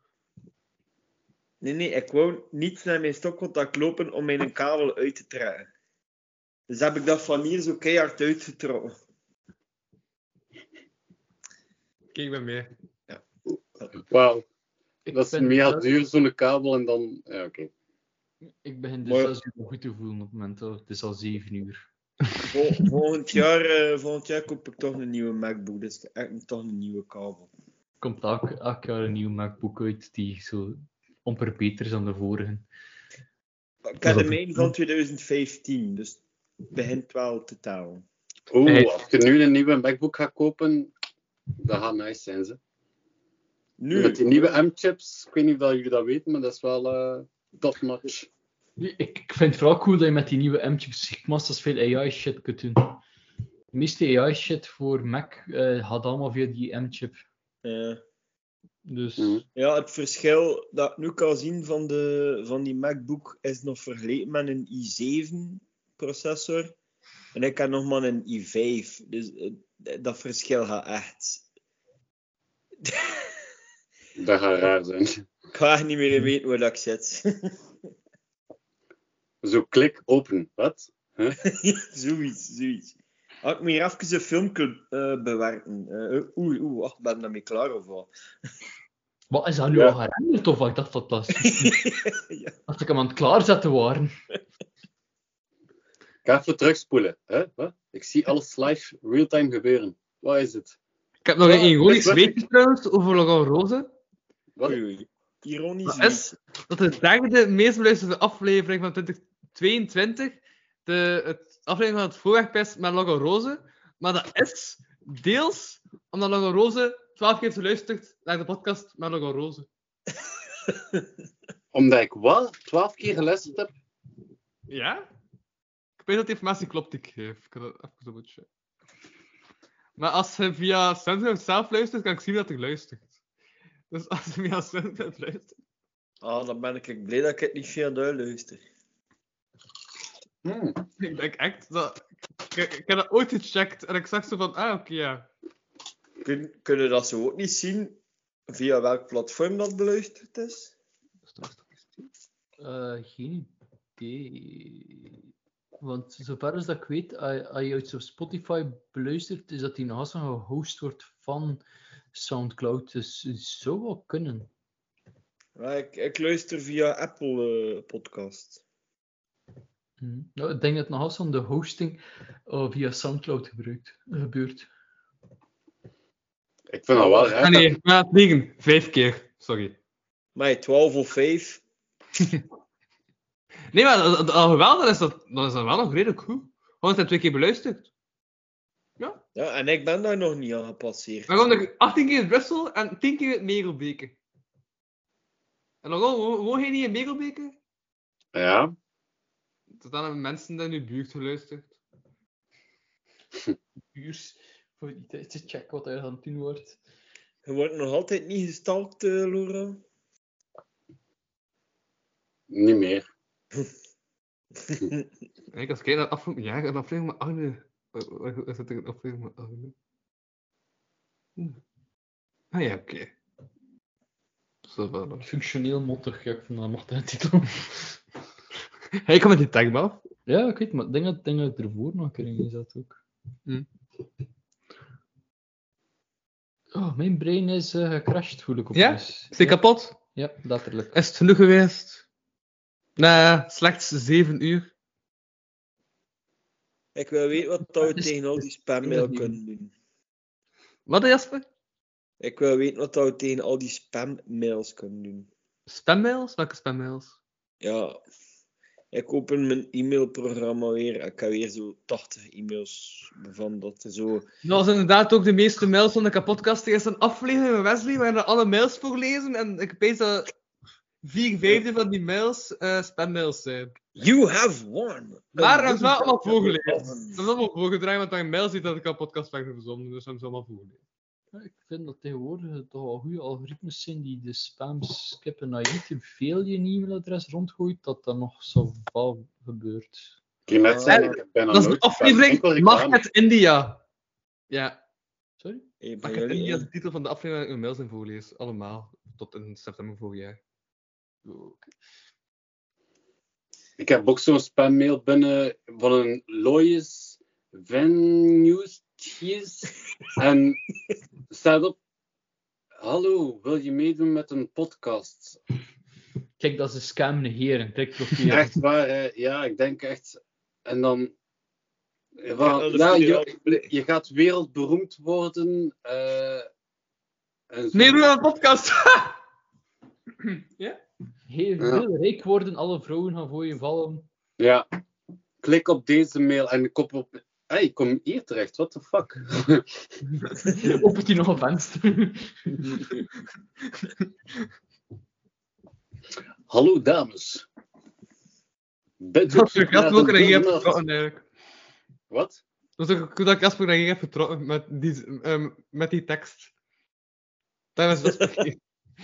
Nee, nee, ik wou niet naar mijn stopcontact lopen om mijn kabel uit te trekken. Dus heb ik dat van hier zo keihard uitgetrokken. Kijk bij mij. Ja. Wauw. Ik Dat is ben mega zelf- duur, zo'n kabel, en dan... Ja, oké. Ik begin dus Maar- zes uur goed te voelen op het moment. Oh, het is al zeven uur. Vol- volgend, jaar, uh, volgend jaar koop ik toch een nieuwe MacBook. Dus echt toch een nieuwe kabel. Komt elk, elk jaar een nieuw MacBook uit die zo amper beter is dan de vorige. Ik heb de mijne van twintig vijftien, dus het begint wel te tellen. Oeh, Hey. als je nu een nieuwe MacBook gaat kopen, dat gaat nice zijn, ze. Nu, Met die nieuwe M-chips, ik weet niet of jullie dat weten, maar dat is wel uh, top-notch. Ik, ik vind het vooral cool dat je met die nieuwe M-chips masters veel A I-shit kunt doen. De meeste A I-shit voor Mac uh, gaat allemaal via die M-chip. Ja. Dus Mhm. Ja, het verschil dat ik nu kan zien van, de, van die MacBook is nog vergeleken met een i zeven processor. En ik heb nog maar een i vijf. Dus uh, dat verschil gaat echt... Dat gaat raar zijn. Ik ga echt niet meer weten waar dat ik zit. Zo, klik, open. Wat? zoiets, zoiets. Had ik me hier even een filmpje uh, bewerken. Uh, oeh, oeh, wacht, ben ik daarmee klaar of wat? wat is dat nu Ja. al gerenderd of wat? Ik dacht dat dat Ja. dat ik hem aan het klaarzetten waren. Ik ga even terugspoelen. Hè? Wat? Ik zie alles live, real-time gebeuren. Wat is het? Ik heb nog Ja, een ironisch dat- weetje trouwens over Laurent Roze. Wat? Oei, oei. Ironisch Dat is dat de derde meest beluisterde aflevering van twintig tweeëntwintig de het aflevering van het voorwerp is met Laurent Roze. Maar dat is deels omdat Laurent Roze twaalf keer heeft geluisterd naar de podcast met Laurent Roze. Omdat ik wat? Twaalf keer geluisterd heb? Ja? Ik weet dat die informatie klopt die ik geef. Ik kan dat even zo moeten checken. Maar als je via SoundCloud zelf luistert, kan ik zien dat hij luistert. Dus als je via SoundCloud luistert... Ah, dan ben ik blij dat ik het niet via daar luister. Hmm. Ik denk echt dat... Ik, ik heb dat ooit gecheckt en ik zag zo van, ah, oké, ja. Kun, kunnen dat zo ook niet zien via welk platform dat beluisterd is? Uh, geen idee. Want zover als dat ik weet, als als je uit zo'n Spotify beluistert, is dat die naast een gehost wordt van Soundcloud. Dus het zou wel kunnen. Ja, ik, ik luister via Apple uh, Podcast. Hm. Nou, ik denk dat naast van de hosting uh, via Soundcloud gebruikt, gebeurt. Ik vind dat wel raar. Ah nee, maar het liegen. Vijf keer. Sorry. Maar twaalf of vijf. Nee, maar dat- dat- al wel, dan is dat, dan is dat wel nog redelijk goed. Want het twee keer beluisterd. Ja, en ik ben daar nog niet aan gepasseerd. Dan kwam er achttien keer in Brussel en tien keer in Merelbeke. En dan wo- woon je niet in Merelbeke? Ja. Dus dan hebben mensen daar in uw buurt geluisterd. Puurs voor die tijd te checken wat er aan het doen wordt. Je wordt nog altijd niet gestalkt, uh, Laura. Niet meer. En ik als kijk naar aflevering... Ja, een aflevering met Arne. Wat is het een aflevering met Arne? Oeh. Ah ja, oké. Zo wel dan. Functioneel mottig, ja, ik vind dat mag de titel. Hij komt met die tag af. Ja, ik weet, maar ik denk dat, denk dat ik ervoor nog een keer in zat ook. Hm. Oh, mijn brein is uh, gecrashed, voel ik Ja? opeens. Is hij kapot? Ja, letterlijk. Is het genoeg geweest? Na slechts zeven uur. Ik wil weten wat dat we Dus- tegen al die spammail kunnen doen. Wat, Jasper? Ik wil weten wat dat we tegen al die spammails kunnen doen. Spammails? Welke spammails? Ja, ik open mijn e-mailprogramma weer. Ik heb weer zo tachtig e-mails van dat er zo... Dat was inderdaad ook de meeste mails van de kapotkast. Er is een aflevering met Wesley waarin we alle mails voorlezen. En ik weet dat vier vijfde van die mails uh, spammails zijn. You have won. Maar dat is wel allemaal voorgelezen. Dat is allemaal voorgedragen, want mijn mail ziet dat ik al podcast heb verzonden, dus dat is allemaal voorgelezen. Ja, ik vind dat tegenwoordig het toch al goede algoritmes zijn die de spams skippen naar YouTube veel je e-mailadres rondgooit, dat dat nog zo vaak gebeurt. Ik kan net zeggen, ik ben Dat is de aflevering Market India. Ja. Sorry? Hey, bij Market jullie, India is eh, de titel van de aflevering waar ik mijn mails in voorlees. Allemaal. Tot in september vorig jaar. Ik heb ook zo'n spammail binnen van een Lois Venues. En staat op: hallo, wil je meedoen met een podcast? Kijk, dat is een scam negeren. Klik profiel. Echt waar, hè? Ja, ik denk echt. En dan. Ja, Van, dat ja, vind ik je, wel- je gaat wereldberoemd worden. eh en zo. Nee, doe een podcast! Ja? Heel Ja. veel rijk worden, alle vrouwen gaan voor je vallen. Ja. Klik op deze mail en ik kom op. Hey, ik kom hier terecht, what the fuck? Opent hij nog een venster. Hallo dames. Bent u Dat op is een zoek naar gastboek een dat je hebt burn-out? getrokken, eigenlijk. Wat? Dat is ook goed dat ik Casper dat je hebt getrokken met die, um, met die tekst. Dat is best verkeerd.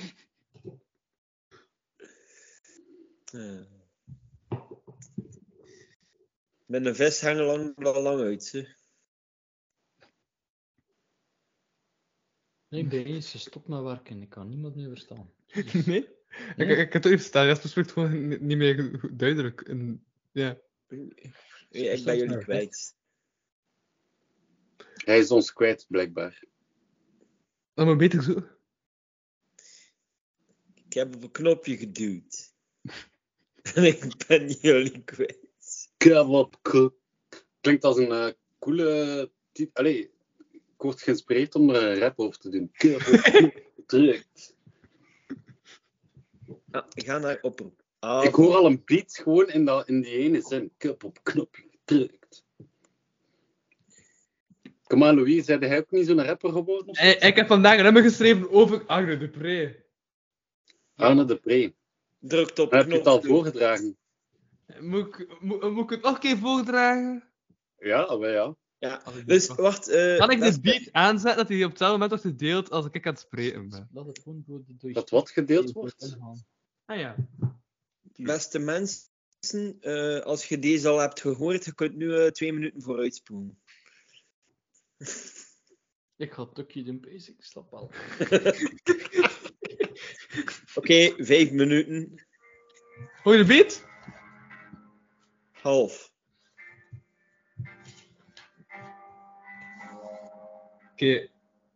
eh. Met een vest hangen lang, lang, lang uit. Hè. Nee, bij eens, ze stopt met werken. Ik kan niemand meer verstaan. Nee? Ik, Nee. ik, ik heb het even staan. Jasper spreekt gewoon ni- niet meer goed- duidelijk. En, ja. Ja, ik ben jullie kwijt. Hij is ons kwijt, blijkbaar. Dat moet beter zo. Ik heb op een knopje geduwd. En ik ben jullie kwijt. Kebab. Klinkt als een uh, coole titel. Allee, ik word geïnspireerd om er een rap over te doen. Kebab. Drukt. Ah, ik ga naar oproep. Ah, Ik hoor al een beat gewoon in, dat, in die ene zin. Kebab knopje gedrukt. Kom aan, Louis, zei hij ook niet zo'n rapper geworden? Of zo? Ik, ik heb vandaag een nummer geschreven over Arne de Pre. Arne de Pre. drukt op Dan heb je het al knopje. voorgedragen. Moet ik, moet, moet ik het nog een keer voordragen? Ja, maar ja. Ja, dus wacht. eh, Kan ik beste- de beat aanzetten dat hij op hetzelfde moment wordt gedeeld als ik aan het spreken ben? Dat het gewoon door de door Dat wat gedeeld wordt? Ah ja. Beste mensen, eh, als je deze al hebt gehoord, je kunt nu eh, twee minuten vooruitspoelen. Ik ga tukje doen, basic. Ik slap al. Oké, vijf minuten. Hoor je de beat? Half. Oké.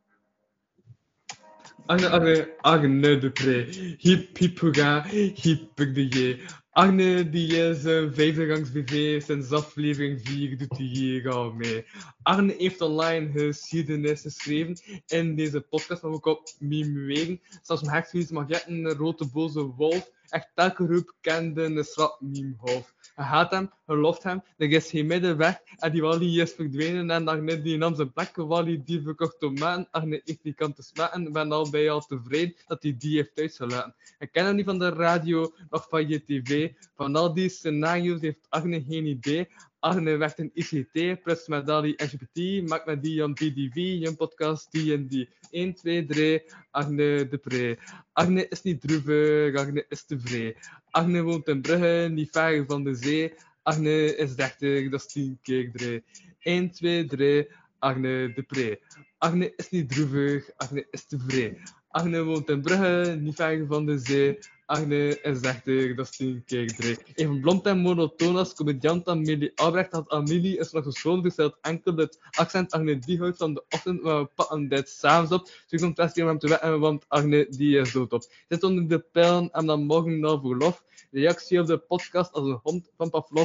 Arne, Arne, Arne de Pre. Hip, hip, hoera, hip, de J. Arne, die is een vijfdegangs B V, sinds aflevering vier doet hij hier al mee. Arne heeft online geschiedenis geschreven in deze podcast, maar ook op mimewegen. Zoals een hechtvlies, magnetten, een rode boze wolf. Echt elke groep kende een slap meme-hoofd. Je haat hem, je loft hem, er is geen middenweg en die Wally is verdwenen en Arne die nam zijn plek, Wally die verkocht tomaten, Arne heeft die kant te smaken, ben al bij al tevreden dat hij die heeft uitgelaten. Ik ken hem niet van de radio, nog van je tv, van al die scenario's heeft Arne geen idee. Arne werkt in I C T, plus met al die L G B T, maakt met die een P D V, een podcast, die en die. één, twee, drie, Arne de Pre. Arne is niet droevig, Arne is tevreden. Arne woont in Brugge, niet ver van de zee. Arne is dertig, dat is tien keer drie. één, twee, drie, Arne de Pre. Arne is niet droevig, Arne is tevreden. Arne woont in Brugge, niet ver van de zee. Arne is dertig, dat is tien keer drie. Even blond en monotoon als comediant Amelie Albrecht had Amelie is nog gescholen, dus hij had enkel het accent. Arne die houdt van de ochtend, maar we pakken dit s'avonds op. Dus ik kom best om hem te wetten, want Arne die is doodop. Zit onder de pijlen en dan morgen naar verlof. Reactie op de podcast als een hond van Pavlov.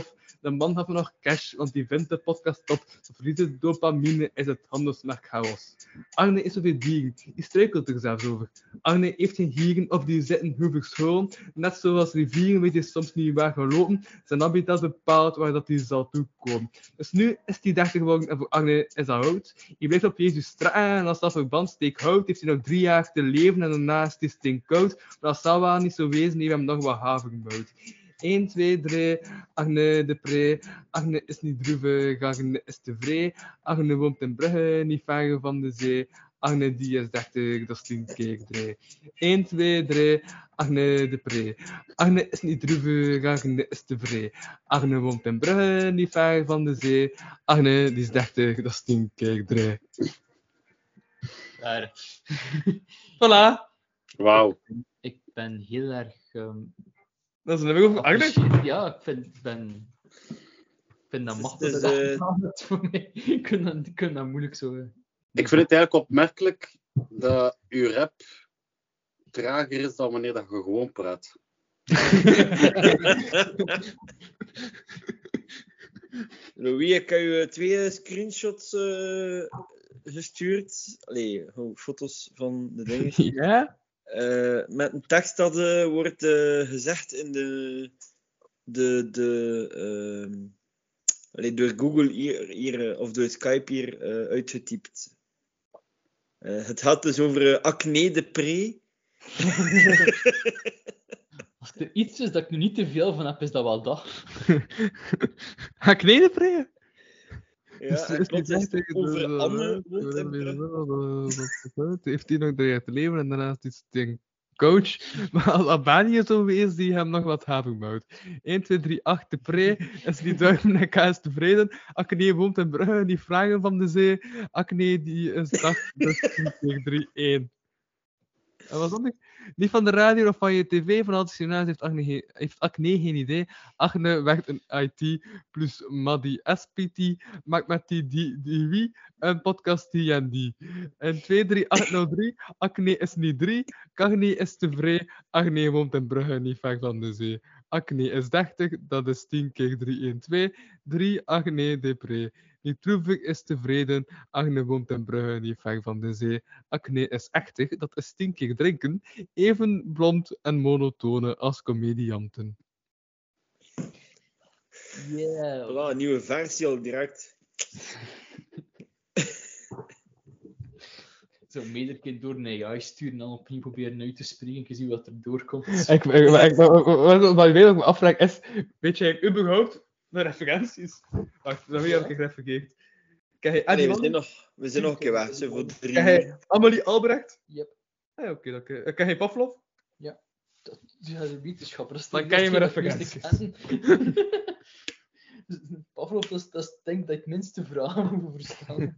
De man heeft nog cash, want die vindt de podcast top. Ze verliezen dopamine, is het handelsmerk chaos. Agne is zoveel dieren, die struikelt er zelfs over. Agne heeft geen gieren of die zitten hoeveel scholen. Net zoals rivieren weet je soms niet waar gaan lopen. Zijn habitat bepaalt waar dat hij zal toekomen. Dus nu is hij dertig geworden en voor Agne is dat oud. Hij blijft op Jezus straten en als dat verband steek houdt, heeft hij nog drie jaar te leven en daarna is het steenkoud. Maar dat zal wel niet zo wezen, heeft hem nog wat havermout. één, twee, drie, Agne de Pre. Agne is niet droevig, Agne is tevreden. Agne woont in Brugge, niet ver van de zee. Agne die is dertig, dat is tien keer drie. één, twee, drie, Agne de Pre. Agne is niet droevig, Agne is tevreden. Agne woont in Brugge, niet ver van de zee. Agne die is dertig, dat is tien keer drie. Daar. Voilà. Wauw. Ik ben heel erg... Um, Dat is een nummer over Agne. apprecieer- Ja, ik vind, ben, ik vind dat Dus- machtig. dus, dat eh, is voor mij. Ik vind dat, ik vind dat moeilijk zo. eh. Ik vind het eigenlijk opmerkelijk dat uw rap trager is dan wanneer dat je gewoon praat. Louis, ik heb je twee screenshots eh, gestuurd. Allee, gewoon foto's van de dingen. Ja? Eh, met een tekst dat eh, wordt eh, gezegd in de, de, de ehm, allee, door Google hier, hier eh, of door Skype hier eh, uitgetypt. Eh, het gaat dus over eh, Acne de Pre. Als er iets is dat ik nu niet te veel van heb, is dat wel dat. Ga ik kneden vrije? Ja, en plots is het over Anne woont in Brugge. Heeft hij nog drie jaar te leven en daarnaast is hij een coach. Maar als Albanië zo is, die hem nog wat havenbouwt. één, twee, drie, acht, de pre. Is die duimen en kaas tevreden. Acne woont in Brugge, die vragen van de zee. Acne die is dag, dus tien, drie, één. En wat dan? Niet van de radio of van je tv, van altijd journaals heeft Acne, geen- heeft Acne geen idee. Acne werkt in I T, plus Maddy S P T, maakt met die, die, die wie, een podcast die en die. En twee drie acht nul drie, Acne is niet drie, Acne is tevreden, Acne woont in Brugge, niet ver van de zee. Acne is dertig, dat is tien keer drie, één, twee. drie, Acne depré. Niet droevig is tevreden, Acne woont in Brugge, niet ver van de zee. Acne is echtig, dat is tien keer drinken, even blond en monotone als comedianten. Yeah. Voilà, een nieuwe versie al direct. Zo meerdere keer door een A I sturen en dan opnieuw proberen uit te spreken. Je ziet wat er doorkomt. Ik, ik, ik, wat wat ik weet ook me afvraag is, weet jij überhaupt de referenties? Wacht, dat heb ik even gekeken. Kijk, Nee, Eddie we, Van- zijn nog, we zijn nog een keer weg, zo voor drie Kijk, minuten. hij Amelie Albrecht? Yep. Ah, oké, dat kan Kijk, hij Pavlov? Dat, ja, de wetenschap. Dat is Dan de kan je eerste maar dat ik even moest kennen. Pavlov, dat is, dat is denk ik dat ik het minste vragen moet verstaan.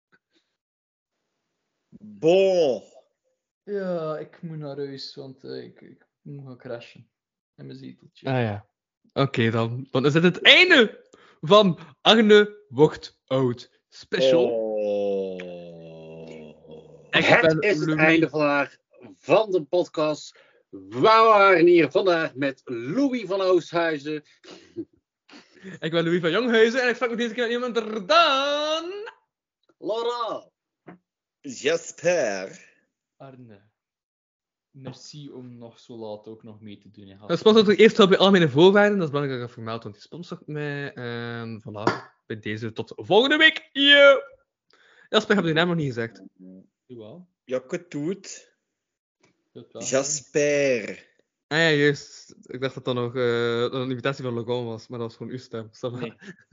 Bon. Ja, ik moet naar huis, want eh, ik, ik moet gaan crashen. In mijn zeteltje. Ah ja. Oké, dan. Dan is het het einde van Agne wordt oud. Special. Oh. Ik Het ben is het Louis. einde vandaag van de podcast. We waren hier vandaag met Louis van Oosthuizen. Ik ben Louis van Jonghuizen en ik sprak met deze keer met iemand er dan. Laura. Jasper. Arne. Merci om nog zo laat ook nog mee te doen. hè. Dat sponsort ook eerst wel bij al mijn voorwaarden. Dat is belangrijk dat ik vermeld, want die sponsort mij. En voilà. Bij deze tot volgende week. Yo! Jasper, heb je naam nog niet gezegd? Jawel, Ja, ik het doet. dat wel. Jasper. Ah ja, juist. Ik dacht dat dat nog eh, een invitatie van Logan was, maar dat was gewoon uw stem. Ça va? Nee.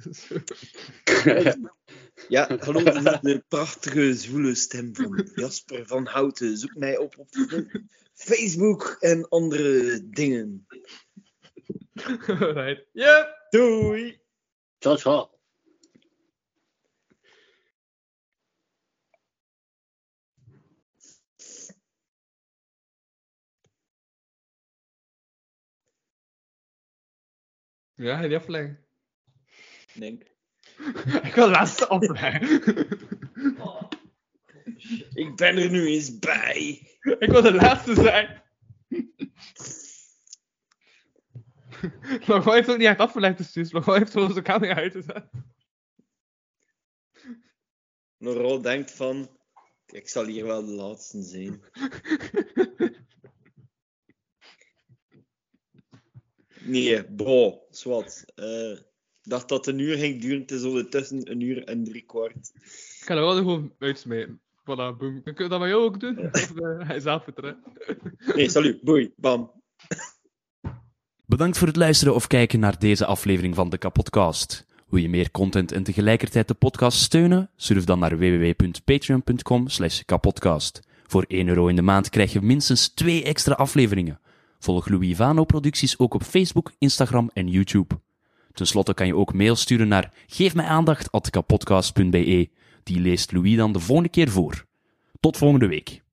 Ja, hallo, dit is de prachtige, zwoele stem van Jasper van Houten. Zoek mij op op Facebook en andere dingen. Alright. Yep! Doei! Ciao, ciao. Ja, ga je die afleggen? Denk. Ik wil de laatste afleggen. Ik ben er nu eens bij. Ik wil de laatste zijn. Laurent heeft ook niet echt afgelegd, dus dus Laurent heeft gewoon zijn camera uitgezet. Laurent denkt van... Ik zal hier wel de laatste zijn. Nee, boh, zwart. Ik dacht dat het een uur ging duren. Het is ondertussen een uur en drie kwart. Ik ga er wel gewoon uitsmijten. Voilà, boom. Kun je dat bij jou ook doen? Ja. Of uh, ga je zelf vertrekken? Nee, salut. Boei. Bam. Bedankt voor het luisteren of kijken naar deze aflevering van de Kapodcast. Wil je meer content en tegelijkertijd de podcast steunen? Surf dan naar w w w punt patreon punt com slash kapodcast. Voor één euro in de maand krijg je minstens twee extra afleveringen. Volg Louis Vano producties ook op Facebook, Instagram en YouTube. Ten slotte kan je ook mail sturen naar geefmijaandacht at kapodcast punt b e. Die leest Louis dan de volgende keer voor. Tot volgende week.